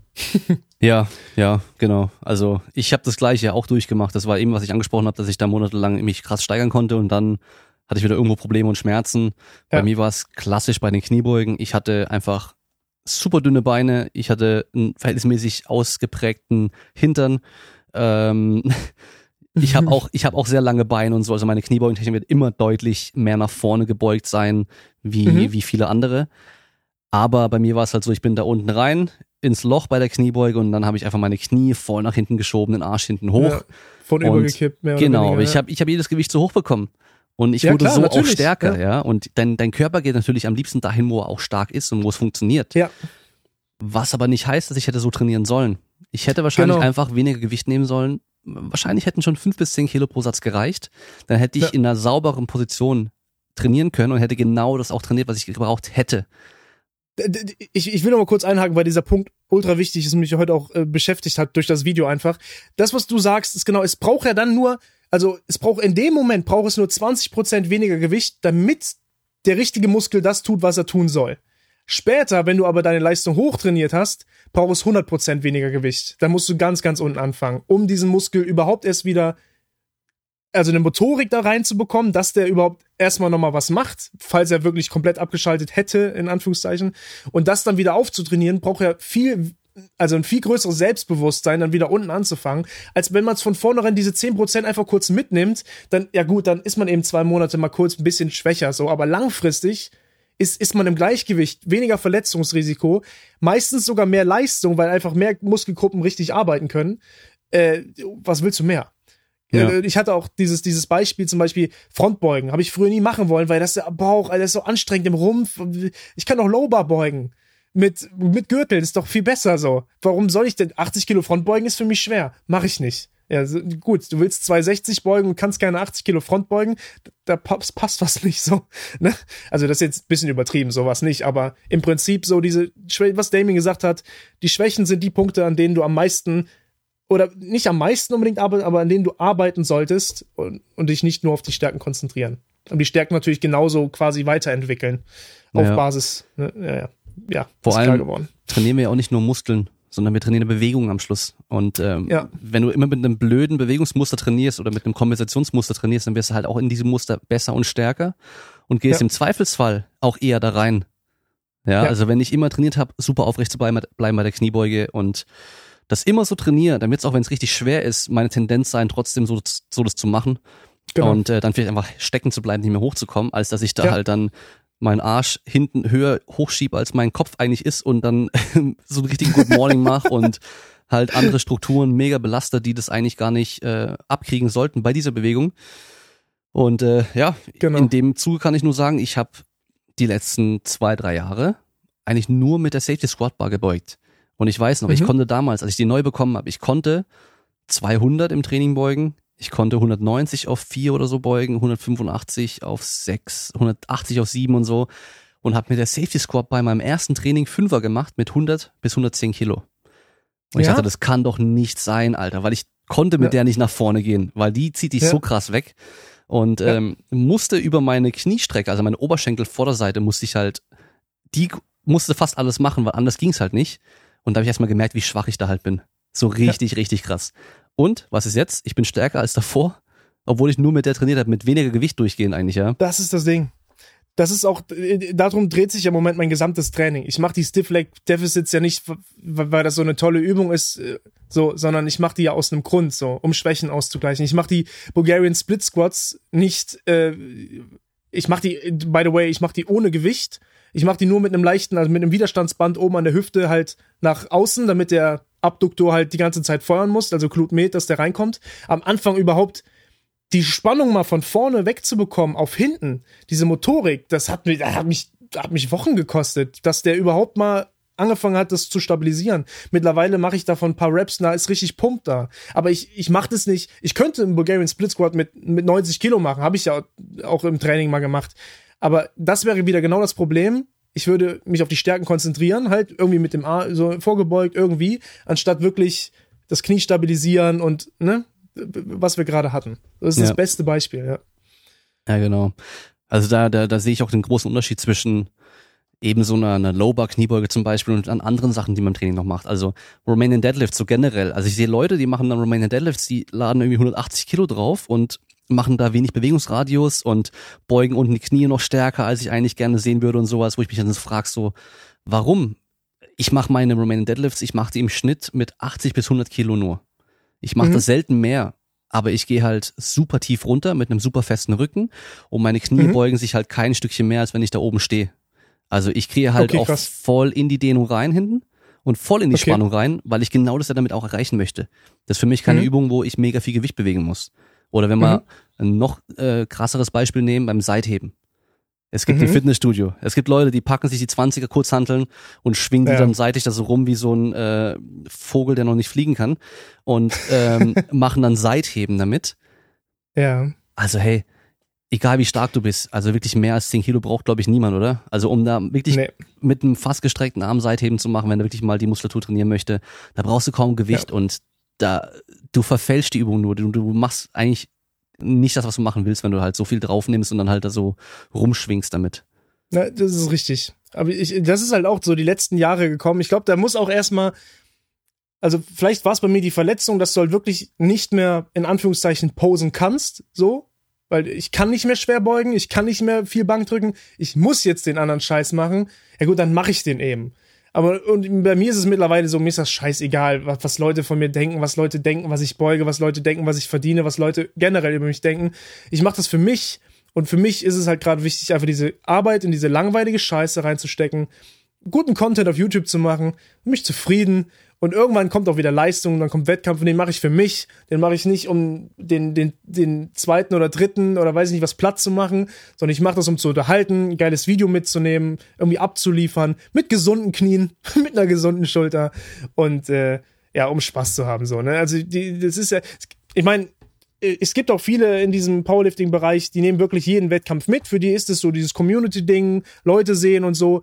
ja, ja, genau. Also ich habe das Gleiche auch durchgemacht. Das war eben, was ich angesprochen habe, dass ich da monatelang mich krass steigern konnte und dann hatte ich wieder irgendwo Probleme und Schmerzen. Bei Ja. mir war es klassisch bei den Kniebeugen. Ich hatte einfach super dünne Beine. Ich hatte einen verhältnismäßig ausgeprägten Hintern. Ähm, ich habe auch, ich habe auch sehr lange Beine und so. Also meine Kniebeugentechnik wird immer deutlich mehr nach vorne gebeugt sein, wie, Mhm. wie viele andere. Aber bei mir war es halt so, ich bin da unten rein ins Loch bei der Kniebeuge und dann habe ich einfach meine Knie voll nach hinten geschoben, den Arsch hinten hoch. Ja, von Und übergekippt, mehr oder Genau, weniger, aber ich ja. habe ich hab jedes Gewicht so hoch bekommen. Und ich Ja, wurde klar, so auch natürlich, stärker, ja. ja. Und dein, dein Körper geht natürlich am liebsten dahin, wo er auch stark ist und wo es funktioniert. Ja, Was aber nicht heißt, dass ich hätte so trainieren sollen. Ich hätte wahrscheinlich Genau. einfach weniger Gewicht nehmen sollen. Wahrscheinlich hätten schon fünf bis zehn Kilo pro Satz gereicht. Dann hätte ich Ja. in einer sauberen Position trainieren können und hätte genau das auch trainiert, was ich gebraucht hätte. D- d- ich, ich will noch mal kurz einhaken, weil dieser Punkt ultra wichtig ist und mich heute auch äh, beschäftigt hat durch das Video einfach. Das, was du sagst, ist genau, es braucht ja dann nur, also es braucht in dem Moment, braucht es nur zwanzig Prozent weniger Gewicht, damit der richtige Muskel das tut, was er tun soll. Später, wenn du aber deine Leistung hochtrainiert hast, braucht es hundert Prozent weniger Gewicht. Da musst du ganz, ganz unten anfangen, um diesen Muskel überhaupt erst wieder, also eine Motorik da reinzubekommen, dass der überhaupt erstmal nochmal was macht, falls er wirklich komplett abgeschaltet hätte, in Anführungszeichen. Und das dann wieder aufzutrainieren, braucht er viel, also ein viel größeres Selbstbewusstsein, dann wieder unten anzufangen, als wenn man es von vornherein diese zehn Prozent einfach kurz mitnimmt, dann, ja gut, dann ist man eben zwei Monate mal kurz ein bisschen schwächer, so, aber langfristig ist, ist man im Gleichgewicht, weniger Verletzungsrisiko, meistens sogar mehr Leistung, weil einfach mehr Muskelgruppen richtig arbeiten können. Äh, was willst du mehr? Ja. Äh, Ich hatte auch dieses, dieses Beispiel, zum Beispiel Frontbeugen, habe ich früher nie machen wollen, weil das der Bauch, Alter, das ist so anstrengend im Rumpf. Ich kann doch Lowbar beugen. Mit, mit Gürtel, ist doch viel besser so. Warum soll ich denn, achtzig Kilo Frontbeugen ist für mich schwer. Mach ich nicht. Ja, so, gut, du willst zweihundertsechzig beugen und kannst keine achtzig Kilo Front beugen, da passt, passt was nicht so. Ne? Also das ist jetzt ein bisschen übertrieben, sowas nicht, aber im Prinzip so diese, was Damien gesagt hat, die Schwächen sind die Punkte, an denen du am meisten, oder nicht am meisten unbedingt arbeiten, aber an denen du arbeiten solltest und, und dich nicht nur auf die Stärken konzentrieren. Und die Stärken natürlich genauso quasi weiterentwickeln. Auf Ja. Basis, ne? ja, ja, ja, Vor ist allem klar geworden. trainieren wir ja auch nicht nur Muskeln, sondern wir trainieren eine Bewegung am Schluss. Und ähm, Ja. wenn du immer mit einem blöden Bewegungsmuster trainierst oder mit einem Kompensationsmuster trainierst, dann wirst du halt auch in diesem Muster besser und stärker und gehst Ja. im Zweifelsfall auch eher da rein. Ja, Ja. also wenn ich immer trainiert habe, super aufrecht zu bleiben, bleiben bei der Kniebeuge und das immer so trainiere, dann wird es auch, wenn es richtig schwer ist, meine Tendenz sein, trotzdem so, so das zu machen. Genau. Und äh, dann vielleicht einfach stecken zu bleiben, nicht mehr hochzukommen, als dass ich da Ja. halt dann meinen Arsch hinten höher hochschiebe, als mein Kopf eigentlich ist und dann so einen richtigen Good Morning mache und halt andere Strukturen mega belaste, die das eigentlich gar nicht äh, abkriegen sollten bei dieser Bewegung. Und äh, ja, Genau. in dem Zuge kann ich nur sagen, ich habe die letzten zwei, drei Jahre eigentlich nur mit der Safety Squat Bar gebeugt. Und ich weiß noch, ich Mhm. konnte damals, als ich die neu bekommen habe, ich konnte zweihundert im Training beugen, ich konnte hundertneunzig auf vier oder so beugen, hundertfünfundachtzig auf sechs, hundertachtzig auf sieben und so und habe mit der Safety Squat bei meinem ersten Training Fünfer gemacht mit hundert bis hundertzehn Kilo. Und ich Ja? dachte, das kann doch nicht sein, Alter, weil ich konnte mit Ja. der nicht nach vorne gehen, weil die zieht dich Ja. so krass weg und Ja. ähm, musste über meine Kniestrecke, also meine Oberschenkelvorderseite, musste ich halt, die musste fast alles machen, weil anders ging's halt nicht. Und da habe ich erstmal gemerkt, wie schwach ich da halt bin. So richtig, richtig krass. Und was ist jetzt? Ich bin stärker als davor, obwohl ich nur mit der trainiert habe, mit weniger Gewicht durchgehen eigentlich, ja. Das ist das Ding. das ist auch, darum dreht sich im Moment mein gesamtes Training. Ich mache die Stiff Leg Deficits ja nicht, weil das so eine tolle Übung ist, so, sondern ich mache die ja aus einem Grund, so, um Schwächen auszugleichen. Ich mache die Bulgarian Split Squats nicht, äh, ich mache die, by the way, ich mache die ohne Gewicht. Ich mache die nur mit einem leichten, also mit einem Widerstandsband oben an der Hüfte halt nach außen, damit der Abduktor halt die ganze Zeit feuern muss, also Glute Med, dass der reinkommt. Am Anfang überhaupt die Spannung mal von vorne wegzubekommen auf hinten, diese Motorik, das hat mich, das hat mich, hat mich Wochen gekostet, dass der überhaupt mal angefangen hat, das zu stabilisieren. Mittlerweile mache ich davon ein paar Reps, da ist richtig Pump da. Aber ich, ich mache das nicht, ich könnte einen Bulgarian Split Squat mit, mit neunzig Kilo machen, habe ich ja auch im Training mal gemacht. Aber das wäre wieder genau das Problem. Ich würde mich auf die Stärken konzentrieren, halt irgendwie mit dem Arm so vorgebeugt irgendwie, anstatt wirklich das Knie stabilisieren und, ne, was wir gerade hatten. Das ist ja das beste Beispiel, ja. Ja, genau. Also da, da, da sehe ich auch den großen Unterschied zwischen eben so einer, einer Low-Bar-Kniebeuge zum Beispiel und an anderen Sachen, die man im Training noch macht. Also Romanian Deadlifts so generell. Also ich sehe Leute, die machen dann Romanian Deadlifts, die laden irgendwie hundertachtzig Kilo drauf und machen da wenig Bewegungsradius und beugen unten die Knie noch stärker, als ich eigentlich gerne sehen würde und sowas, wo ich mich dann frage so, warum? Ich mache meine Romanian Deadlifts, ich mache die im Schnitt mit achtzig bis hundert Kilo nur. Ich mache mhm. das selten mehr, aber ich gehe halt super tief runter mit einem super festen Rücken und meine Knie mhm. beugen sich halt kein Stückchen mehr, als wenn ich da oben stehe. Also ich kriege halt okay, auch krass. voll in die Dehnung rein hinten und voll in die okay. Spannung rein, weil ich genau das ja damit auch erreichen möchte. Das ist für mich keine mhm. Übung, wo ich mega viel Gewicht bewegen muss. Oder wenn wir mhm. ein noch äh, krasseres Beispiel nehmen, beim Seitheben. Es gibt mhm. ein Fitnessstudio. Es gibt Leute, die packen sich die zwanziger Kurzhanteln und schwingen die ja. dann seitlich da so rum wie so ein äh, Vogel, der noch nicht fliegen kann und ähm, machen dann Seitheben damit. Ja. Also hey, egal wie stark du bist, also wirklich mehr als zehn Kilo braucht, glaube ich, niemand, oder? Also um da wirklich nee. mit einem fast gestreckten Arm Seitheben zu machen, wenn du wirklich mal die Muskulatur trainieren möchte, da brauchst du kaum Gewicht ja. und da du verfälschst die Übung nur. Du, du machst eigentlich nicht das, was du machen willst, wenn du halt so viel drauf nimmst und dann halt da so rumschwingst damit. Na, das ist richtig. Aber ich, das ist halt auch so die letzten Jahre gekommen. Ich glaube, da muss auch erstmal, also vielleicht war es bei mir die Verletzung, dass du halt wirklich nicht mehr in Anführungszeichen posen kannst, so, weil ich kann nicht mehr schwer beugen, ich kann nicht mehr viel Bank drücken, ich muss jetzt den anderen Scheiß machen. Ja gut, dann mache ich den eben. Aber und bei mir ist es mittlerweile so, mir ist das scheißegal, was, was Leute von mir denken, was Leute denken, was ich beuge, was Leute denken, was ich verdiene, was Leute generell über mich denken. Ich mache das für mich und für mich ist es halt gerade wichtig, einfach diese Arbeit in diese langweilige Scheiße reinzustecken, guten Content auf YouTube zu machen, mich zufrieden und irgendwann kommt auch wieder Leistung und dann kommt Wettkampf und den mache ich für mich, den mache ich nicht, um den, den, den zweiten oder dritten oder weiß ich nicht was platt zu machen, sondern ich mache das, um zu unterhalten, ein geiles Video mitzunehmen, irgendwie abzuliefern, mit gesunden Knien, mit einer gesunden Schulter und äh, ja, um Spaß zu haben, so, ne, also die, das ist ja, ich meine, es gibt auch viele in diesem Powerlifting-Bereich, die nehmen wirklich jeden Wettkampf mit, für die ist es so dieses Community-Ding, Leute sehen und so.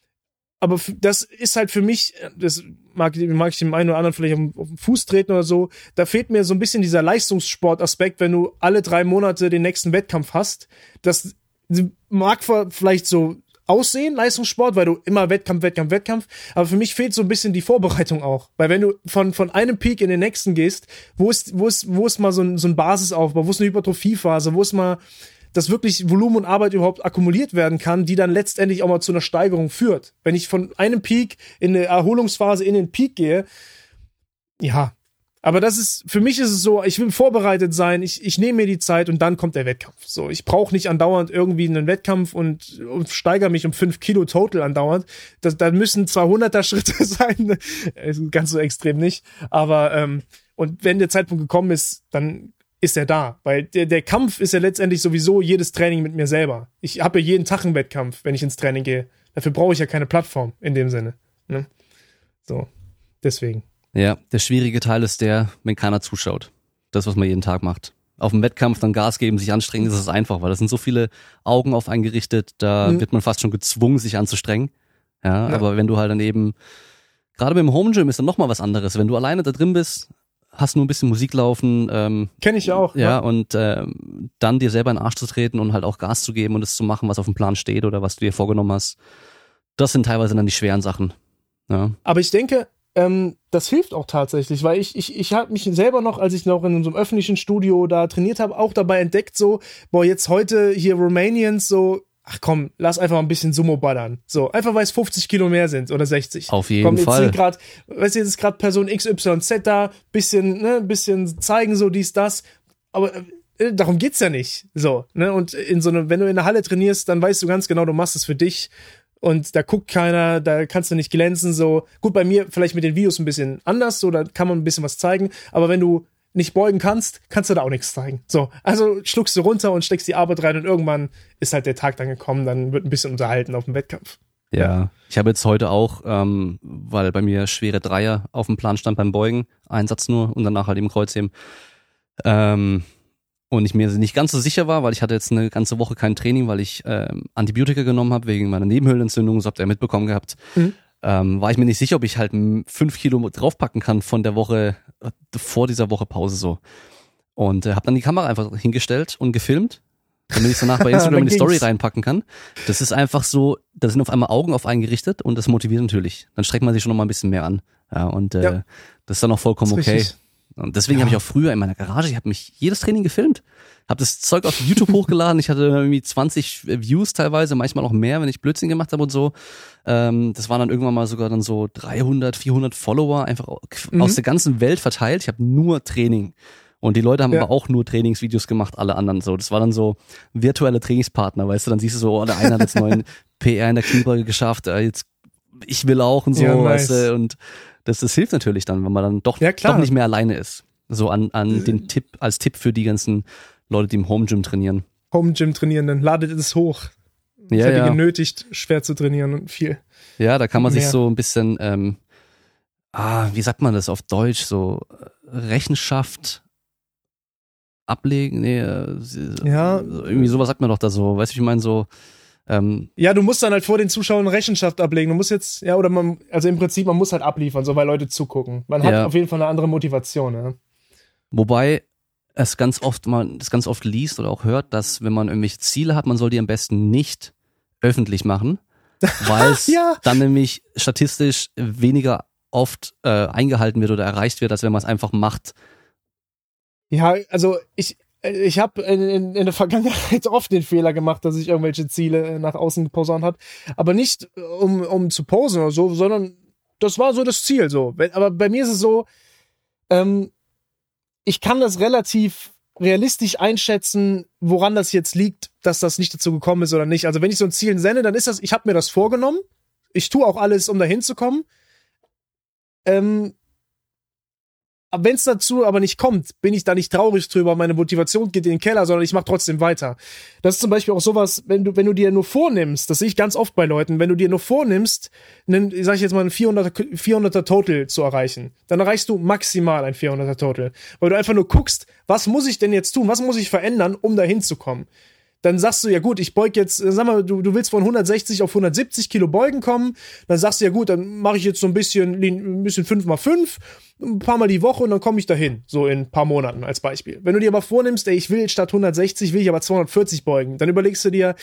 Aber das ist halt für mich, das mag, mag ich dem einen oder anderen vielleicht auf den, auf den Fuß treten oder so, da fehlt mir so ein bisschen dieser Leistungssport-Aspekt, wenn du alle drei Monate den nächsten Wettkampf hast. Das mag vielleicht so aussehen, Leistungssport, weil du immer Wettkampf, Wettkampf, Wettkampf, aber für mich fehlt so ein bisschen die Vorbereitung auch. Weil wenn du von, von einem Peak in den nächsten gehst, wo ist, wo ist, wo ist mal so ein, so ein Basisaufbau, wo ist eine Hypertrophiephase, wo ist mal dass wirklich Volumen und Arbeit überhaupt akkumuliert werden kann, die dann letztendlich auch mal zu einer Steigerung führt. Wenn ich von einem Peak in eine Erholungsphase in den Peak gehe, ja, aber das ist, für mich ist es so, ich will vorbereitet sein, ich, ich nehme mir die Zeit und dann kommt der Wettkampf. So, ich brauche nicht andauernd irgendwie einen Wettkampf und, und steigere mich um fünf Kilo total andauernd. Das, da müssen zwar hunderter Schritte sein, ganz so extrem nicht, aber ähm, und wenn der Zeitpunkt gekommen ist, dann ist er da, weil der, der Kampf ist ja letztendlich sowieso jedes Training mit mir selber. Ich habe ja jeden Tag einen Wettkampf, wenn ich ins Training gehe. Dafür brauche ich ja keine Plattform in dem Sinne. Ne? So, deswegen. Ja, der schwierige Teil ist der, wenn keiner zuschaut. Das, was man jeden Tag macht. Auf dem Wettkampf dann Gas geben, sich anstrengen, ist es einfach, weil da sind so viele Augen auf einen gerichtet, da mhm. wird man fast schon gezwungen, sich anzustrengen. Ja, ja, aber wenn du halt dann eben, gerade beim Home Gym ist dann nochmal was anderes. Wenn du alleine da drin bist, hast nur ein bisschen Musik laufen. Ähm, Kenn ich auch. Ja, ja. und ähm, dann dir selber in den Arsch zu treten und halt auch Gas zu geben und es zu machen, was auf dem Plan steht oder was du dir vorgenommen hast. Das sind teilweise dann die schweren Sachen. Ja. Aber ich denke, ähm, das hilft auch tatsächlich, weil ich ich ich habe mich selber noch, als ich noch in so einem öffentlichen Studio da trainiert habe, auch dabei entdeckt, so, boah, jetzt heute hier Romanians, so, ach komm, lass einfach mal ein bisschen Sumo ballern. So, einfach weil es fünfzig Kilo mehr sind oder sechzig. Auf jeden komm, jetzt Fall. Sind grad, weißt du, jetzt ist gerade Person X Y Z da, bisschen, ne, bisschen zeigen so dies, das. Aber äh, darum geht's ja nicht. So, ne, und in so eine, wenn du in der Halle trainierst, dann weißt du ganz genau, du machst es für dich. Und da guckt keiner, da kannst du nicht glänzen, so. Gut, bei mir vielleicht mit den Videos ein bisschen anders, so, da kann man ein bisschen was zeigen. Aber wenn du nicht beugen kannst, kannst du da auch nichts zeigen. So, also schluckst du runter und steckst die Arbeit rein und irgendwann ist halt der Tag dann gekommen, dann wird ein bisschen unterhalten auf dem Wettkampf. Ja, ja. Ich habe jetzt heute auch, ähm, weil bei mir schwere Dreier auf dem Plan stand beim Beugen, ein Satz nur und danach halt eben Kreuzheben. Ähm, und ich mir nicht ganz so sicher war, weil ich hatte jetzt eine ganze Woche kein Training, weil ich ähm, Antibiotika genommen habe wegen meiner Nebenhöhlenentzündung, das habt ihr ja mitbekommen gehabt. Mhm. Ähm, war ich mir nicht sicher, ob ich halt fünf Kilo draufpacken kann von der Woche, äh, vor dieser Woche Pause so. Und äh, habe dann die Kamera einfach hingestellt und gefilmt, damit ich es danach bei Instagram in die Story reinpacken kann. Das ist einfach so, da sind auf einmal Augen auf einen gerichtet und das motiviert natürlich. Dann streckt man sich schon noch mal ein bisschen mehr an. Ja, und äh, ja. das ist dann auch vollkommen okay. Richtig. Und deswegen ja. habe ich auch früher in meiner Garage, ich habe mich jedes Training gefilmt, habe das Zeug auf YouTube hochgeladen. Ich hatte irgendwie zwanzig Views teilweise, manchmal auch mehr, wenn ich Blödsinn gemacht habe und so. Ähm, das waren dann irgendwann mal sogar dann so dreihundert, vierhundert Follower, einfach mhm. aus der ganzen Welt verteilt. Ich habe nur Training. Und die Leute haben ja. aber auch nur Trainingsvideos gemacht, alle anderen so. Das war dann so virtuelle Trainingspartner, weißt du, dann siehst du so, oh, der eine hat jetzt neuen P R in der Kniebeuge geschafft, äh, jetzt ich will auch und so, ja, nice. Weißt du, und das, das hilft natürlich dann, wenn man dann doch, ja, doch nicht mehr alleine ist. So an, an den Tipp, als Tipp für die ganzen Leute, die im Home Gym trainieren. Home Gym trainieren, dann ladet es hoch. Ich ja, hätte ja. genötigt, schwer zu trainieren und viel. Ja, da kann man mehr. sich so ein bisschen, ähm, ah, wie sagt man das auf Deutsch, so Rechenschaft ablegen, nee, äh, ja. irgendwie sowas sagt man doch da so, weißt du, ich meine so, Ähm, ja, du musst dann halt vor den Zuschauern Rechenschaft ablegen. Du musst jetzt, ja, oder man, also im Prinzip, man muss halt abliefern, so weil Leute zugucken. Man hat ja. auf jeden Fall eine andere Motivation, ja. Wobei es ganz oft, man das ganz oft liest oder auch hört, dass wenn man irgendwelche Ziele hat, man soll die am besten nicht öffentlich machen, weil es ja. dann nämlich statistisch weniger oft äh, eingehalten wird oder erreicht wird, als wenn man es einfach macht. Ja, also ich Ich habe in, in, in der Vergangenheit oft den Fehler gemacht, dass ich irgendwelche Ziele nach außen geposaunt habe. Aber nicht, um, um zu posen oder so, sondern das war so das Ziel. So. Aber bei mir ist es so, ähm, ich kann das relativ realistisch einschätzen, woran das jetzt liegt, dass das nicht dazu gekommen ist oder nicht. Also wenn ich so ein Ziel sende, dann ist das, ich habe mir das vorgenommen. Ich tue auch alles, um da hinzukommen. Ähm, Wenn es dazu aber nicht kommt, bin ich da nicht traurig drüber, meine Motivation geht in den Keller, sondern ich mache trotzdem weiter. Das ist zum Beispiel auch sowas, wenn du wenn du dir nur vornimmst, das sehe ich ganz oft bei Leuten, wenn du dir nur vornimmst, einen, sag ich jetzt mal, einen vierhunderter Total zu erreichen, dann erreichst du maximal ein vierhunderter Total. Weil du einfach nur guckst, was muss ich denn jetzt tun, was muss ich verändern, um da hinzukommen. Dann sagst du, ja gut, ich beug jetzt, sag mal, du, du willst von hundertsechzig auf hundertsiebzig Kilo beugen kommen, dann sagst du, ja gut, dann mache ich jetzt so ein bisschen, ein bisschen fünf mal fünf, ein paar Mal die Woche und dann komme ich dahin, so in ein paar Monaten als Beispiel. Wenn du dir aber vornimmst, ey, ich will statt hundertsechzig, will ich aber zweihundertvierzig beugen, dann überlegst du dir,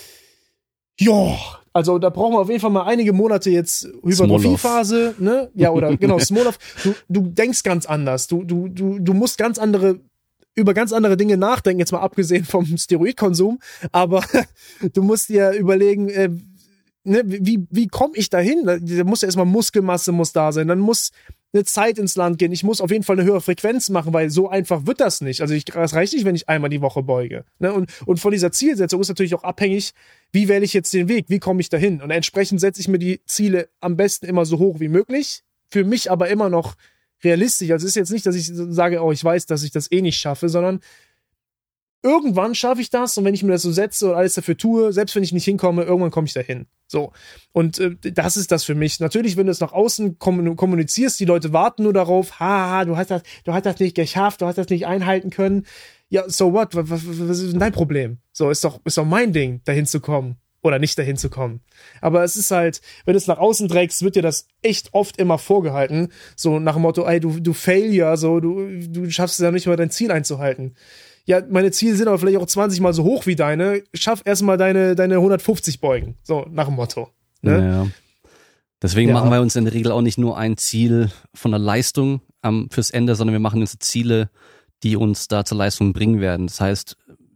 ja, also da brauchen wir auf jeden Fall mal einige Monate jetzt Hypertrophiephase, ne? Ja, oder genau, Smolov. Du, du denkst ganz anders, du, du, du, du musst ganz andere über ganz andere Dinge nachdenken, jetzt mal abgesehen vom Steroidkonsum, aber du musst dir überlegen, äh, ne, wie, wie komme ich da hin? Da muss ja erstmal Muskelmasse muss da sein, dann muss eine Zeit ins Land gehen, ich muss auf jeden Fall eine höhere Frequenz machen, weil so einfach wird das nicht. Also ich, das reicht nicht, wenn ich einmal die Woche beuge. Ne? Und, und von dieser Zielsetzung ist natürlich auch abhängig, wie wähle ich jetzt den Weg, wie komme ich da hin? Und entsprechend setze ich mir die Ziele am besten immer so hoch wie möglich, für mich aber immer noch realistisch. Also es ist jetzt nicht, dass ich sage, oh, ich weiß, dass ich das eh nicht schaffe, sondern irgendwann schaffe ich das und wenn ich mir das so setze und alles dafür tue, selbst wenn ich nicht hinkomme, irgendwann komme ich dahin. So. Und äh, das ist das für mich. Natürlich, wenn du es nach außen kommunizierst, die Leute warten nur darauf, haha, du hast das, du hast das nicht geschafft, du hast das nicht einhalten können. Ja, so what? Was, was, was ist denn dein Problem? So, ist doch, ist doch mein Ding, dahin zu kommen. Oder nicht dahin zu kommen. Aber es ist halt, wenn du es nach außen trägst, wird dir das echt oft immer vorgehalten. So nach dem Motto, ey, du, du Failure, so, du, du schaffst es ja nicht mal, dein Ziel einzuhalten. Ja, meine Ziele sind aber vielleicht auch zwanzig mal so hoch wie deine. Schaff erstmal deine, deine hundertfünfzig beugen. So, nach dem Motto. Ne? Ja. Deswegen ja. machen wir uns in der Regel auch nicht nur ein Ziel von der Leistung ähm, fürs Ende, sondern wir machen uns Ziele, die uns da zur Leistung bringen werden. Das heißt,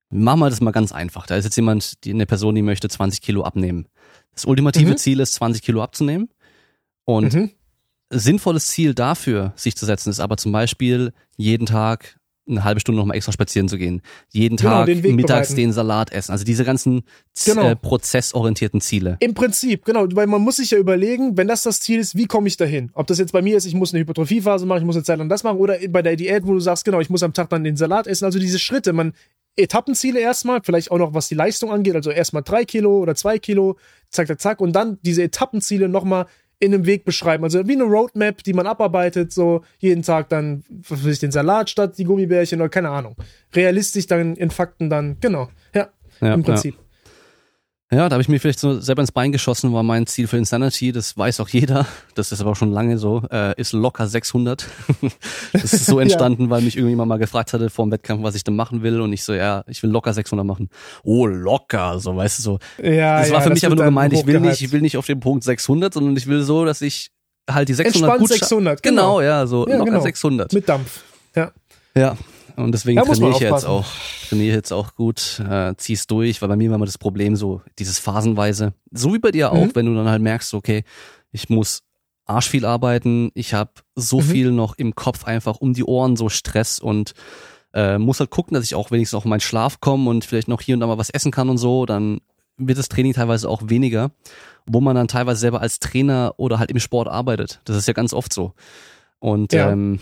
Machen wir das mal ganz einfach. Da ist jetzt jemand, die, eine Person, die möchte zwanzig Kilo abnehmen. Das ultimative Mhm. Ziel ist, zwanzig Kilo abzunehmen. Und Mhm. sinnvolles Ziel dafür, sich zu setzen, ist aber zum Beispiel jeden Tag eine halbe Stunde nochmal extra spazieren zu gehen. Jeden Genau, Tag den Weg mittags bereiten. den Salat essen. Also diese ganzen Z- Genau. äh, prozessorientierten Ziele. Im Prinzip, genau, weil man muss sich ja überlegen, wenn das das Ziel ist, wie komme ich dahin? Ob das jetzt bei mir ist, ich muss eine Hypertrophiephase machen, ich muss eine Zeit lang das machen, oder bei der Diät, wo du sagst, genau, ich muss am Tag dann den Salat essen. Also diese Schritte, man Etappenziele erstmal, vielleicht auch noch was die Leistung angeht, also erstmal drei Kilo oder zwei Kilo, zack, zack, zack, und dann diese Etappenziele nochmal in einem Weg beschreiben. Also wie eine Roadmap, die man abarbeitet, so jeden Tag dann, was weiß ich, den Salat statt die Gummibärchen oder keine Ahnung. Realistisch dann in Fakten dann, genau, ja, Ja, im Prinzip. Ja. Ja, da habe ich mir vielleicht so selber ins Bein geschossen, war mein Ziel für Insanity, das weiß auch jeder, das ist aber auch schon lange so, äh, ist locker sechshundert. Das ist so entstanden, ja. weil mich irgendjemand mal gefragt hatte vor dem Wettkampf, was ich denn machen will, und ich so, ja, ich will locker sechshundert machen. Oh, locker, so, weißt du, so. Ja, das ja, war für das mich aber wird nur dann gemeint, ich will nicht, hochgehypt. ich will nicht auf den Punkt sechshundert, sondern ich will so, dass ich halt die sechshundert Entspannt gut scha- sechshundert, Genau, genau. ja, so Ja, locker genau. sechshundert. Mit Dampf, ja. Ja, und deswegen Da muss man trainiere ich jetzt aufpassen. auch, trainiere jetzt auch gut, äh, zieh's durch, weil bei mir war immer das Problem so, dieses phasenweise, so wie bei dir auch, Mhm. wenn du dann halt merkst, okay, ich muss arsch viel arbeiten, ich habe so Mhm. viel noch im Kopf einfach um die Ohren, so Stress, und äh, muss halt gucken, dass ich auch wenigstens auf meinen Schlaf komme und vielleicht noch hier und da mal was essen kann und so, dann wird das Training teilweise auch weniger, wo man dann teilweise selber als Trainer oder halt im Sport arbeitet. Das ist ja ganz oft so. Und Ja. ähm,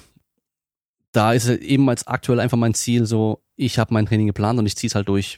da ist eben als aktuell einfach mein Ziel so, ich habe mein Training geplant und ich ziehe es halt durch,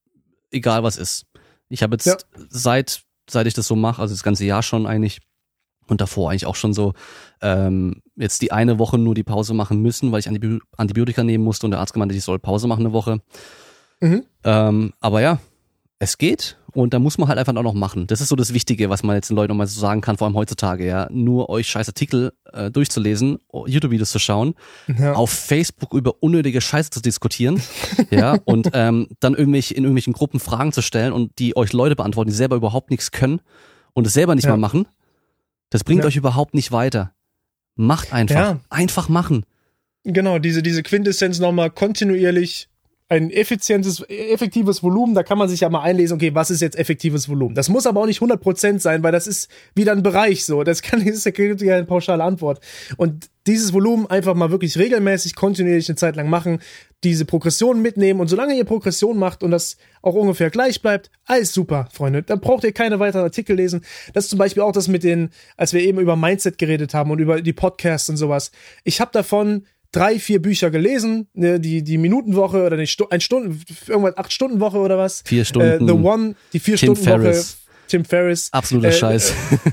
egal was ist. Ich habe jetzt Ja. seit seit ich das so mache, also das ganze Jahr schon eigentlich und davor eigentlich auch schon so, ähm, jetzt die eine Woche nur die Pause machen müssen, weil ich Antibi- Antibiotika nehmen musste und der Arzt gemeint hat, ich soll Pause machen eine Woche. Mhm. Ähm, aber ja, es geht und da muss man halt einfach auch noch machen. Das ist so das Wichtige, was man jetzt den Leuten nochmal so sagen kann, vor allem heutzutage, ja. Nur euch scheiß Artikel äh, durchzulesen, YouTube-Videos zu schauen, Ja. auf Facebook über unnötige Scheiße zu diskutieren, ja, und ähm, dann irgendwelche, in irgendwelchen Gruppen Fragen zu stellen und die euch Leute beantworten, die selber überhaupt nichts können und es selber nicht Ja. mal machen. Das bringt Ja. euch überhaupt nicht weiter. Macht einfach. Ja. Einfach machen. Genau, diese, diese Quintessenz nochmal kontinuierlich ein effizientes, effektives Volumen, da kann man sich ja mal einlesen, okay, was ist jetzt effektives Volumen? Das muss aber auch nicht hundert Prozent sein, weil das ist wieder ein Bereich so, das kann, das ist ja eine pauschale Antwort. Und dieses Volumen einfach mal wirklich regelmäßig, kontinuierlich eine Zeit lang machen, diese Progression mitnehmen und solange ihr Progression macht und das auch ungefähr gleich bleibt, alles super, Freunde. Da braucht ihr keine weiteren Artikel lesen. Das ist zum Beispiel auch das mit den, als wir eben über Mindset geredet haben und über die Podcasts und sowas. Ich habe davon drei, vier Bücher gelesen, ne, die, die Minutenwoche oder die Stu- ein Stunden, irgendwas acht Stunden Woche oder was. Vier Stunden. Äh, The One, die vier Tim Stunden Woche. Ferriss. Tim Ferriss. Absoluter Äh, Scheiß.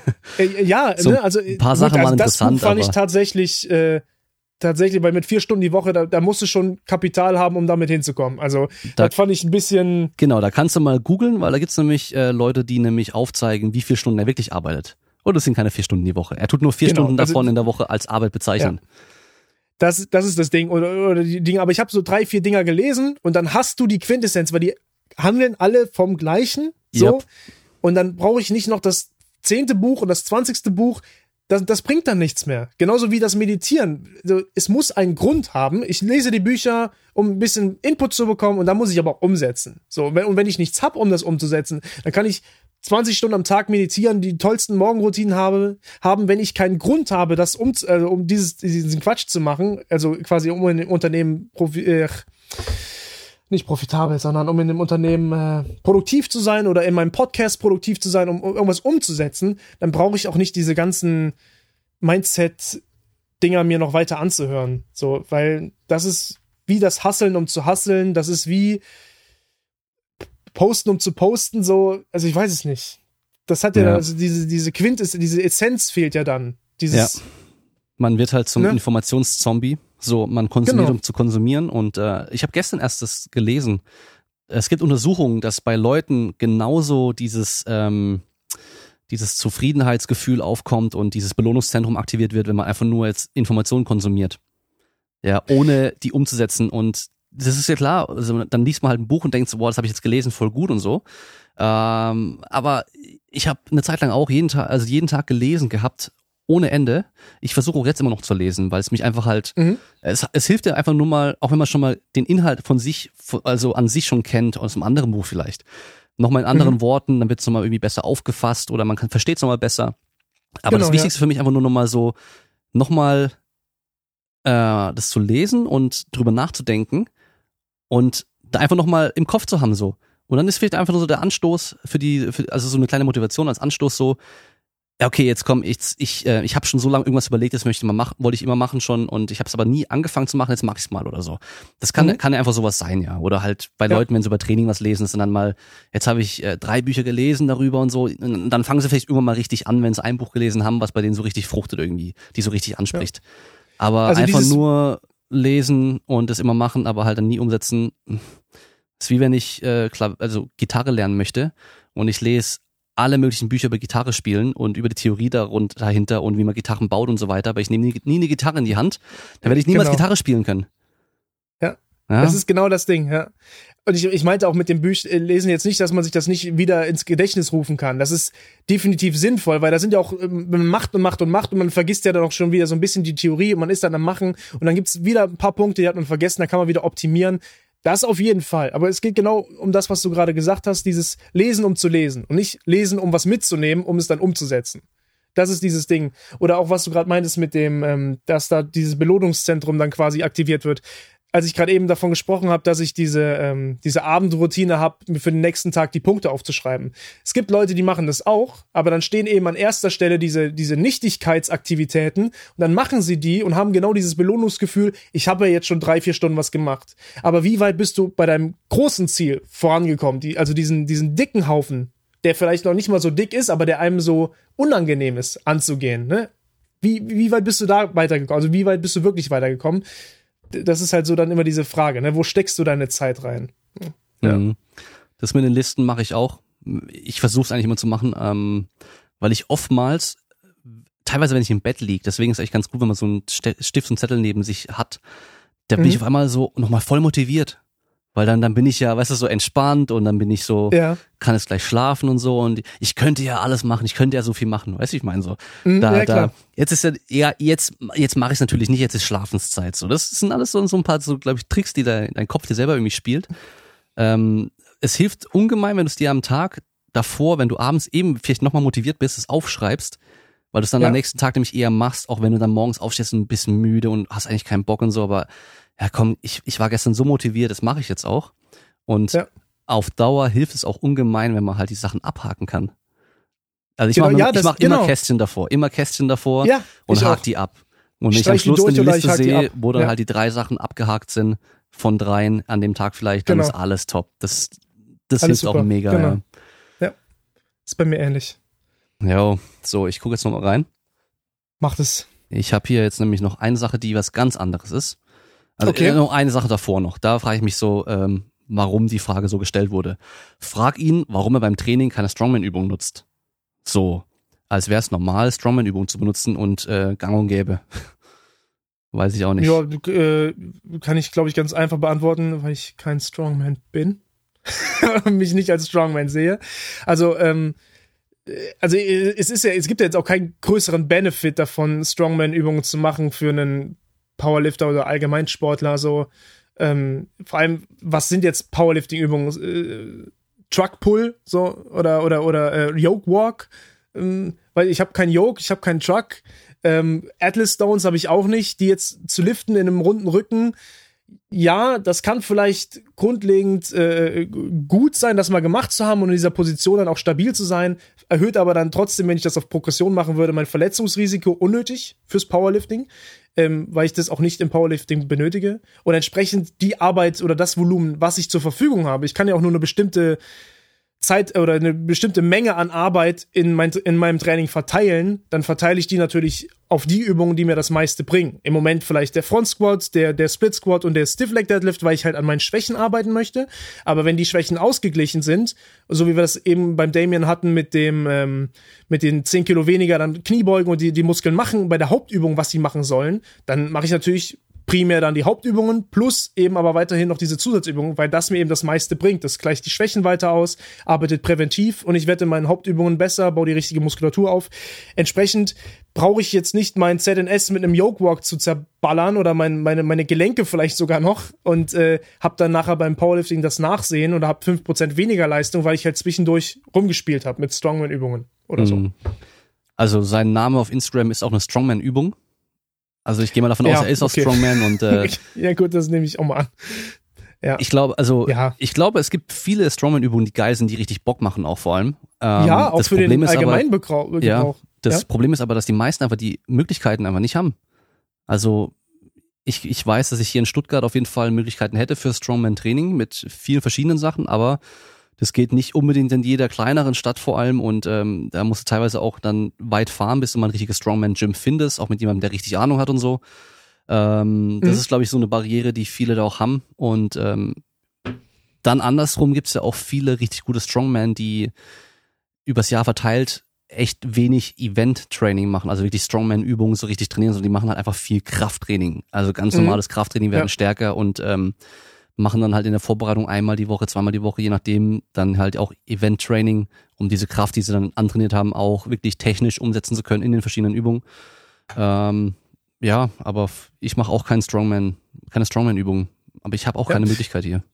Äh, ja, So ne, also ein paar gut, Sachen also waren das interessant, Buch fand ich aber- tatsächlich, äh, tatsächlich, weil mit vier Stunden die Woche, da, da musst du schon Kapital haben, um damit hinzukommen. Also Da- das fand ich ein bisschen, Genau, da kannst du mal googeln, weil da gibt's nämlich äh, Leute, die nämlich aufzeigen, wie viele Stunden er wirklich arbeitet. Und das sind keine vier Stunden die Woche. Er tut nur vier Genau, Stunden also- davon in der Woche als Arbeit bezeichnen. das, das ist das Ding. Oder, oder die Dinge, aber ich habe so drei, vier Dinger gelesen und dann hast du die Quintessenz, weil die handeln alle vom Gleichen. So. Yep. Und dann brauche ich nicht noch das zehnte Buch und das zwanzigste Buch. Das, das bringt dann nichts mehr. Genauso wie das Meditieren. Also, es muss einen Grund haben. Ich lese die Bücher, um ein bisschen Input zu bekommen und dann muss ich aber auch umsetzen. So, wenn, und wenn ich nichts hab, um das umzusetzen, dann kann ich zwanzig Stunden am Tag meditieren, die tollsten Morgenroutinen habe, haben, wenn ich keinen Grund habe, das um, also um dieses, diesen Quatsch zu machen, also quasi um in dem Unternehmen profi äh, nicht profitabel, sondern um in dem Unternehmen äh, produktiv zu sein oder in meinem Podcast produktiv zu sein, um, um irgendwas umzusetzen, dann brauche ich auch nicht diese ganzen Mindset-Dinger mir noch weiter anzuhören. So, weil das ist wie das Hasseln, um zu hasseln, das ist wie Posten, um zu posten, so, also ich weiß es nicht. Das hat ja, Ja. also diese, diese Quintessenz, diese Essenz fehlt ja dann. Dieses, Ja. Man wird halt zum Ne? Informationszombie. So, man konsumiert, Genau. um zu konsumieren. Und äh, ich habe gestern erst das gelesen. Es gibt Untersuchungen, dass bei Leuten genauso dieses ähm, dieses Zufriedenheitsgefühl aufkommt und dieses Belohnungszentrum aktiviert wird, wenn man einfach nur jetzt Informationen konsumiert. Ja, ohne die umzusetzen. Und das ist ja klar, also dann liest man halt ein Buch und denkt so, boah, das habe ich jetzt gelesen, voll gut und so. Ähm, aber ich habe eine Zeit lang auch jeden Tag, also jeden Tag gelesen gehabt ohne Ende. Ich versuche auch jetzt immer noch zu lesen, weil es mich einfach halt, mhm. es, es hilft dir einfach nur mal, auch wenn man schon mal den Inhalt von sich, also an sich schon kennt, aus einem anderen Buch vielleicht, nochmal in anderen mhm. Worten, dann wird es nochmal irgendwie besser aufgefasst oder man versteht es nochmal besser. Aber genau, das Wichtigste ja. für mich einfach nur nochmal so, nochmal äh, das zu lesen und drüber nachzudenken und da einfach nochmal im Kopf zu haben so. Und dann ist vielleicht einfach nur so der Anstoß für die, für, also so eine kleine Motivation als Anstoß so, ja okay, jetzt komm, ich ich äh, ich habe schon so lange irgendwas überlegt, das möchte ich mal machen, wollte ich immer machen schon und ich habe es aber nie angefangen zu machen, jetzt mach ich's mal oder so. Das kann mhm. kann ja einfach sowas sein, ja. Oder halt bei ja. Leuten, wenn sie über Training was lesen, ist dann mal, jetzt habe ich äh, drei Bücher gelesen darüber und so, und dann fangen sie vielleicht irgendwann mal richtig an, wenn sie ein Buch gelesen haben, was bei denen so richtig fruchtet irgendwie, die so richtig anspricht. Ja. Aber also einfach nur lesen und das immer machen, aber halt dann nie umsetzen. Ist wie wenn ich äh, klar, also Gitarre lernen möchte und ich lese alle möglichen Bücher über Gitarre spielen und über die Theorie dahinter und wie man Gitarren baut und so weiter, aber ich nehme nie, nie eine Gitarre in die Hand, dann werde ich niemals genau. Gitarre spielen können. Ja, ja, das ist genau das Ding, ja. Und ich, ich meinte auch mit dem Büchlesen jetzt nicht, dass man sich das nicht wieder ins Gedächtnis rufen kann. Das ist definitiv sinnvoll, weil da sind ja auch, man macht und macht und macht und man vergisst ja dann auch schon wieder so ein bisschen die Theorie und man ist dann am Machen und dann gibt's wieder ein paar Punkte, die hat man vergessen, da kann man wieder optimieren. Das auf jeden Fall. Aber es geht genau um das, was du gerade gesagt hast, dieses Lesen, um zu lesen und nicht lesen, um was mitzunehmen, um es dann umzusetzen. Das ist dieses Ding. Oder auch, was du gerade meintest mit dem, ähm, dass da dieses Belohnungszentrum dann quasi aktiviert wird. Als ich gerade eben davon gesprochen habe, dass ich diese ähm, diese Abendroutine habe, mir für den nächsten Tag die Punkte aufzuschreiben. Es gibt Leute, die machen das auch, aber dann stehen eben an erster Stelle diese diese Nichtigkeitsaktivitäten und dann machen sie die und haben genau dieses Belohnungsgefühl, ich habe ja jetzt schon drei, vier Stunden was gemacht. Aber wie weit bist du bei deinem großen Ziel vorangekommen? Die, also diesen diesen dicken Haufen, der vielleicht noch nicht mal so dick ist, aber der einem so unangenehm ist, anzugehen. Ne? Wie, wie weit bist du da weitergekommen? Also wie weit bist du wirklich weitergekommen? Das ist halt so dann immer diese Frage, ne? Wo steckst du deine Zeit rein? Ja. Das mit den Listen mache ich auch. Ich versuche es eigentlich immer zu machen, ähm, weil ich oftmals, teilweise wenn ich im Bett liege, deswegen ist es eigentlich ganz gut, wenn man so einen Stift und Zettel neben sich hat, da bin mhm. ich auf einmal so nochmal voll motiviert. Weil dann, dann bin ich ja, weißt du, so entspannt und dann bin ich so, ja. kann es gleich schlafen und so und ich könnte ja alles machen, ich könnte ja so viel machen, weißt du, ich meine so. Mhm, da, ja, da, jetzt ist ja, ja, jetzt, jetzt mache ich es natürlich nicht, jetzt ist Schlafenszeit, so. Das sind alles so, so ein paar, so, glaube ich, Tricks, die da, dein Kopf dir selber irgendwie spielt. Ähm, es hilft ungemein, wenn du es dir am Tag davor, wenn du abends eben vielleicht nochmal motiviert bist, es aufschreibst, weil du es dann ja. am nächsten Tag nämlich eher machst, auch wenn du dann morgens aufstehst und ein bisschen müde und hast eigentlich keinen Bock und so, aber ja komm, ich, ich war gestern so motiviert, das mache ich jetzt auch. Und ja. auf Dauer hilft es auch ungemein, wenn man halt die Sachen abhaken kann. Also ich genau, mache ja, mach genau. immer Kästchen davor, immer Kästchen davor ja, und hake die ab. Und wenn ich am Schluss in die Liste sehe, wo dann ja. halt die drei Sachen abgehakt sind, von dreien an dem Tag vielleicht, dann genau. ist alles top. Das, das alles hilft super. Auch mega. Genau. Ja. ja, ist bei mir ähnlich. Ja, so, ich gucke jetzt nochmal rein. Macht es. Ich habe hier jetzt nämlich noch eine Sache, die was ganz anderes ist. Also okay. äh, noch eine Sache davor noch. Da frage ich mich so, ähm, warum die Frage so gestellt wurde. Frag ihn, warum er beim Training keine Strongman-Übung nutzt. So, als wäre es normal, Strongman-Übungen zu benutzen und äh, gang und gäbe. Weiß ich auch nicht. Ja, äh, kann ich, glaube ich, ganz einfach beantworten, weil ich kein Strongman bin. und mich nicht als Strongman sehe. Also, ähm, also es ist ja, es gibt ja jetzt auch keinen größeren Benefit davon, Strongman-Übungen zu machen für einen Powerlifter oder Allgemeinsportler, so, ähm, vor allem, was sind jetzt Powerlifting-Übungen? Äh, Truck-Pull, so, oder, oder, oder, äh, Yoke-Walk, ähm, weil ich habe keinen Yoke, ich habe keinen Truck, ähm, Atlas Stones habe ich auch nicht, die jetzt zu liften in einem runden Rücken, ja, das kann vielleicht grundlegend äh, gut sein, das mal gemacht zu haben und in dieser Position dann auch stabil zu sein, erhöht aber dann trotzdem, wenn ich das auf Progression machen würde, mein Verletzungsrisiko unnötig fürs Powerlifting, ähm, weil ich das auch nicht im Powerlifting benötige und entsprechend die Arbeit oder das Volumen, was ich zur Verfügung habe, ich kann ja auch nur eine bestimmte Zeit oder eine bestimmte Menge an Arbeit in, mein, in meinem Training verteilen, dann verteile ich die natürlich auf die Übungen, die mir das meiste bringen. Im Moment vielleicht der Front Squat, der, der Split Squat und der Stiff Leg Deadlift, weil ich halt an meinen Schwächen arbeiten möchte. Aber wenn die Schwächen ausgeglichen sind, so wie wir das eben beim Damien hatten mit dem, ähm, mit den zehn Kilo weniger, dann Kniebeugen und die, die Muskeln machen bei der Hauptübung, was sie machen sollen, dann mache ich natürlich primär dann die Hauptübungen plus eben aber weiterhin noch diese Zusatzübungen, weil das mir eben das meiste bringt. Das gleicht die Schwächen weiter aus, arbeitet präventiv und ich werde in meinen Hauptübungen besser, baue die richtige Muskulatur auf. Entsprechend brauche ich jetzt nicht mein Z N S mit einem Yoke Walk zu zerballern oder mein, meine, meine Gelenke vielleicht sogar noch und äh, habe dann nachher beim Powerlifting das Nachsehen oder habe fünf Prozent weniger Leistung, weil ich halt zwischendurch rumgespielt habe mit Strongman-Übungen oder so. Also sein Name auf Instagram ist auch eine Strongman-Übung. Also ich gehe mal davon ja, aus, er ist okay. auch Strongman und äh, ja gut, das nehme ich auch mal an. Ja. Ich glaube, also ja. ich glaube, es gibt viele Strongman-Übungen, die geil sind, die richtig Bock machen auch vor allem. Ähm, ja, auch das für Problem den allgemeinen Gebrauch. Gebrauch. Ja, das ja? Problem ist aber, dass die meisten einfach die Möglichkeiten einfach nicht haben. Also ich, ich weiß, dass ich hier in Stuttgart auf jeden Fall Möglichkeiten hätte für Strongman-Training mit vielen verschiedenen Sachen, aber das geht nicht unbedingt in jeder kleineren Stadt vor allem und ähm, da musst du teilweise auch dann weit fahren, bis du mal ein richtiges Strongman-Gym findest, auch mit jemandem, der richtig Ahnung hat und so. Ähm, das mhm. ist, glaube ich, so eine Barriere, die viele da auch haben. Und ähm, dann andersrum gibt's ja auch viele richtig gute Strongman, die übers Jahr verteilt echt wenig Event-Training machen, also wirklich Strongman-Übungen so richtig trainieren, sondern die machen halt einfach viel Krafttraining. Also ganz mhm. normales Krafttraining, werden ja. stärker und ähm, machen dann halt in der Vorbereitung einmal die Woche, zweimal die Woche, je nachdem, dann halt auch Event-Training, um diese Kraft, die sie dann antrainiert haben, auch wirklich technisch umsetzen zu können in den verschiedenen Übungen. Ähm, ja, aber ich mache auch keinen Strongman, keine Strongman-Übungen, aber ich habe auch ja. keine Möglichkeit hier.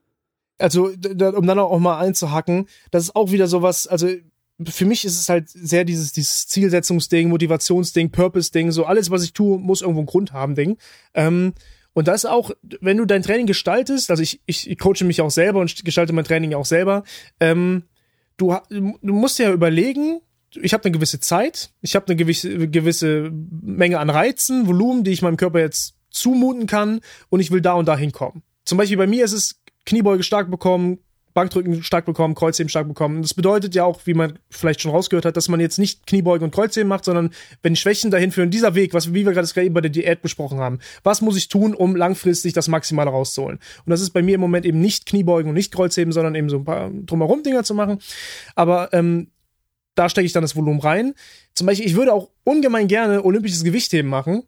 Also, da, um dann auch mal einzuhacken, das ist auch wieder sowas, also für mich ist es halt sehr dieses, dieses Zielsetzungsding, Motivationsding, Purpose-Ding, so alles, was ich tue, muss irgendwo einen Grund haben, Ding. Ähm, Und das auch, wenn du dein Training gestaltest, also ich, ich, ich coache mich auch selber und gestalte mein Training auch selber, ähm, du, du musst ja überlegen, ich habe eine gewisse Zeit, ich habe eine gewisse, gewisse Menge an Reizen, Volumen, die ich meinem Körper jetzt zumuten kann und ich will da und da hinkommen. Zum Beispiel bei mir ist es Kniebeuge stark bekommen, Bankdrücken stark bekommen, Kreuzheben stark bekommen. Das bedeutet ja auch, wie man vielleicht schon rausgehört hat, dass man jetzt nicht Kniebeugen und Kreuzheben macht, sondern wenn Schwächen dahin führen, dieser Weg, was wie wir gerade eben bei der Diät besprochen haben, was muss ich tun, um langfristig das Maximale rauszuholen? Und das ist bei mir im Moment eben nicht Kniebeugen und nicht Kreuzheben, sondern eben so ein paar drumherum Dinger zu machen. Aber ähm, da stecke ich dann das Volumen rein. Zum Beispiel, ich würde auch ungemein gerne olympisches Gewichtheben machen,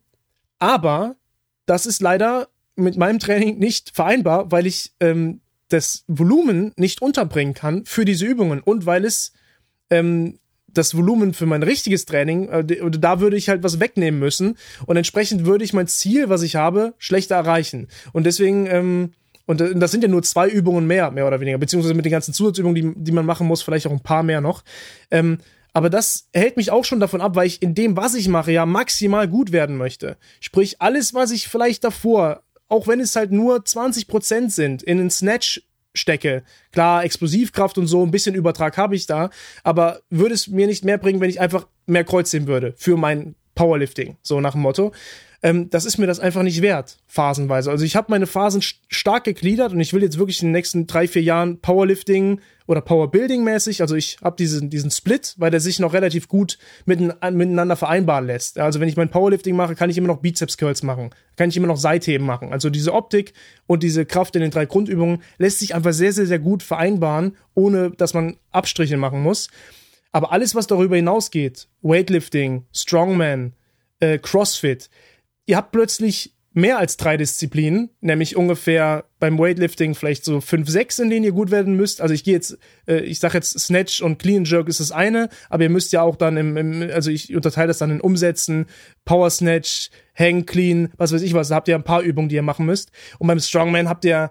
aber das ist leider mit meinem Training nicht vereinbar, weil ich ähm, das Volumen nicht unterbringen kann für diese Übungen und weil es ähm, das Volumen für mein richtiges Training, äh, da würde ich halt was wegnehmen müssen und entsprechend würde ich mein Ziel, was ich habe, schlechter erreichen. Und deswegen, ähm, und das sind ja nur zwei Übungen mehr, mehr oder weniger, beziehungsweise mit den ganzen Zusatzübungen, die, die man machen muss, vielleicht auch ein paar mehr noch. Ähm, aber das hält mich auch schon davon ab, weil ich in dem, was ich mache, ja maximal gut werden möchte. Sprich, alles, was ich vielleicht davor, auch wenn es halt nur zwanzig Prozent sind, in den Snatch stecke. Klar, Explosivkraft und so, ein bisschen Übertrag habe ich da, aber würde es mir nicht mehr bringen, wenn ich einfach mehr Kreuzheben würde für mein Powerlifting, so nach dem Motto. Ähm, das ist mir das einfach nicht wert, phasenweise. Also ich habe meine Phasen st- stark gegliedert und ich will jetzt wirklich in den nächsten drei, vier Jahren Powerlifting oder Powerbuilding-mäßig, also ich habe diesen, diesen Split, weil der sich noch relativ gut mitten, miteinander vereinbaren lässt. Also wenn ich mein Powerlifting mache, kann ich immer noch Bizeps-Curls machen, kann ich immer noch Seitheben machen. Also diese Optik und diese Kraft in den drei Grundübungen lässt sich einfach sehr, sehr, sehr gut vereinbaren, ohne dass man Abstriche machen muss. Aber alles, was darüber hinausgeht, Weightlifting, Strongman, äh, Crossfit, ihr habt plötzlich mehr als drei Disziplinen, nämlich ungefähr beim Weightlifting vielleicht so fünf, sechs, in denen ihr gut werden müsst. Also ich gehe jetzt, äh, ich sag jetzt Snatch und Clean Jerk ist das eine, aber ihr müsst ja auch dann im, im also ich unterteile das dann in Umsätzen, Power Snatch, Hang Clean, was weiß ich was, da habt ihr ein paar Übungen, die ihr machen müsst. Und beim Strongman habt ihr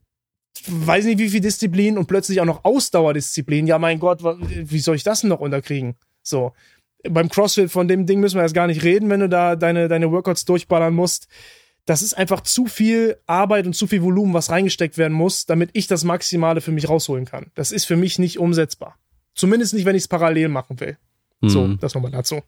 weiß nicht wie viel Disziplinen und plötzlich auch noch Ausdauerdisziplinen. Ja, mein Gott, wie soll ich das denn noch unterkriegen? So. Beim CrossFit, von dem Ding müssen wir jetzt gar nicht reden, wenn du da deine, deine Workouts durchballern musst. Das ist einfach zu viel Arbeit und zu viel Volumen, was reingesteckt werden muss, damit ich das Maximale für mich rausholen kann. Das ist für mich nicht umsetzbar. Zumindest nicht, wenn ich es parallel machen will. Mhm. So, das nochmal dazu.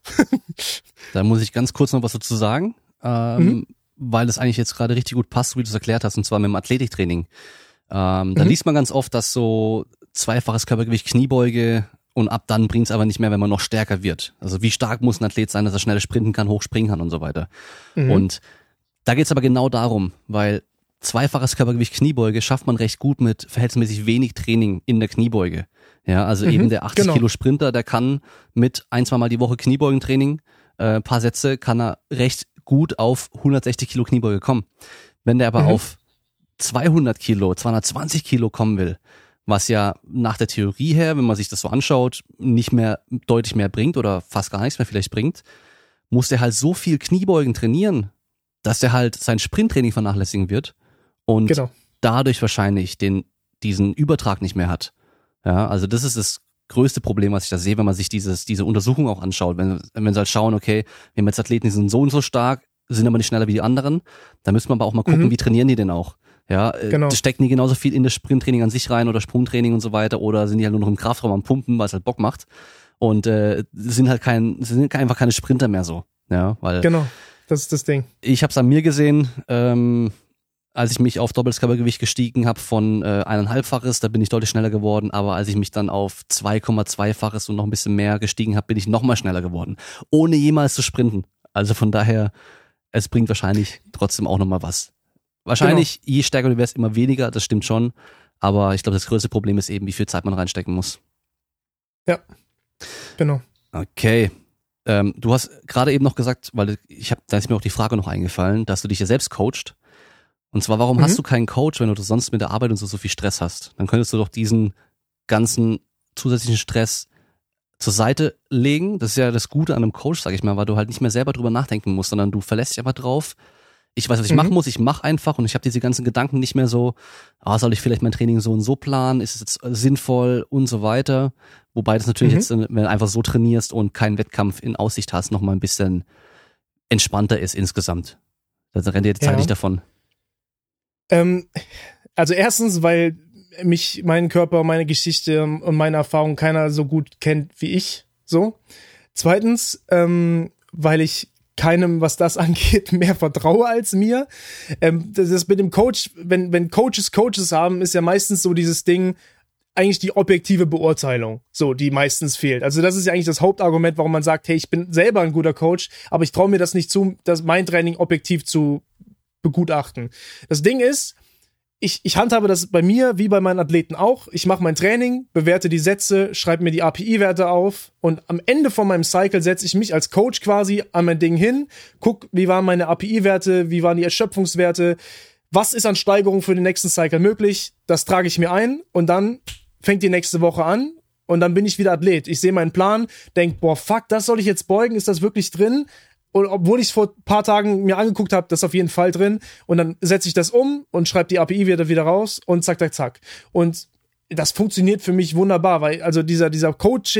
Da muss ich ganz kurz noch was dazu sagen, ähm, mhm. weil das eigentlich jetzt gerade richtig gut passt, wie du es erklärt hast, und zwar mit dem Athletiktraining. Ähm, da mhm. liest man ganz oft, dass so zweifaches Körpergewicht Kniebeuge und ab dann bringt's aber nicht mehr, wenn man noch stärker wird. Also wie stark muss ein Athlet sein, dass er schnell sprinten kann, hochspringen kann und so weiter. Mhm. Und da geht's aber genau darum, weil zweifaches Körpergewicht Kniebeuge schafft man recht gut mit verhältnismäßig wenig Training in der Kniebeuge. Ja, also mhm, eben der achtzig genau. Kilo Sprinter, der kann mit ein, zwei Mal die Woche Kniebeugentraining, äh, paar Sätze, kann er recht gut auf hundertsechzig Kilo Kniebeuge kommen. Wenn der aber mhm. auf zweihundert Kilo, zweihundertzwanzig Kilo kommen will, was ja nach der Theorie her, wenn man sich das so anschaut, nicht mehr deutlich mehr bringt oder fast gar nichts mehr vielleicht bringt, muss der halt so viel Kniebeugen trainieren, dass der halt sein Sprinttraining vernachlässigen wird und genau. dadurch wahrscheinlich den diesen Übertrag nicht mehr hat. Ja, also das ist das größte Problem, was ich da sehe, wenn man sich dieses diese Untersuchung auch anschaut. Wenn, wenn sie halt schauen, okay, wir haben jetzt Athleten, die sind so und so stark, sind aber nicht schneller wie die anderen, dann müssen wir aber auch mal gucken, mhm. wie trainieren die denn auch. Ja, genau. Stecken die genauso viel in das Sprinttraining an sich rein oder Sprungtraining und so weiter oder sind die halt nur noch im Kraftraum am Pumpen, weil es halt Bock macht und äh, sind halt kein, sind einfach keine Sprinter mehr so. Ja, weil genau, das ist das Ding. Ich habe es an mir gesehen, ähm, als ich mich auf doppeltes Körpergewicht gestiegen habe von äh, eineinhalbfaches, da bin ich deutlich schneller geworden, aber als ich mich dann auf zwei Komma zwei-faches und noch ein bisschen mehr gestiegen habe, bin ich noch mal schneller geworden, ohne jemals zu sprinten. Also von daher, es bringt wahrscheinlich trotzdem auch noch mal was. Wahrscheinlich, genau. je stärker du wärst, immer weniger, das stimmt schon. Aber ich glaube, das größte Problem ist eben, wie viel Zeit man reinstecken muss. Ja, genau. Okay. Ähm, du hast gerade eben noch gesagt, weil ich hab, da ist mir auch die Frage noch eingefallen, dass du dich ja selbst coachst. Und zwar, warum mhm. hast du keinen Coach, wenn du sonst mit der Arbeit und so, so viel Stress hast? Dann könntest du doch diesen ganzen zusätzlichen Stress zur Seite legen. Das ist ja das Gute an einem Coach, sag ich mal, weil du halt nicht mehr selber drüber nachdenken musst, sondern du verlässt dich einfach drauf. Ich weiß, was ich mhm. machen muss, ich mache einfach und ich habe diese ganzen Gedanken nicht mehr so, ah, soll ich vielleicht mein Training so und so planen, ist es jetzt sinnvoll und so weiter. Wobei das natürlich mhm. jetzt, wenn du einfach so trainierst und keinen Wettkampf in Aussicht hast, nochmal ein bisschen entspannter ist insgesamt. Da rennt dir die Zeit ja. nicht davon. Ähm, also erstens, weil mich, meinen Körper, meine Geschichte und meine Erfahrung keiner so gut kennt wie ich, so. Zweitens, ähm, weil ich keinem, was das angeht, mehr vertraue als mir. Ähm, das ist mit dem Coach, wenn, wenn Coaches Coaches haben, ist ja meistens so dieses Ding, eigentlich die objektive Beurteilung, so, die meistens fehlt. Also das ist ja eigentlich das Hauptargument, warum man sagt, hey, ich bin selber ein guter Coach, aber ich traue mir das nicht zu, das mein Training objektiv zu begutachten. Das Ding ist, Ich, ich handhabe das bei mir wie bei meinen Athleten auch. Ich mache mein Training, bewerte die Sätze, schreibe mir die A P I-Werte auf und am Ende von meinem Cycle setze ich mich als Coach quasi an mein Ding hin, guck, wie waren meine A P I-Werte, wie waren die Erschöpfungswerte, was ist an Steigerung für den nächsten Cycle möglich, das trage ich mir ein und dann fängt die nächste Woche an und dann bin ich wieder Athlet. Ich sehe meinen Plan, denk, boah, fuck, das soll ich jetzt beugen, ist das wirklich drin? Und obwohl ich es vor ein paar Tagen mir angeguckt habe, das ist auf jeden Fall drin. Und dann setze ich das um und schreibe die A P I-Werte wieder raus und zack, zack, zack. Und das funktioniert für mich wunderbar, weil also dieser, dieser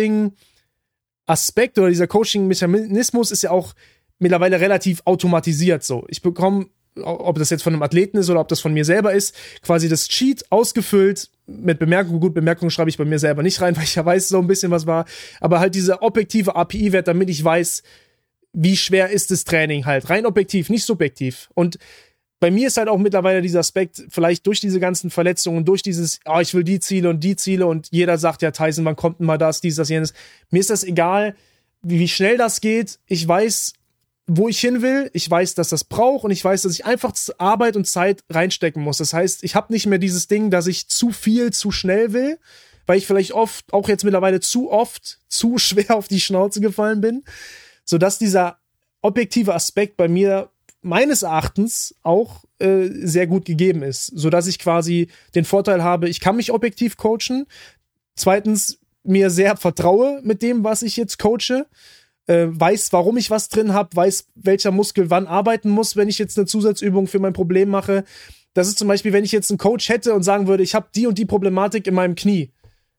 Coaching-Aspekt oder dieser Coaching-Mechanismus ist ja auch mittlerweile relativ automatisiert so. Ich bekomme, ob das jetzt von einem Athleten ist oder ob das von mir selber ist, quasi das Cheat ausgefüllt mit Bemerkungen. Gut, Bemerkungen schreibe ich bei mir selber nicht rein, weil ich ja weiß so ein bisschen, was war. Aber halt dieser objektive A P I-Wert, damit ich weiß, wie schwer ist das Training halt, rein objektiv, nicht subjektiv. Und bei mir ist halt auch mittlerweile dieser Aspekt, vielleicht durch diese ganzen Verletzungen, durch dieses, oh, ich will die Ziele und die Ziele und jeder sagt, ja, Tyson, wann kommt denn mal das, dies, das, jenes. Mir ist das egal, wie, wie schnell das geht. Ich weiß, wo ich hin will. Ich weiß, dass das braucht und ich weiß, dass ich einfach Arbeit und Zeit reinstecken muss. Das heißt, ich habe nicht mehr dieses Ding, dass ich zu viel, zu schnell will, weil ich vielleicht oft, auch jetzt mittlerweile zu oft, zu schwer auf die Schnauze gefallen bin. Sodass dieser objektive Aspekt bei mir meines Erachtens auch äh, sehr gut gegeben ist, sodass ich quasi den Vorteil habe, ich kann mich objektiv coachen, zweitens mir sehr vertraue mit dem, was ich jetzt coache, äh, weiß, warum ich was drin habe, weiß, welcher Muskel wann arbeiten muss, wenn ich jetzt eine Zusatzübung für mein Problem mache. Das ist zum Beispiel, wenn ich jetzt einen Coach hätte und sagen würde, ich habe die und die Problematik in meinem Knie,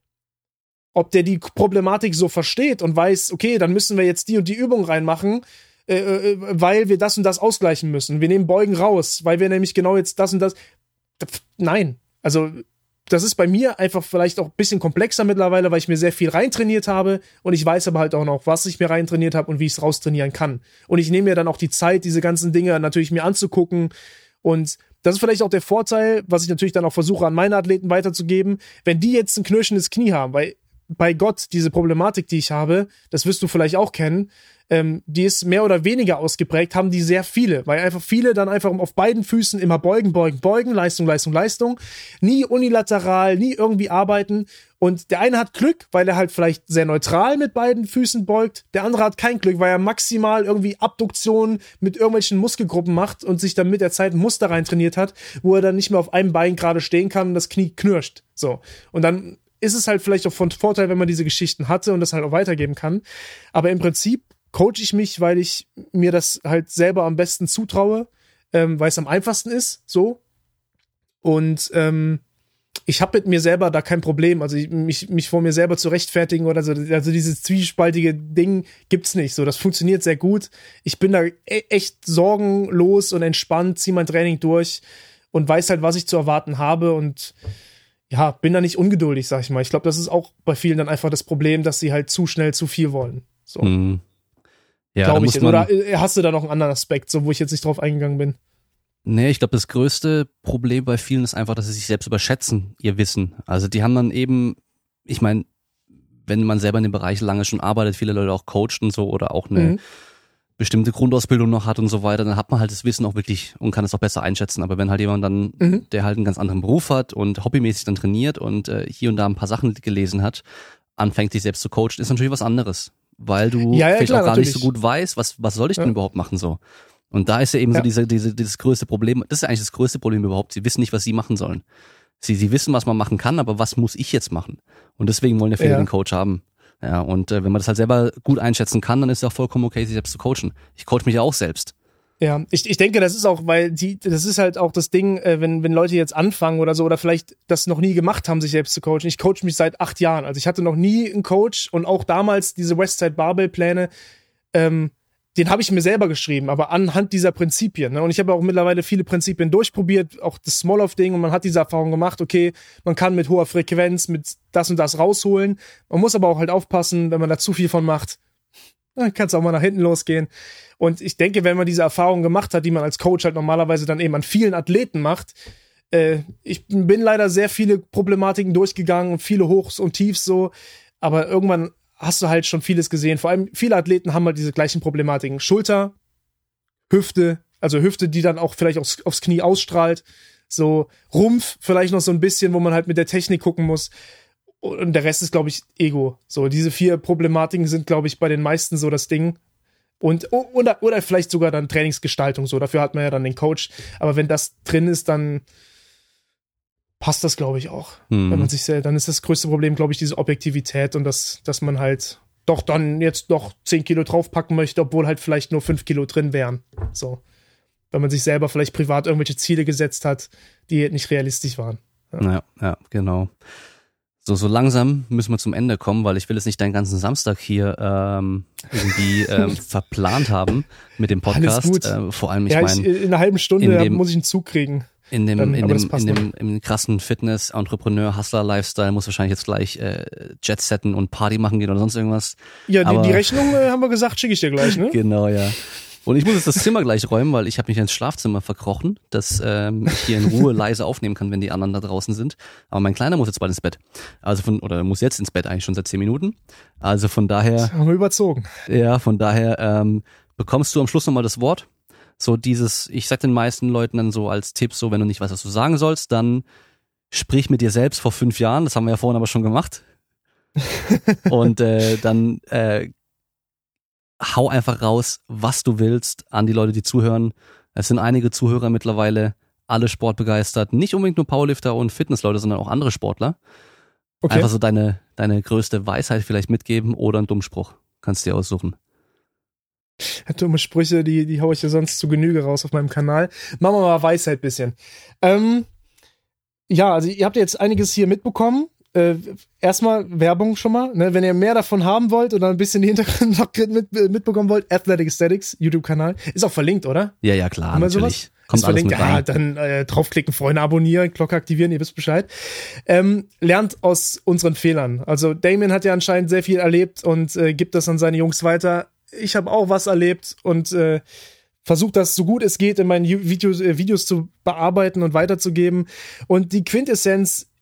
ob der die Problematik so versteht und weiß, okay, dann müssen wir jetzt die und die Übung reinmachen, äh, weil wir das und das ausgleichen müssen. Wir nehmen Beugen raus, weil wir nämlich genau jetzt das und das... Nein, also das ist bei mir einfach vielleicht auch ein bisschen komplexer mittlerweile, weil ich mir sehr viel reintrainiert habe und ich weiß aber halt auch noch, was ich mir reintrainiert habe und wie ich es raustrainieren kann. Und ich nehme mir dann auch die Zeit, diese ganzen Dinge natürlich mir anzugucken und das ist vielleicht auch der Vorteil, was ich natürlich dann auch versuche, an meine Athleten weiterzugeben, wenn die jetzt ein knirschendes Knie haben, weil bei Gott, diese Problematik, die ich habe, das wirst du vielleicht auch kennen, ähm, die ist mehr oder weniger ausgeprägt, haben die sehr viele, weil einfach viele dann einfach auf beiden Füßen immer beugen, beugen, beugen, Leistung, Leistung, Leistung, nie unilateral, nie irgendwie arbeiten. Und der eine hat Glück, weil er halt vielleicht sehr neutral mit beiden Füßen beugt. Der andere hat kein Glück, weil er maximal irgendwie Abduktionen mit irgendwelchen Muskelgruppen macht und sich dann mit der Zeit ein Muster rein trainiert hat, wo er dann nicht mehr auf einem Bein gerade stehen kann und das Knie knirscht. So. Und dann ist es halt vielleicht auch von Vorteil, wenn man diese Geschichten hatte und das halt auch weitergeben kann. Aber im Prinzip coache ich mich, weil ich mir das halt selber am besten zutraue, ähm, weil es am einfachsten ist, so. Und ähm, ich habe mit mir selber da kein Problem, also ich, mich, mich vor mir selber zu rechtfertigen oder so, also dieses zwiespaltige Ding gibt's nicht, so, das funktioniert sehr gut. Ich bin da e- echt sorgenlos und entspannt, ziehe mein Training durch und weiß halt, was ich zu erwarten habe und ja, bin da nicht ungeduldig, sag ich mal. Ich glaube, das ist auch bei vielen dann einfach das Problem, dass sie halt zu schnell zu viel wollen. So. Mhm. Ja, glaube da ich. muss man, Oder hast du da noch einen anderen Aspekt, so wo ich jetzt nicht drauf eingegangen bin? Nee, ich glaube, das größte Problem bei vielen ist einfach, dass sie sich selbst überschätzen, ihr Wissen. Also die haben dann eben, ich meine, wenn man selber in dem Bereich lange schon arbeitet, viele Leute auch coacht und so oder auch eine Mhm. bestimmte Grundausbildung noch hat und so weiter, dann hat man halt das Wissen auch wirklich und kann es auch besser einschätzen. Aber wenn halt jemand dann, Mhm. der halt einen ganz anderen Beruf hat und hobbymäßig dann trainiert und äh, hier und da ein paar Sachen gelesen hat, anfängt sich selbst zu coachen, ist natürlich was anderes. Weil du Ja, ja, vielleicht klar, auch gar natürlich. nicht so gut weißt, was, was soll ich denn Ja. überhaupt machen so. Und da ist ja eben Ja. so diese, diese, dieses größte Problem, das ist eigentlich das größte Problem überhaupt. Sie wissen nicht, was sie machen sollen. Sie, sie wissen, was man machen kann, aber was muss ich jetzt machen? Und deswegen wollen ja viele Ja. den Coach haben. Ja, und äh, wenn man das halt selber gut einschätzen kann, dann ist es auch vollkommen okay, sich selbst zu coachen. Ich coach mich ja auch selbst. Ja, ich, ich denke, das ist auch, weil die, das ist halt auch das Ding, äh, wenn, wenn Leute jetzt anfangen oder so oder vielleicht das noch nie gemacht haben, sich selbst zu coachen. Ich coach mich seit acht Jahren. Also ich hatte noch nie einen Coach und auch damals diese Westside Barbell Pläne, ähm, den habe ich mir selber geschrieben, aber anhand dieser Prinzipien. Ne? Und ich habe auch mittlerweile viele Prinzipien durchprobiert, auch das Small-Off-Ding, und man hat diese Erfahrung gemacht, okay, man kann mit hoher Frequenz mit das und das rausholen. Man muss aber auch halt aufpassen, wenn man da zu viel von macht, dann kann es auch mal nach hinten losgehen. Und ich denke, wenn man diese Erfahrung gemacht hat, die man als Coach halt normalerweise dann eben an vielen Athleten macht, äh, ich bin leider sehr viele Problematiken durchgegangen und viele Hochs und Tiefs so, aber irgendwann hast du halt schon vieles gesehen. Vor allem viele Athleten haben halt diese gleichen Problematiken. Schulter, Hüfte, also Hüfte, die dann auch vielleicht aufs, aufs Knie ausstrahlt. So Rumpf vielleicht noch so ein bisschen, wo man halt mit der Technik gucken muss. Und der Rest ist, glaube ich, Ego. So, diese vier Problematiken sind, glaube ich, bei den meisten so das Ding. Und, oder, oder vielleicht sogar dann Trainingsgestaltung. So, dafür hat man ja dann den Coach. Aber wenn das drin ist, dann passt das, glaube ich, auch. Hm. Wenn man sich sehr, dann ist das größte Problem, glaube ich, diese Objektivität und das, dass man halt doch dann jetzt noch zehn Kilo draufpacken möchte, obwohl halt vielleicht nur fünf Kilo drin wären. So. Wenn man sich selber vielleicht privat irgendwelche Ziele gesetzt hat, die nicht realistisch waren. Ja, ja, ja genau. So, so langsam müssen wir zum Ende kommen, weil ich will jetzt nicht deinen ganzen Samstag hier ähm, irgendwie ähm, verplant haben mit dem Podcast. Alles gut. Äh, vor allem, ich ja, meine, in einer halben Stunde in dem- muss ich einen Zug kriegen. in dem, dann- in aber dem, das passt in dem, im krassen Fitness, Entrepreneur, Hustler, Lifestyle muss wahrscheinlich jetzt gleich äh, Jet setten und Party machen gehen oder sonst irgendwas. Ja, die, Aber- die Rechnung, äh, haben wir gesagt, schicke ich dir gleich, ne? Genau, ja. Und ich muss jetzt das Zimmer gleich räumen, weil ich habe mich ins Schlafzimmer verkrochen, dass ähm, ich hier in Ruhe leise aufnehmen kann, wenn die anderen da draußen sind. Aber mein Kleiner muss jetzt bald ins Bett. Also von, oder muss jetzt ins Bett eigentlich schon seit zehn Minuten. Also von daher, Haben wir überzogen. ja, von daher ähm, bekommst du am Schluss nochmal das Wort. So dieses, ich sag den meisten Leuten dann so als Tipp, so wenn du nicht weißt, was du sagen sollst, dann sprich mit dir selbst vor fünf Jahren. Das haben wir ja vorhin aber schon gemacht. Und äh, dann äh, hau einfach raus, was du willst an die Leute, die zuhören. Es sind einige Zuhörer mittlerweile, alle sportbegeistert. Nicht unbedingt nur Powerlifter und Fitnessleute, sondern auch andere Sportler. Okay. Einfach so deine, deine größte Weisheit vielleicht mitgeben oder einen Dummspruch. Kannst dir aussuchen. Dumme Sprüche, die, die hau ich ja sonst zu Genüge raus auf meinem Kanal. Machen wir mal Weisheit ein bisschen. Ähm, ja, also ihr habt jetzt einiges hier mitbekommen. Äh, erstmal Werbung schon mal. Ne? Wenn ihr mehr davon haben wollt oder ein bisschen die Hintergründe noch mit, mitbekommen wollt, Athletic Aesthetics, YouTube-Kanal. Ist auch verlinkt, oder? Ja, ja, klar, Haben wir natürlich. sowas? Kommt Ist alles verlinkt, mit ja, rein. dann äh, draufklicken, Freunde abonnieren, Glocke aktivieren, ihr wisst Bescheid. Ähm, lernt aus unseren Fehlern. Also Damien hat ja anscheinend sehr viel erlebt und äh, gibt das an seine Jungs weiter. Ich habe auch was erlebt und äh, versuche das so gut es geht in meinen Videos, äh, Videos zu bearbeiten und weiterzugeben. Und die Quintessenz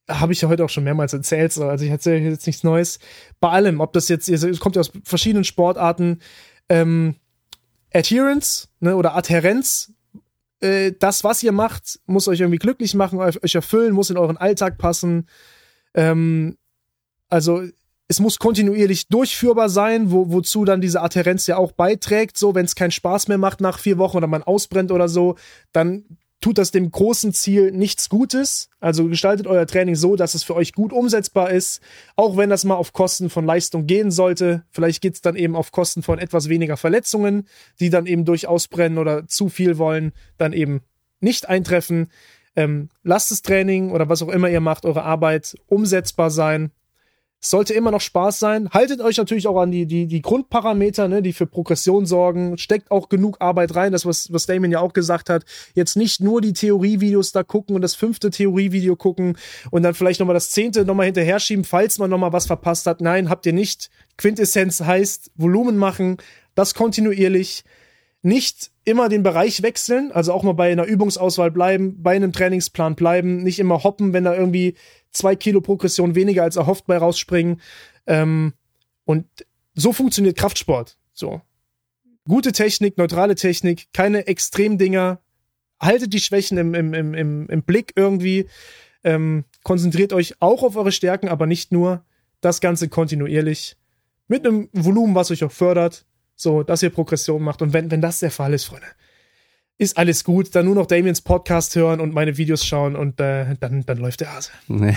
habe ich ja heute auch schon mehrmals erzählt, so. Also ich erzähle jetzt nichts Neues. Bei allem, ob das jetzt, es kommt ja aus verschiedenen Sportarten, ähm, Adherence, ne, oder Adhärenz, äh, das, was ihr macht, muss euch irgendwie glücklich machen, euch erfüllen, muss in euren Alltag passen. Ähm, also es muss kontinuierlich durchführbar sein, wo, wozu dann diese Adhärenz ja auch beiträgt. So, wenn es keinen Spaß mehr macht nach vier Wochen oder man ausbrennt oder so, dann tut das dem großen Ziel nichts Gutes. Also gestaltet euer Training so, dass es für euch gut umsetzbar ist, auch wenn das mal auf Kosten von Leistung gehen sollte. Vielleicht geht es dann eben auf Kosten von etwas weniger Verletzungen, die dann eben durch Ausbrennen oder zu viel wollen, dann eben nicht eintreffen. Ähm, lasst das Training oder was auch immer ihr macht, eure Arbeit umsetzbar sein. Es sollte immer noch Spaß sein. Haltet euch natürlich auch an die, die, die Grundparameter, ne, die für Progression sorgen. Steckt auch genug Arbeit rein, das, was, was Damien ja auch gesagt hat. Jetzt nicht nur die Theorievideos da gucken und das fünfte Theorievideo gucken und dann vielleicht nochmal das zehnte nochmal hinterher schieben, falls man nochmal was verpasst hat. Nein, habt ihr nicht. Quintessenz heißt Volumen machen, das kontinuierlich. Nicht immer den Bereich wechseln, also auch mal bei einer Übungsauswahl bleiben, bei einem Trainingsplan bleiben, nicht immer hoppen, wenn da irgendwie zwei Kilo Progression weniger als erhofft bei rausspringen. Ähm, und so funktioniert Kraftsport. So. Gute Technik, neutrale Technik, keine Extremdinger. Haltet die Schwächen im, im, im, im, im Blick irgendwie. Ähm, konzentriert euch auch auf eure Stärken, aber nicht nur. Das Ganze kontinuierlich. Mit einem Volumen, was euch auch fördert. So, dass ihr Progression macht. Und wenn, wenn das der Fall ist, Freunde, ist alles gut. Dann nur noch Damiens Podcast hören und meine Videos schauen und äh, dann, dann läuft der Hase.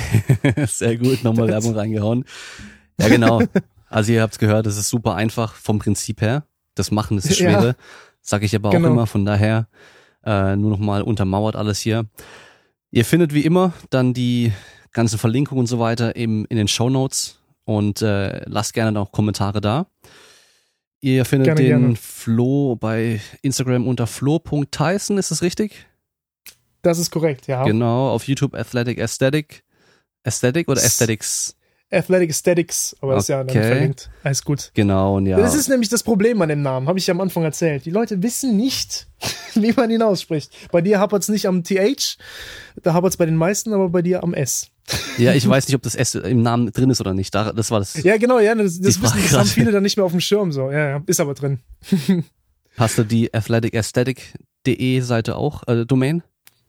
Sehr gut, nochmal Werbung reingehauen. Ja, genau. Also ihr habt's gehört, es ist super einfach vom Prinzip her. Das Machen ist das Schwere. Ja, sag ich aber auch genau. immer. Von daher äh, nur nochmal untermauert alles hier. Ihr findet wie immer dann die ganzen Verlinkungen und so weiter eben in den Shownotes und äh, lasst gerne noch Kommentare da. Ihr findet gerne, den gerne. Flo bei Instagram unter flo punkt tyson, ist das richtig? Das ist korrekt, ja. Genau, auf YouTube Athletic Aesthetic. Aesthetic oder Aesthetics? Athletic Aesthetics, aber okay. Ist ja dann verlinkt. Alles gut. Genau, und ja. Das ist nämlich das Problem an dem Namen, habe ich ja am Anfang erzählt. Die Leute wissen nicht, wie man ihn ausspricht. Bei dir hapert es nicht am T H, da hapert es bei den meisten, aber bei dir am S. Ja, ich weiß nicht, ob das S im Namen drin ist oder nicht. Das war das. Ja, genau, ja, das, das, wissen, das haben viele dann nicht mehr auf dem Schirm. So, ja, ja, ist aber drin. Hast du die athletic aesthetic punkt de Seite auch, äh, Domain?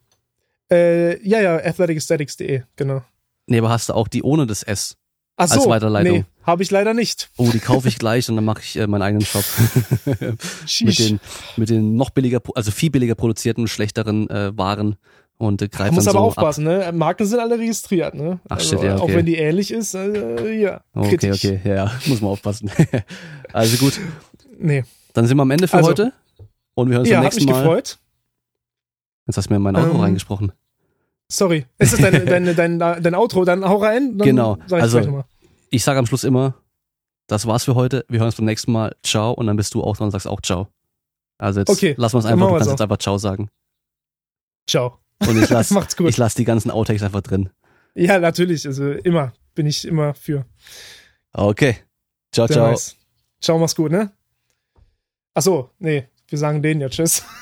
Äh, ja, ja, athletic aesthetics punkt de, genau. Nee, aber hast du auch die ohne das S? Ach so, als Weiterleitung? Nee, habe ich leider nicht. Oh, die kaufe ich gleich und dann mache ich äh, meinen eigenen Shop. mit den mit den noch billiger, also viel billiger produzierten, schlechteren äh, Waren. Und äh, greift muss dann aber so aufpassen, ab. Ne? Marken sind alle registriert, ne? Ach also, shit, ja, okay. Auch wenn die ähnlich ist, äh, ja. Okay, kritisch. okay, ja, ja, muss man aufpassen. Also gut. Nee. Dann sind wir am Ende für also, heute. Und wir hören uns ja, beim nächsten Mal. Ja, hat mich gefreut. Jetzt hast du mir in mein Auto ähm, reingesprochen. Sorry. Ist das dein, dein, dein, dein, dein Outro? Dann hau rein. Dann genau. Sag ich also, ich sage am Schluss immer, das war's für heute. Wir hören uns beim nächsten Mal. Ciao. Und dann bist du auch dran und sagst auch Ciao. Also jetzt okay, lassen wir es einfach, du kannst so. jetzt einfach Ciao sagen. Ciao. Und ich lasse ich lass die ganzen Outtakes einfach drin. Ja, natürlich. Also immer. Bin ich immer für. Okay. Ciao, Sehr ciao. Nice. Ciao, mach's gut, ne? Ach so, nee. Wir sagen denen ja Tschüss.